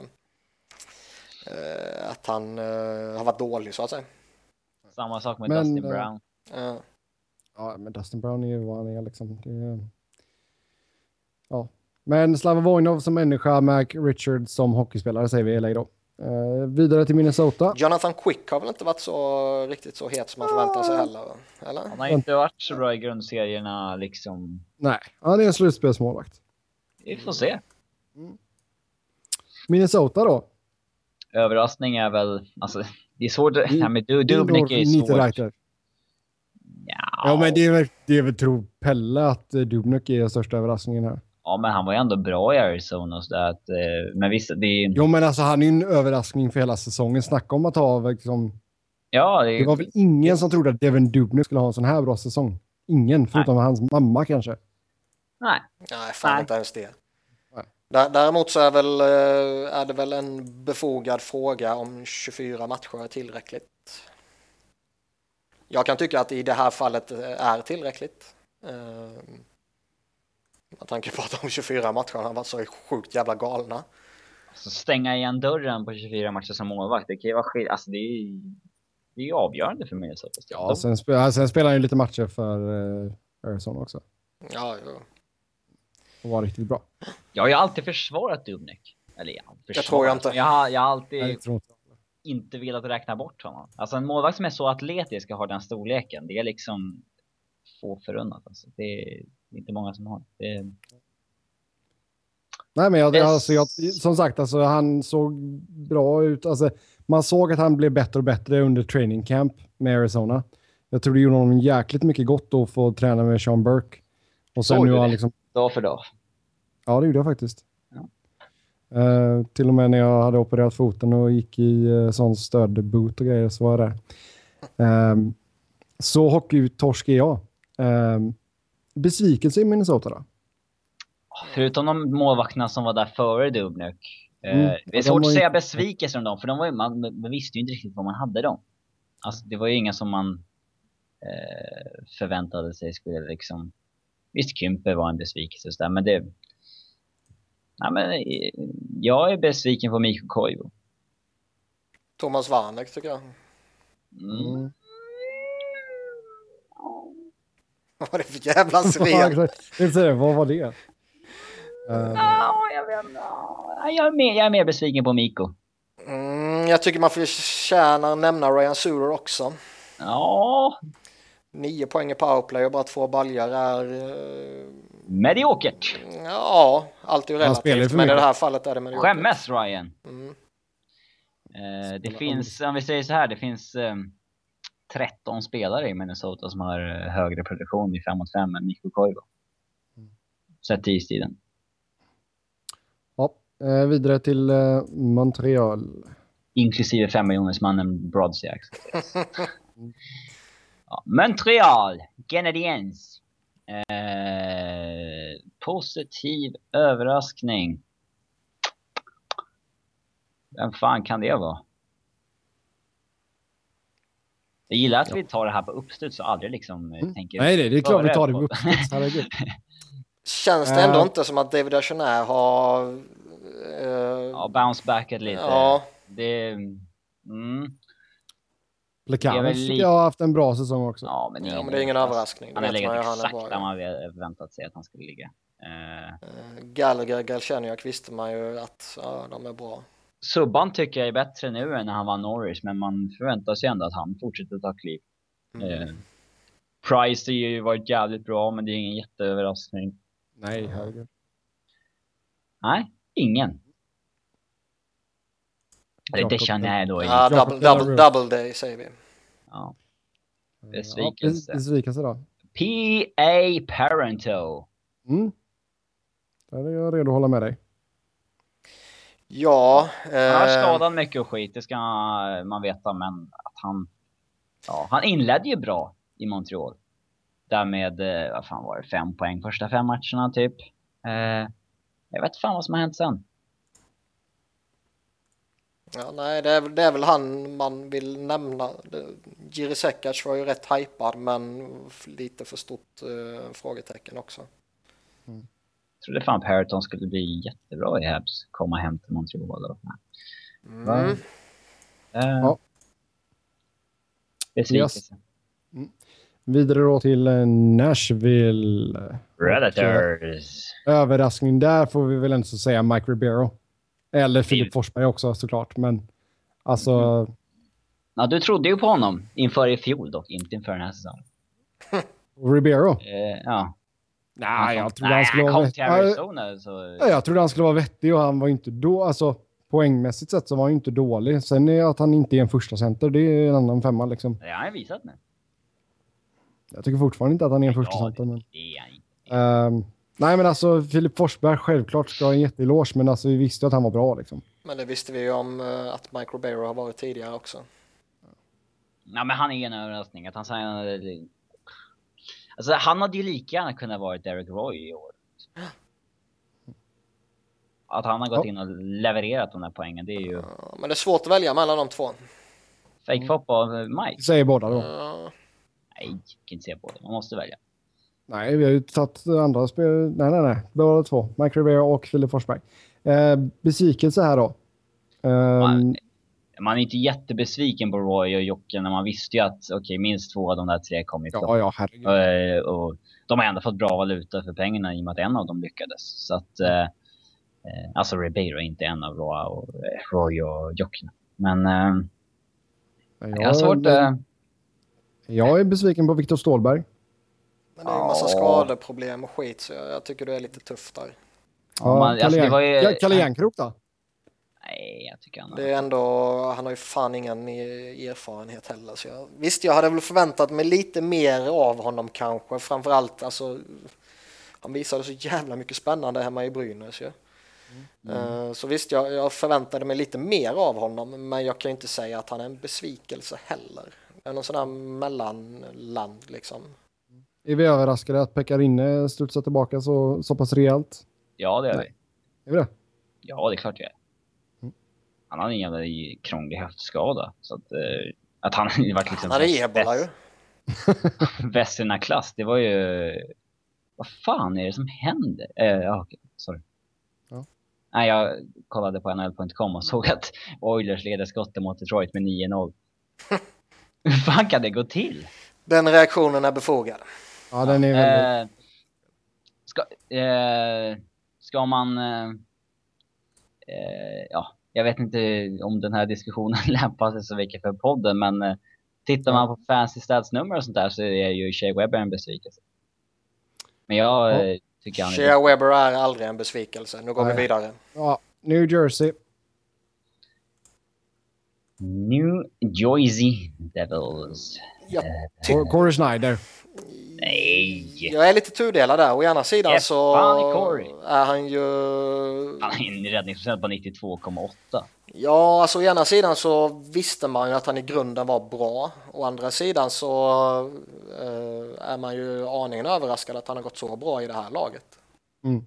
att han har varit dålig så att säga. Samma sak med men, Dustin Brown. Uh, ja, men Dustin Brown är ju vad han är liksom. Det är, ja. Men Slava Vojnov som människa, Mac Richards som hockeyspelare säger vi i L A då. Uh, vidare till Minnesota. Jonathan Quick har väl inte varit så riktigt så het som man förväntar sig heller, eller? Han har inte varit så bra i grundserierna liksom. Nej, han är en slutspelsmålvakt. Vi får se. Mm. Minnesota då? Överraskning är väl, alltså det är svårt, I, ja, men du, Dubnik är svårt. Ja. ja, men det är väl, det är väl tro Pelle att Dubnik är den största överraskningen här. Ja, men han var ju ändå bra i Arizona och så där att, men visst, det är... Jo, men alltså han är ju en överraskning för hela säsongen. Snacka om att ha liksom... Ja, det, är... det var väl ingen som trodde att Devin Dubnik skulle ha en sån här bra säsong. Ingen, förutom Nej. hans mamma kanske. Nej. Nej, fan Nej. inte ens det. Däremot så är, väl, är det väl en befogad fråga om tjugofyra matcher är tillräckligt. Jag kan tycka att i det här fallet är tillräckligt. Med tanke på att de tjugofyra matcherna var så sjukt jävla galna. Så stänga igen dörren på tjugofyra matcher som målvakt, det kan ju vara skil- alltså det är ju det är ju avgörande för mig. Så att ja, de... sen, sp- sen spelar han ju lite matcher för uh, Arizona också. Ja, ja. Och var riktigt bra. Jag har ju alltid försvarat Dubnik. Eller ja, försvarat. Jag tror jag inte. Jag har, jag har alltid Nej, jag inte. inte velat räkna bort honom. Alltså en målvakt som är så atletisk och har den storleken, det är liksom få förunnat. Alltså. Det är inte många som har. Det är... Nej, men jag, alltså, jag, som sagt, alltså, han såg bra ut. Alltså, man såg att han blev bättre och bättre under training camp med Arizona. Jag tror det gjorde honom jäkligt mycket gott att få träna med Sean Burke. Och sen Såg nu du har han det? liksom... Dag för dag. Ja, det gjorde jag faktiskt. Ja. Uh, till och med när jag hade opererat foten och gick i uh, sån stödboot och grejer så var jag där. Um, så hockeytorsk är jag. Um, besvikelse i Minnesota då? Förutom de målvakterna som var där före Dubnyk. Mm. Eh, det är Ja, svårt de att säga inte... besvikelse om dem. För de var ju, man, man visste ju inte riktigt vad man hade dem. Alltså, det var ju inga som man eh, förväntade sig skulle liksom... Visst, Kympe var en besvikelse där, men det... Ja, men, jag är besviken på Mikko Koivu. Thomas Warneck tycker jag. Mm. Mm. Vad var det för jävla siren? Vad var det? Uh... Ja, jag, vet, ja, jag, är mer, jag är mer besviken på Mikko. Mm, jag tycker man förtjänar nämna Ryan Suter också. Ja. Nio poäng i powerplay och bara två baljor är... Uh... Mediokert. Ja, allt är ju relativt. Men i det här fallet är det mediokert. Skämmes, Ryan. Mm. Eh, det finns, om vi säger så här, det finns eh, tretton spelare i Minnesota som har eh, högre produktion i fem mot fem än Mikko Koivu. Sett i istiden. Ja, eh, vidare till eh, Montreal. Inklusive fem miljoners mannen Brodziak. Ja, Montreal, Canadiens. Eh, positiv överraskning. Vem fan kan det vara? Jag gillar att ja. vi tar det här på uppstuds och aldrig liksom mm. tänker... Nej, det, det är klart vi tar det på uppstuds. Herregud. Känns det ändå uh, inte som att David Deschanel har... Uh, ja, bounce backat lite. Ja. Det... Mm. Plekanec li- jag har haft en bra säsong också. Ja, men, ja, men det är ingen överraskning. Han har legat exakt där man väntat sig att han skulle ligga. Uh. Uh, Gallagher, Galchenyuk visste man ju att ja, de är bra. Subban tycker jag är bättre nu än när han var Norris, men man förväntar sig ändå att han fortsätter ta kliv. Mm. Uh. Price har ju varit jävligt bra, men det är ingen jätteöverraskning. Nej, herregud. Nej, ingen. Eller Deschanel då. Ja, double, double, double day säger vi. Ja. Besvikelse. Ja, besvikelse då. P A Parento. Mm. Där är jag redo att hålla med dig. Ja. Eh... Han har skadat mycket och skit, det ska man veta, men att han... Ja, han inledde ju bra i Montreal. Därmed, vad fan var det, fem poäng första fem matcherna typ. Eh, jag vet fan vad som har hänt sen. Ja, nej, det är, det är väl han man vill nämna. Jiri Sekac var ju rätt hypad, men lite för stort eh, frågetecken också. Mm. Jag trodde fan Paraton skulle bli jättebra i Habs. Komma hem till Montreal. Och mm. Men, eh, ja. Besvikelse. Yes. Mm. Vidare då till Nashville. Predators. Överraskning där får vi väl ändå säga Mike Ribeiro. Eller Filip Forsberg också såklart. Men alltså... Mm. Ja, du trodde ju på honom inför i fjol dock. Inte inför den här säsongen. Ribeiro? Eh, ja. Nej, jag trodde nej, han skulle han vara kom till Arizona, så... ja, jag trodde han skulle vara vettig och han var inte då... Alltså, poängmässigt sett så var han ju inte dålig. Sen är att han inte är en första center, det är en annan femma liksom. Det har han visat nu. Jag tycker fortfarande inte att han är en första ja, center. Men... Det är han inte. Um, nej, men alltså Filip Forsberg självklart ska ha en jätteeloge, men alltså vi visste att han var bra liksom. Men det visste vi ju om uh, att Mike Ribeiro har varit tidigare också. Ja, men han är en överraskning. Att han signade... Alltså, han hade ju lika gärna kunnat vara Derek Roy i år. Att han har gått ja. in och levererat de där poängen, det är ju... Ja, men det är svårt att välja mellan de två. Fake Fop och Mike. Säger båda då. Ja. Nej, jag kan inte säga båda. Man måste välja. Nej, vi har ju tagit andra spel. Nej, nej, nej. Båda två. Mike Ribeiro och Filip Forsberg. Eh, besvikelse här då. Eh, man, man är inte jättebesviken på Roy och Jocke när man visste ju att okej, okay, minst två av de där tre kommer ifrån. Ja, ja, herregud. Eh, och de har ändå fått bra valuta för pengarna i och med att en av dem lyckades. Så att... Eh, alltså Ribeiro är inte en av Roy och, Roy och Jocke. Men... Eh, jag, jag har svårt... Eh, jag är besviken på Viktor Ståhlberg. Men det är ju en massa skadeproblem och skit, så jag, jag tycker det är lite tufft där. Ja, man, Kalle, alltså, det var ju... Kalle Järnkrok då? Nej, jag tycker han Det är ändå, han har ju fan ingen erfarenhet heller. Så jag, visst, jag hade väl förväntat mig lite mer av honom kanske. Framförallt, alltså, han visade så jävla mycket spännande hemma i Brynäs. Ja. Mm. Uh, så visst, jag, jag förväntade mig lite mer av honom. Men jag kan inte säga att han är en besvikelse heller. Det är någon sån här mellanland liksom. Är vi överraskade att Pekka-Rinne studsar tillbaka så, så pass rejält? Ja, det är Nej. vi. Är vi det? Ja, det är klart jag är. Mm. Han hade en jävla krånglig höftskada. Så att, eh, att han varit liksom... Han hade ebola ju. Västerna klass, det var ju... Vad fan är det som händer? Eh, ja, okej, sorry. Ja. Nej, jag kollade på N H L punkt com och såg att Oilers leder skottet mot Detroit med nio noll. Hur fan kan det gå till? Den reaktionen är befogad. Ja, den är väldigt... Eh, ska, eh, ska man... Eh, eh, ja, jag vet inte om den här diskussionen lämpar sig så mycket för podden, men eh, tittar man på fancy statsnummer och sånt där så är ju Shea Weber en besvikelse. Men jag ja. eh, tycker han är... Shea Weber är aldrig en besvikelse. Nu går Nej. vi vidare. Ja, New Jersey. New Jersey Devils. Jag, Cor- Corey Schneider. Nej. jag är lite tudelad där. Å ena sidan Ja, så fan i Corey. är han ju... Han har en räddningsprocent på nittiotvå komma åtta. Ja, alltså å ena sidan så visste man ju att han i grunden var bra. Å andra sidan så uh, är man ju aningen överraskad att han har gått så bra i det här laget. Mm.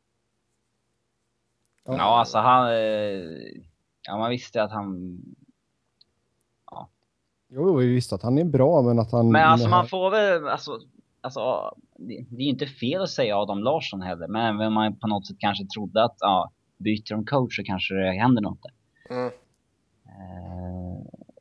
Ja, ja alltså han... Ja, man visste att han... Ja. Jo, vi visste att han är bra, men att han... Men alltså man får väl... Alltså, alltså, det, det är ju inte fel att säga Adam Larsson heller. Men även om man på något sätt kanske trodde att ja, byter de coach så kanske det händer något där. Mm. Uh,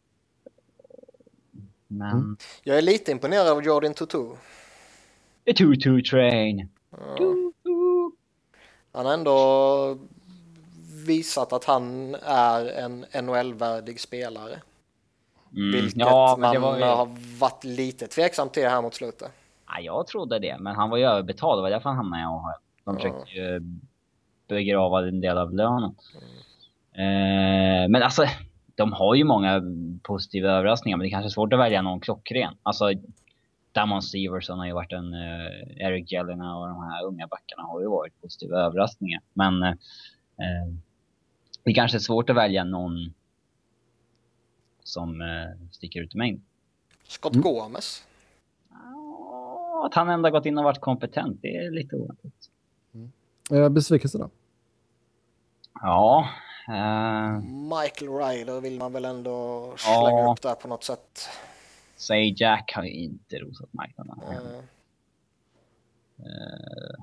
men... Mm. Jag är lite imponerad av Jordan Tutu. A two-two train. Ja. Tutu. Han har ändå visat att han är en N H L-värdig spelare. Mm. Vilket Ja, men man det var ju... har varit lite tveksam till här mot slutet. Ja, jag trodde det, men han var ju överbetald. Det var därför han hamnade i A H L. De Ja. försökte ju begrava en del av lönen. Mm. Eh, men alltså, de har ju många positiva överraskningar, men det är kanske svårt att välja någon klockren. Alltså, Damon Severson har ju varit en... Uh, Eric Jelena och de här unga backarna har ju varit positiva överraskningar. Men uh, det är kanske svårt att välja någon som uh, sticker ut i mängd. Scott Mm. Gomez. Uh, att han ändå gått in och varit kompetent, det är lite oväntat. Mm. Eh, besvikelse då? Ja. Uh, Michael Ryder vill man väl ändå slänga ja. upp där på något sätt. Say Jack har ju inte rosat marknaden. Mm. Uh,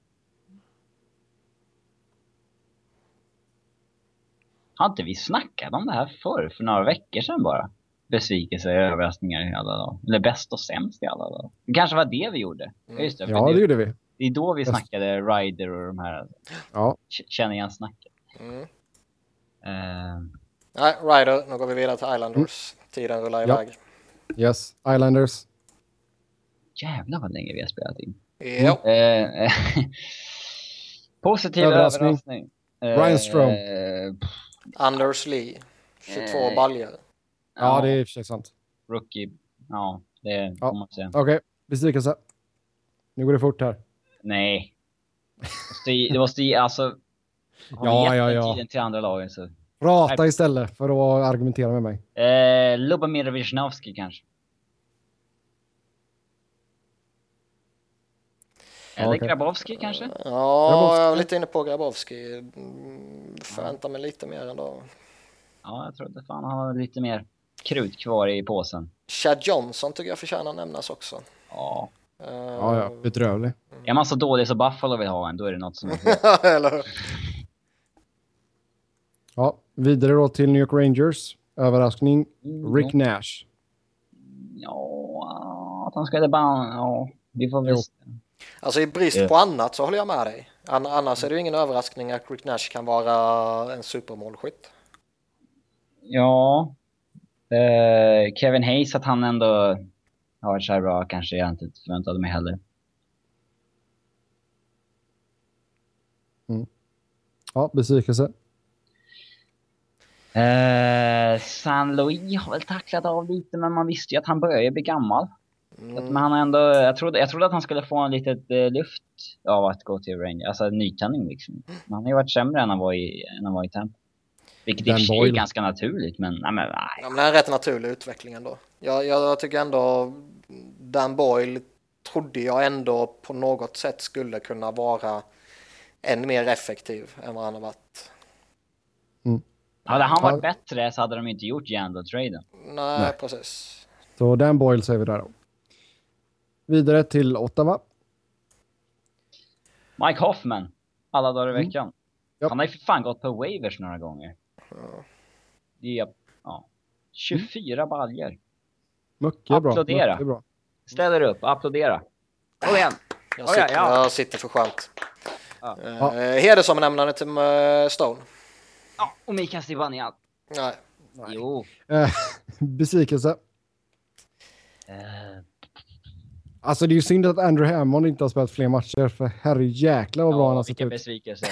har inte vi snackat om det här förr, för några veckor sedan bara? Besvikelse och överraskningar i alla dag. Eller bäst och sämst i alla dag. Det kanske var det vi gjorde. Mm. Just det, Ja, det, det gjorde vi. Det är då vi snackade Ryder och de här. Ja. Känner igen snacket. Mm. Uh, Nej, Ryder. Nu går vi vidare till Islanders. Mm. Tiden rullar iväg. Ja. Yes, Islanders. Jävlar vad länge vi har spelat in. Ja. Uh, positiv överraskning. överraskning. Ryan Strome. Uh, Anders Lee. tjugotvå Eh. baljor. Ja, det är i och för sig sant. Rookie. Ja, det Ja. får man säga. Okej, okay. Besvikelse. Nu går det fort här. Nej. Det måste ju, alltså... Ja, ja, ja. Tiden till andra lagen, så... Prata istället för att argumentera med mig. Eh, Lubomir Wisnowski kanske. Eller Okay. Grabowski kanske? Ja, Grabowski. jag är lite inne på Grabowski. Mm, Förväntar mig lite mer ändå. Ja, jag tror att fan han har lite mer krut kvar i påsen. Chad Johnson tycker jag förtjänar att nämnas också. Ja. Uh, Ja, ja. Bedrövlig. Är man så dålig så Buffalo vill ha en, då är det något som... Eller hur? Ja, vidare då till New York Rangers. Överraskning. Rick Nash. Ja, att han ska bara... Ja, vi får Jo. väl... Alltså i brist Ja. på annat så håller jag med dig. An- annars är det ju ingen överraskning att Rick Nash kan vara en supermålskytt. Ja. Eh, Kevin Hayes, att han ändå har varit så här bra, kanske jag inte förväntade mig heller. Ja, besvikelse. Eh, San Louis har väl tacklat av lite, men man visste ju att han börjar bli gammal. Mm. Men han har ändå, jag trodde, jag trodde att han skulle få en litet eh, luft av att gå till Rangers, alltså en nytändning liksom. Men han har ju varit sämre än han var i, än han var i Tampa. Vilket i och för sig är ganska naturligt, men nej men nej. Ja, men det är en rätt naturlig utveckling ändå. Jag, jag tycker ändå Dan Boyle trodde jag ändå på något sätt skulle kunna vara än mer effektiv än vad han har varit. Mm. Hade han varit ja. bättre så hade de inte gjort Jandl-traden. Nej, Nej, precis. Så Dan Boyle säger vi där då. Vidare till Ottawa. Mike Hoffman. Alla dagar i Mm. veckan. Yep. Han har ju för fan gått på waivers några gånger. Ja. Det är, ja. tjugofyra mm. baljer. Mycket applådera. bra. Mycket bra. Ställer upp, applådera. Kom igen. Jag sitter, oh, ja, ja. jag sitter för skönt. Ja. Uh, ja. Hedersomnämnande till uh, Stone. Ja, och Mika Zibanejad. Nej. Nej. Jo. Uh, besvikelse. Uh. Alltså det är ju synd att Andrew Hammond inte har spelat fler matcher, för herre jäkla vad bra ja, han har sett vilken ut. besvikelse.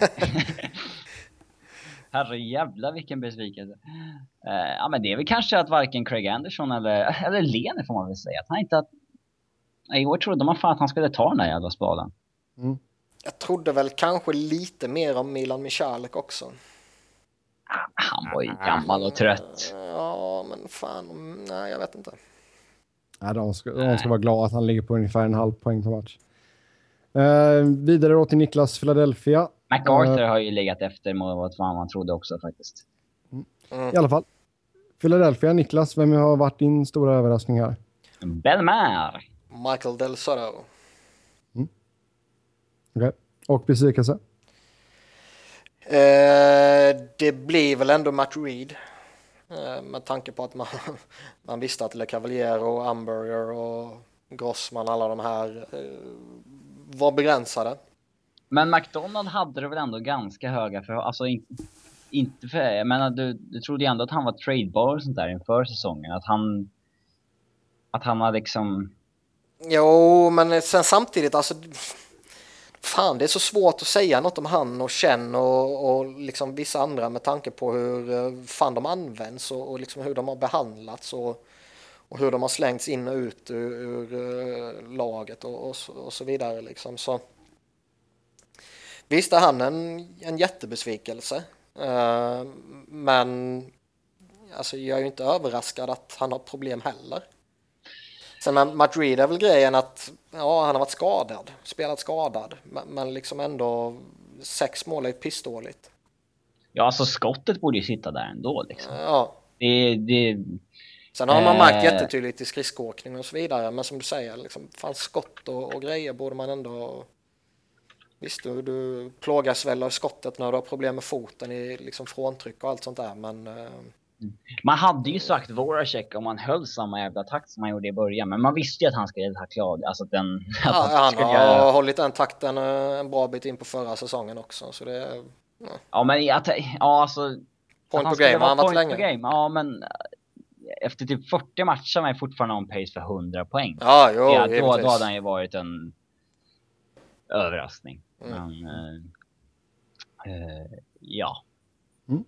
Herre jävla vilken besvikelse. Uh, ja men det är väl kanske att varken Craig Anderson eller, eller Lene får man väl säga. Att han inte att... I år trodde man fan att han skulle ta den här jävla spaden. Mm. Jag trodde väl kanske lite mer om Milan Michalek också. Han var ju gammal och trött. Ja, men fan, nej jag vet inte. Ja, de ska, de ska vara glada att han ligger på ungefär en halv poäng per match. Uh, vidare då till Niklas Philadelphia. MacArthur uh, har ju legat efter mot vad fan man trodde också faktiskt. Mm. I alla fall. Philadelphia, Niklas, vem har varit din stora överraskning här? Bellemare. Michael Del Soto. Mm. Okej. Okay. Och besvikelse? Eh, det blir väl ändå Matt Reed. Eh, med tanke på att man, man visste att Le Cavalier och Amberger och Grossman, alla de här eh, var begränsade. Men McDonald hade det väl ändå ganska höga för, alltså in, inte för, jag menar du, du trodde ju ändå att han var tradebar och sånt där inför säsongen, att han att han hade liksom. Jo, men sen samtidigt alltså fan, det är så svårt att säga något om han och Chen och, och liksom vissa andra med tanke på hur fan de används och, och liksom hur de har behandlats och, och hur de har slängts in och ut ur, ur uh, laget och, och, och så vidare liksom. Så visst är han en, en jättebesvikelse, uh, men alltså, jag är ju inte överraskad att han har problem heller. Sen med Matt Reed är väl grejen att ja, han har varit skadad, spelat skadad, men, men liksom ändå sex mål är pissdåligt. Ja, alltså skottet borde ju sitta där ändå liksom. Ja. Det, det, Sen har man märkt jättetydligt i skridskåkning och så vidare, men som du säger, liksom, fan skott och, och grejer borde man ändå. Visst, du, du plågas väl av skottet när du har problem med foten i liksom fråntryck och allt sånt där, men eh... man hade ju sagt Voracek om man höll samma jävla takt som man gjorde i början, men man visste ju att han skulle tackla av, alltså att den ja, att han, han har göra... hållit den takten en bra bit in på förra säsongen också, så det ja, ja men att, ja alltså point på game, han varit länge. Game. Ja, men efter typ fyrtio matcher är fortfarande on pace för hundra poäng. Ja, jo, ja då, då hade han ju varit en överraskning. Mm. Men, uh, uh, ja. Mm.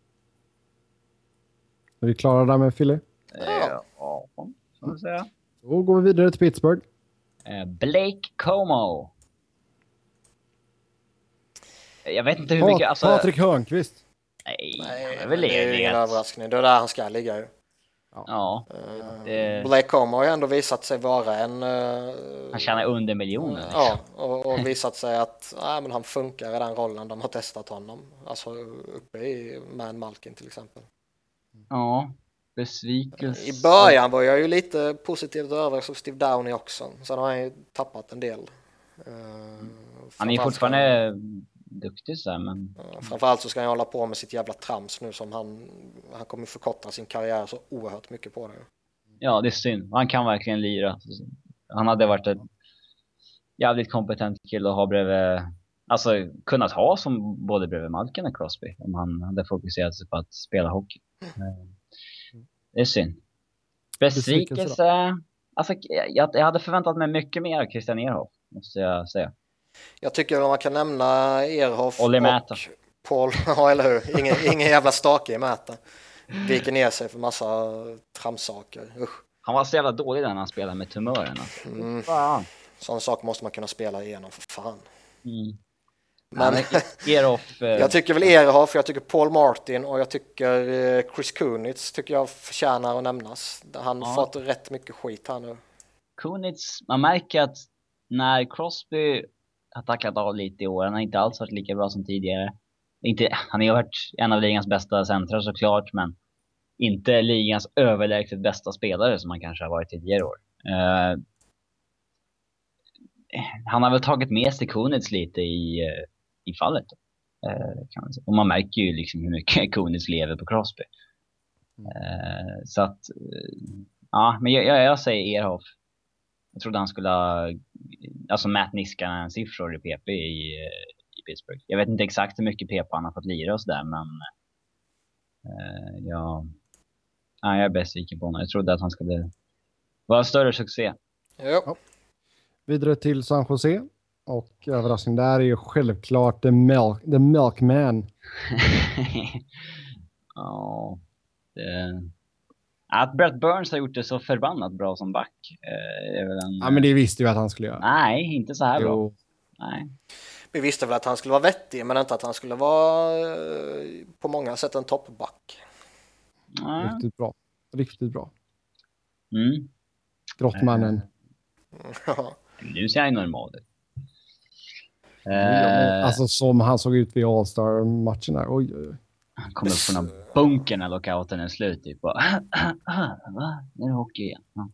Är vi klara där med Philly? Ja, ja får jag säga. Då går vi vidare till Pittsburgh. Uh, Blake Como. Jag vet inte hur Pat- mycket... Alltså, Patrik Hörnqvist. Nej, nej det är väl det är ju ingen överraskning. Det är där han ska ligga ju. Ja. Ja. Uh, det... Blake Como har ju ändå visat sig vara en... Uh, han tjänar under miljoner. Uh, liksom. Ja, och, och visat sig att nej, men han funkar i den rollen de har testat honom. Alltså uppe i Man Malkin till exempel. Ja, besvikelse. I början var jag ju lite positivt över som Steve Downey också. Sen har han ju tappat en del. Uh, han är fortfarande duktig så här, men... Uh, framförallt så ska han hålla på med sitt jävla trams nu som han... Han kommer förkorta sin karriär så oerhört mycket på det. Ja, det är synd. Han kan verkligen lira. Han hade varit ett jävligt kompetent kille att ha bredvid... Alltså kunnat ha som både bredvid Malkin och Crosby. Om han hade fokuserat sig på att spela hockey. Mm. Det är synd. Besvikelse. Alltså, jag, jag hade förväntat mig mycket mer av Christian Ehrhoff, måste jag säga. Jag tycker att man kan nämna Ehrhoff och, Paul, ja eller hur? Ingen, ingen jävla stake i mäten. Viker ner sig för massa tramsaker. Usch. Han var så jävla dålig när han spelade med tumören. Alltså. Mm. Fan. Sån sak måste man kunna spela igenom för fan. Mm. Men Eroff, eh, jag tycker väl Eroff, jag tycker Paul Martin och jag tycker eh, Chris Kunitz tycker jag förtjänar att nämnas. Han har Ja. fått rätt mycket skit här nu. Kunitz, man märker att när Crosby har tacklat av lite i år, han har inte alls varit lika bra som tidigare. Inte, han har ju varit en av ligans bästa centrar såklart, men inte ligans överlägset bästa spelare som han kanske har varit tidigare år. Uh, han har väl tagit med sig Kunitz lite i, i fallet. Uh, kan man säga. Och man märker ju liksom hur mycket Kunitz lever på Crosby. Uh, så att, uh, ja, men jag, jag, jag säger Ehrhoff. Jag trodde han skulle ha, alltså Matt Niskanen siffror i P P i, i Pittsburgh. Jag vet inte exakt hur mycket P P han har fått lira och sådär, men uh, ja, ja, jag är besviken på honom. Jag trodde att han skulle vara en större succé. Ja. Vidare till San Jose. Och överraskning där är ju självklart The, Milk, the Milkman. Ja, det... Att Brett Burns har gjort det så förbannat bra som back. Eh, är väl en... Ja, men det visste ju att han skulle göra. Nej, inte så här Jo. bra. Nej. Vi visste väl att han skulle vara vettig, men inte att han skulle vara eh, på många sätt en toppback. Nej. Riktigt bra. Riktigt bra. Mm. Grottmannen. Ja. Nu ser jag normal ut. Ja, men Eh, alltså som han såg ut vid All-Star-matchen där. Oj, oj, oj. han kommer upp från en bunker när lockouten är slut. Typ. Bara, va? Nu är det hockey igen. Ja.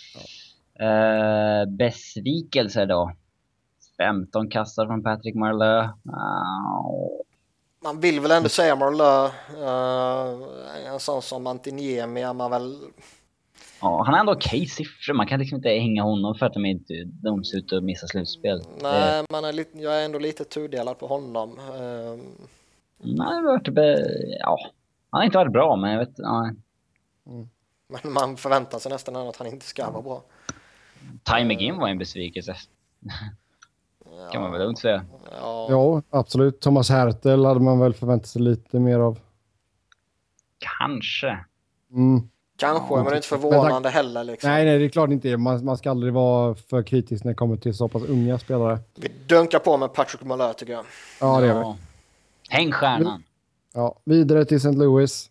Eh, besvikelse då. femton kassar från Patrick Marleau. Oh. Man vill väl ändå säga Marleau, uh, en sån som Antiniemi är man väl... Ja, han har ändå okej siffror. Man kan liksom inte hänga honom för att de inte döms ut och missar slutspel. Nej, Det, man är lite, jag är ändå lite tudelad på honom. Uh, nej, det har varit, be- ja. Han har inte varit bra, men jag vet ja. men man förväntar sig nästan att han inte ska vara bra. Ty McGinn var en besvikelse. Ja, Kan man väl lugnt säga. ja. Ja, absolut. Thomas Hertel hade man väl förväntat sig lite mer av. Kanske. Mm. Kanske, men det är inte förvånande heller. Liksom. Nej, nej, det är klart inte. Man, man ska aldrig vara för kritisk när det kommer till så pass unga spelare. Vi dunkar på med Patrick Marleau tycker jag. Ja, det gör vi. Ja. Häng stjärnan. Ja, vidare till Saint Louis.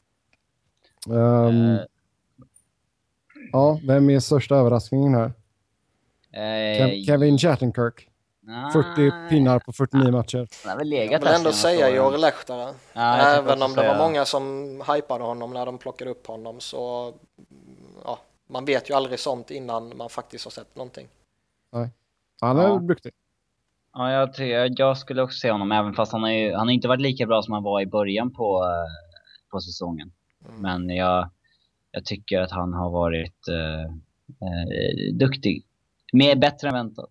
Um, Eh, ja, vem är största överraskningen här? eh, Kev- Kevin Shattenkirk. nej, fyrtio pinnar på fyrtionio matcher. Han har väl Jag legat vill där ändå senaste säga åren. Jori Lehtara. Ja, jag tänkte Även om också det var säga- många som hypade honom när de plockade upp honom så ja, man vet ju aldrig sånt innan man faktiskt har sett någonting. Han är Ja. duktig. Ja, jag, ty- jag skulle också se honom, även fast han har ju, han har inte varit lika bra som han var i början på, eh, på säsongen. Mm. Men jag, jag tycker att han har varit eh, eh, duktig. Mer bättre än väntat.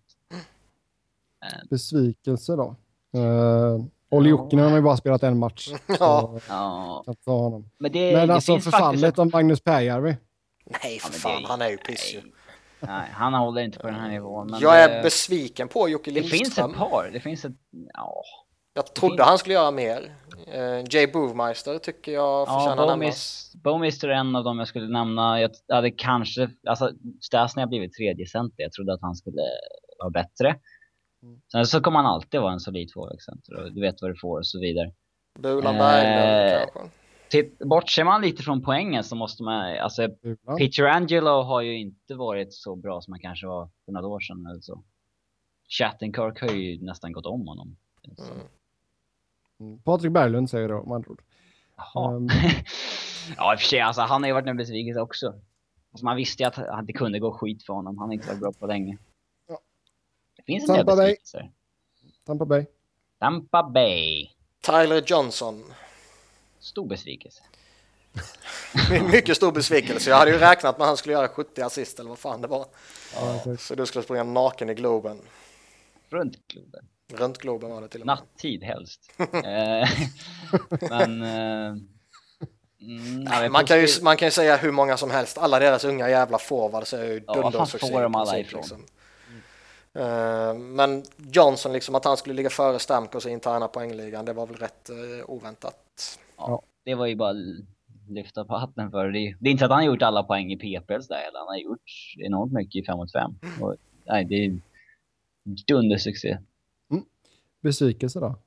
Besvikelse då. Uh, Olli Jokinen har ju bara spelat en match. Ja. Så Ja, jag ta honom. men det, Men det alltså finns förfallet faktiskt... om Magnus Pääjärvi. Nej för Ja, men fan, det- han är ju piss ju. nej, nej, han håller inte på den här nivån. Men Jag är det, besviken på Jocke det finns Lindström. ett par. Det finns ett... Ja, Jag trodde han skulle göra mer. Uh, Jay Bovmeister tycker jag ja förtjänar nämnas. Bomis, Bomister är en av dem jag skulle nämna. Jag hade kanske... Alltså, Stasny har blivit tredje center. Jag trodde att han skulle vara bättre. Sen så kommer han alltid vara en solid tvåvägscenter. Och du vet vad du får och så vidare. Bulan Eh, Berglund kanske. Titt, bortser man lite från poängen så måste man... Alltså, Ja. Pietrangelo har ju inte varit så bra som han kanske var för några år sedan eller så. Shattenkirk har ju nästan gått om honom. Så. Mm. Mm. Patrik Berglund säger då, man tror. Jaha. Um, Ja, i och för sig, alltså, han har ju varit en besvikelse också. Alltså, man visste ju att, att det kunde gå skit för honom. Han har inte varit bra på länge. Ja. Det finns en del Tampa Bay. besvikelser. Tampa Bay. Tampa Bay. Tyler Johnson. Stor besvikelse. Mycket stor besvikelse. Jag hade ju räknat med att han skulle göra sjuttio assist eller vad fan det var. Ja, exakt. Så du skulle springa naken i Globen. Runt Globen. Runt Globen var det till och med. Nattid helst. Eh, Men... eh, mm, ja, vi Man kan, ju, positiv- man kan ju säga hur många som helst. Alla deras unga jävla forwards är ju Ja, vad fan dundersuccé får de i alla princip, ifrån? liksom. Uh, men Johnson, liksom att han skulle ligga före Stamkos i interna poängligan, det var väl rätt uh, oväntat. Ja, det var ju bara lyfta på hatten för det. Det är inte så att han har gjort alla poäng i P P L där, eller han har gjort enormt mycket i fem mot fem. Och, nej, det är dundersuccé. Mm. Besvikelse då?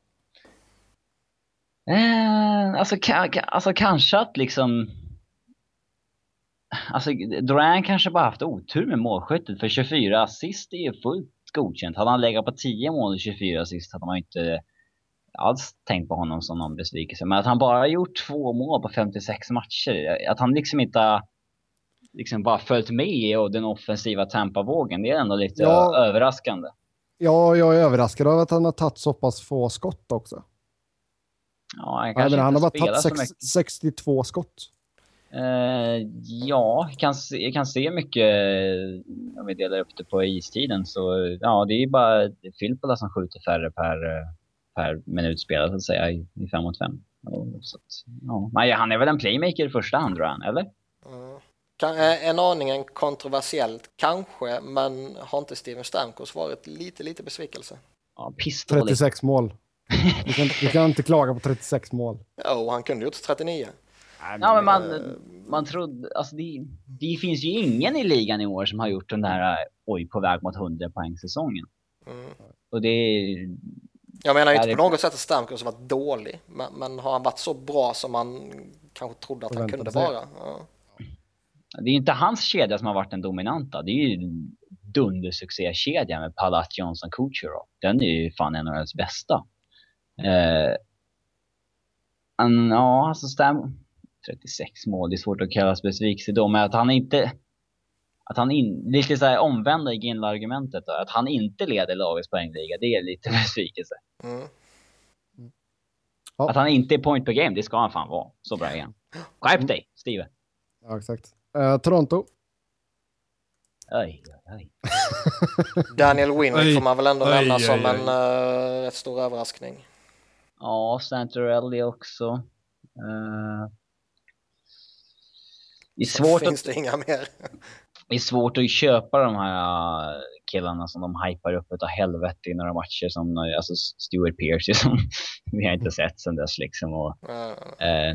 Eh, alltså, ka- alltså kanske att liksom alltså Durant kanske bara haft otur med målskyttet, för tjugofyra assist är ju fullt godkänt. Hade han legat på tio mål och tjugofyra assist hade man inte alls tänkt på honom som någon besvikelse. Men att han bara gjort två mål på femtiosex matcher, att han liksom inte liksom bara följt med i den offensiva Tampa-vågen, det är ändå lite ja, överraskande. Ja, jag är överraskad av att han har tagit så pass få skott också. Ja, jag kanske ja, han har bara tagit sex, sextiotvå skott. Uh, ja, jag kan, se, jag kan se mycket om vi delar upp det på istiden. Så ja, det är bara Filppula som skjuter färre per, per minut spelat, så att säga, i, i fem mot fem. Så att, ja. Nej, han är väl en playmaker i första hand, han, eller? Mm. Kan, en aningen kontroversiellt kanske, men har inte Steven Stamkos varit lite, lite besvikelse? Ja, pissdåligt. trettiosex mål. Du kan, du kan inte klaga på trettiosex mål. Ja, han kunde gjort trettionio. Ja, men man, man trodde, alltså det, det finns ju ingen i ligan i år som har gjort den där oj på väg mot hundra poäng säsongen. Mm. Och det jag menar inte på något sätt att Stamkos har varit dålig, men, men har han varit så bra som man kanske trodde att han kunde vara? Ja. Det är inte hans kedja som har varit den dominanta. Det är ju en dundersuccékedja med Palat, Johnson, Kucherov. Den är ju fan en av deras bästa. Eh, en, ja, alltså Stam trettiosex mål, det är svårt att kalla besvikelse då, men att han inte att han in, lite så här omvända i Ginla-argumentet då, att han inte leder lagets poängliga, det är lite besvikelse. Mm. Mm. Ja. Att han inte är point per game, det ska han fan vara. Så bra igen. Skärp dig, Steve. Ja, exakt. Uh, Toronto. Oj, oj. Daniel Winnick får man väl ändå nämna som en uh, rätt stor överraskning. Ja, Santorelli också. Uh, det är svårt finns att, det inga mer. Det är svårt att köpa de här killarna som de hypar upp utav helvete i några matcher, som alltså Stuart Pearce som vi har inte sett sen dess liksom. Och, mm. uh,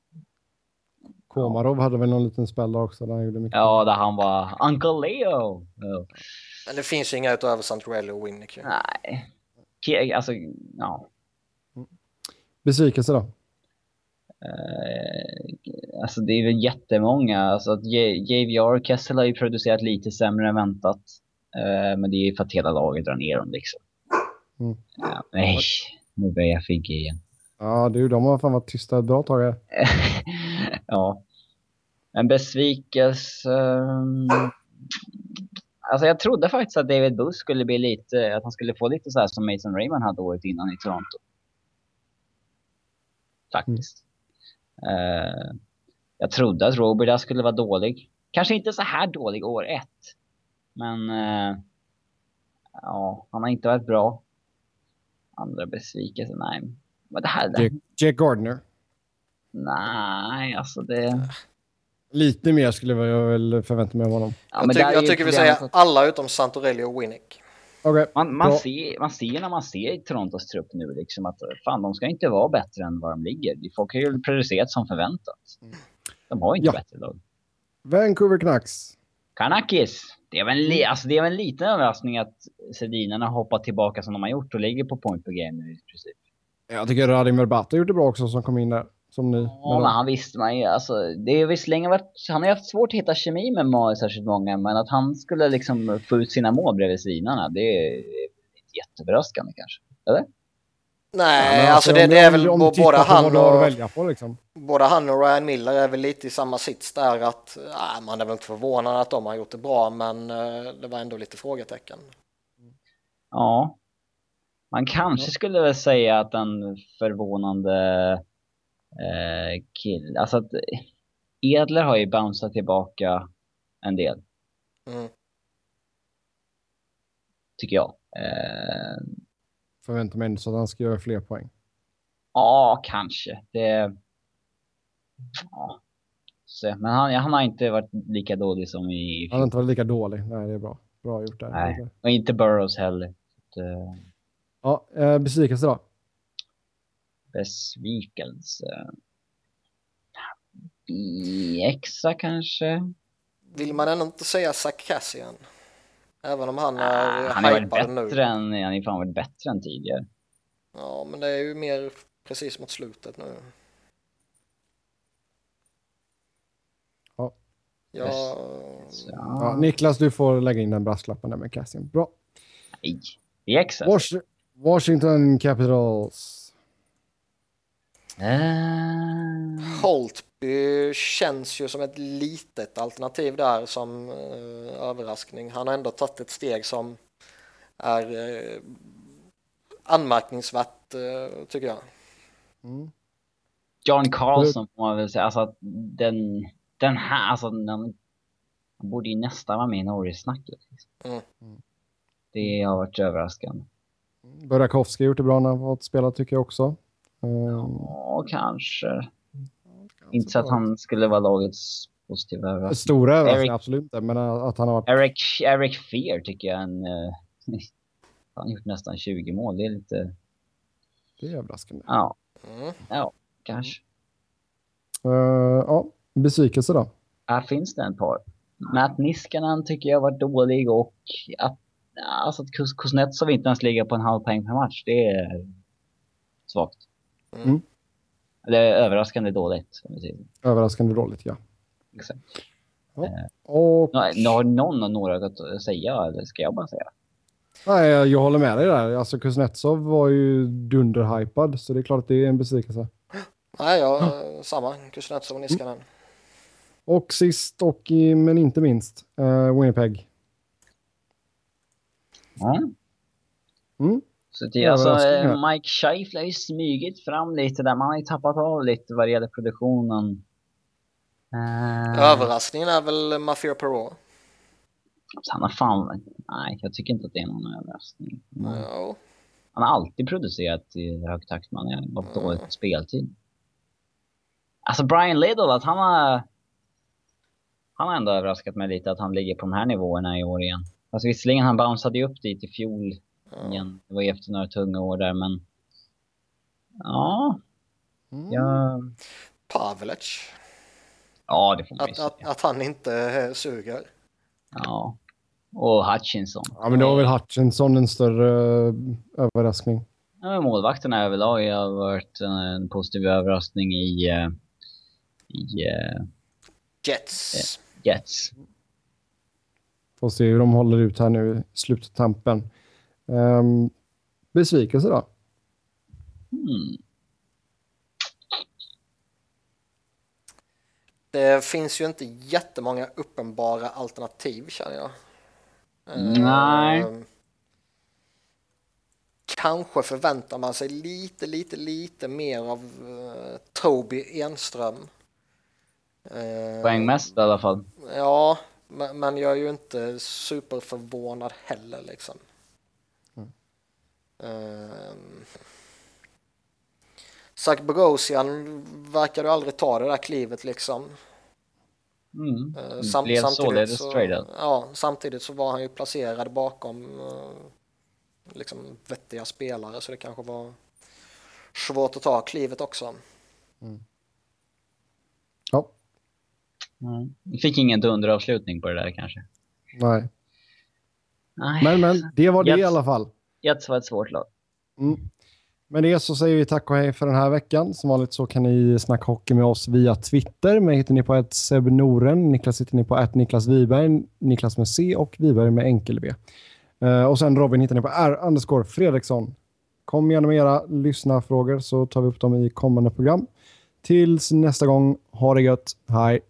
Komarov hade väl någon liten spel där också. Där han gjorde mycket. Ja, där han var Uncle Leo. Oh. Men det finns ju inga utöver Santorelli och Winnick. Nej. K- alltså, ja. Besvikelse då? Uh, alltså det är väl jättemånga. Alltså att J V R Kessel har ju producerat lite sämre än väntat. Uh, men det är ju för att hela laget drar ner dem liksom. Mm. Uh, nej, nu börjar jag figga igen. Ja, du, de har fan varit tysta ett bra tag. Ja. En besvikelse. Um, alltså jag trodde faktiskt att David Buss skulle bli lite, att han skulle få lite så här som Mason Raymond hade året innan i Toronto. Faktiskt. Mm. Uh, jag trodde att Robert skulle vara dålig. Kanske inte så här dålig år ett. Men uh, ja, han har inte varit bra. Andra besvikelse, nej. Men det här... Jake, Jake Gardner. Nej, alltså det... Lite mer skulle jag väl förvänta mig av honom. Ja, jag, tyck, jag tycker vi säger att... alla utom Santorelli och Winnick. Okay. Man, man, ser, man ser när man ser Torontos trupp nu liksom att fan, de ska inte vara bättre än vad de ligger. Folk har ju producerat som förväntat. De har inte ja. bättre lag. Vancouver Canucks. Canucks. Det är väl li- alltså det är väl en liten överraskning att Sedinarna har hoppat tillbaka som de har gjort och ligger på point per game nu i princip. Jag tycker Radim Erbata gjort det bra också som kom in där. Som ni. Ja, men han visste man ju. Alltså, det är visserligen varit, han har haft svårt att hitta kemi med Mar särskilt många, men att han skulle liksom få ut sina mål bredvid Sedinarna, det är jätteöverraskande kanske. Eller? Nej, ja, alltså, alltså det, det är väl om båda han och välja på, liksom. Båda han och Ryan Miller är väl lite i samma sits där att äh, man är väl inte förvånad att de har gjort det bra, men äh, det var ändå lite frågetecken. Ja. Man kanske skulle väl säga att en förvånande eh, kill, alltså att Edler har ju bounceat tillbaka en del. Mm. Tycker jag. Eh, Förväntar mig inte så att han ska göra fler poäng. Ja, kanske. Det ja. Så, men han, han har inte varit lika dålig som i... Han har inte varit lika dålig. Nej, det är bra. Bra gjort där. Nej, och inte Burrows heller. Så, uh... Ja, eh, besvikelse då? Besvikelse. Exa kanske. Vill man ändå inte säga Zach Kassian? Även om han är ah, han har varit bättre nu. än han är fan varit bättre än tidigare. Ja, men det är ju mer precis mot slutet nu. Ja. Ja. Så. Ja, Niklas, du får lägga in den brasklappen där med Cassian. Bra. Nej, Exa. Was- Washington Capitals. Uh... Holtby känns ju som ett litet alternativ där som eh, överraskning. Han har ändå tagit ett steg som är eh, anmärkningsvärt eh, tycker jag. Mm. John Carlson får man väl säga. Alltså, den, den här, alltså, den, han borde ju nästan vara med i Norris-snacket. Liksom. Mm. Det har varit överraskande. Burakovsky har gjort det bra när han har fått spela tycker jag också. Um, ja, kanske. Inte så att han skulle vara lagets positiva överraskning. Stora överraskning, Eric, absolut inte. Men att han har varit... Eric, Eric Fear tycker jag en, uh, han har gjort nästan tjugo mål. Det är lite... Det är överraskande. Ja, Mm. ja kanske. Uh, ja, besvikelse då? Här finns det en par. Matt Niskanen tycker jag var dålig och att, alltså att Kus- Kuznetsov inte ens ligger på en halv poäng per match. Det är svagt. Mm. Det är överraskande dåligt. Om vi säger. Överraskande dåligt, ja. Exakt. Ja. Eh, Och... Har någon av några att säga eller ska jag bara säga? Nej, jag håller med dig där. Alltså Kuznetsov var ju dunderhypad så det är klart att det är en besvikelse. Nej, ja, samma. Kuznetsov och Niskanen. Mm. Och sist och i, men inte minst uh, Winnipeg. Ja. Mm. Så det, alltså, Mike Scheifele har ju smygit fram lite där. Man har ju tappat av lite vad det gäller produktionen. Uh... Överraskningen är väl Mafia Perrault. Han har fan... Nej, jag tycker inte att det är någon överraskning. Mm. Ja. Han har alltid producerat i hög takt. Man har varit Mm. dåligt på speltid. Alltså Brian Lidl, att han har... Han har ändå överraskat mig lite att han ligger på de här nivåerna i år igen. Alltså visserligen han bounceade upp dit i fjol Ja. igen. Det var ju efter några tunga år där, men... Ja... Mm. ja... Pavelec. Ja, det får man ju Att, säga. att, att han inte suger. Ja. Och Hutchinson. Ja, men då var väl Hutchinson en större uh, överraskning. Ja, målvakterna överlag har varit en, en positiv överraskning i... Uh, i uh, Jets. Jets. Får se hur de håller ut här nu i slutet av tampen. Um, besvikelse då? Hmm. Det finns ju inte jättemånga uppenbara alternativ känner jag. Nej. Uh, kanske förväntar man sig lite, lite, lite mer av uh, Toby Enström. Uh, Poängmässigt i alla fall. Ja, men, men jag är ju inte superförvånad heller liksom. Mm. Uh, Zach Bogosian verkar ju aldrig ta det där klivet liksom. Mm. Uh, sam- Blev samtidigt, så, så, ja, samtidigt så var han ju placerad bakom uh, liksom vettiga spelare så det kanske var svårt att ta klivet också. Mm. Ja. Mm. Fick ingen dunderavslutning på det där kanske. Nej. Nej. Men, men det var det Jets. i alla fall. Jets var ett svårt lag. Mm. Med det så säger vi tack och hej för den här veckan. Som vanligt så kan ni snacka hockey med oss via Twitter. Mig hittar ni på ett Seb Noren. Niklas hittar ni på ett Niklas Wiberg. Niklas med C och Wiberg med enkel V. Uh, och sen Robin hittar ni på R underscore Fredriksson. Kom gärna med era lyssnarfrågor så tar vi upp dem i kommande program. Tills nästa gång, ha det gött. Hej!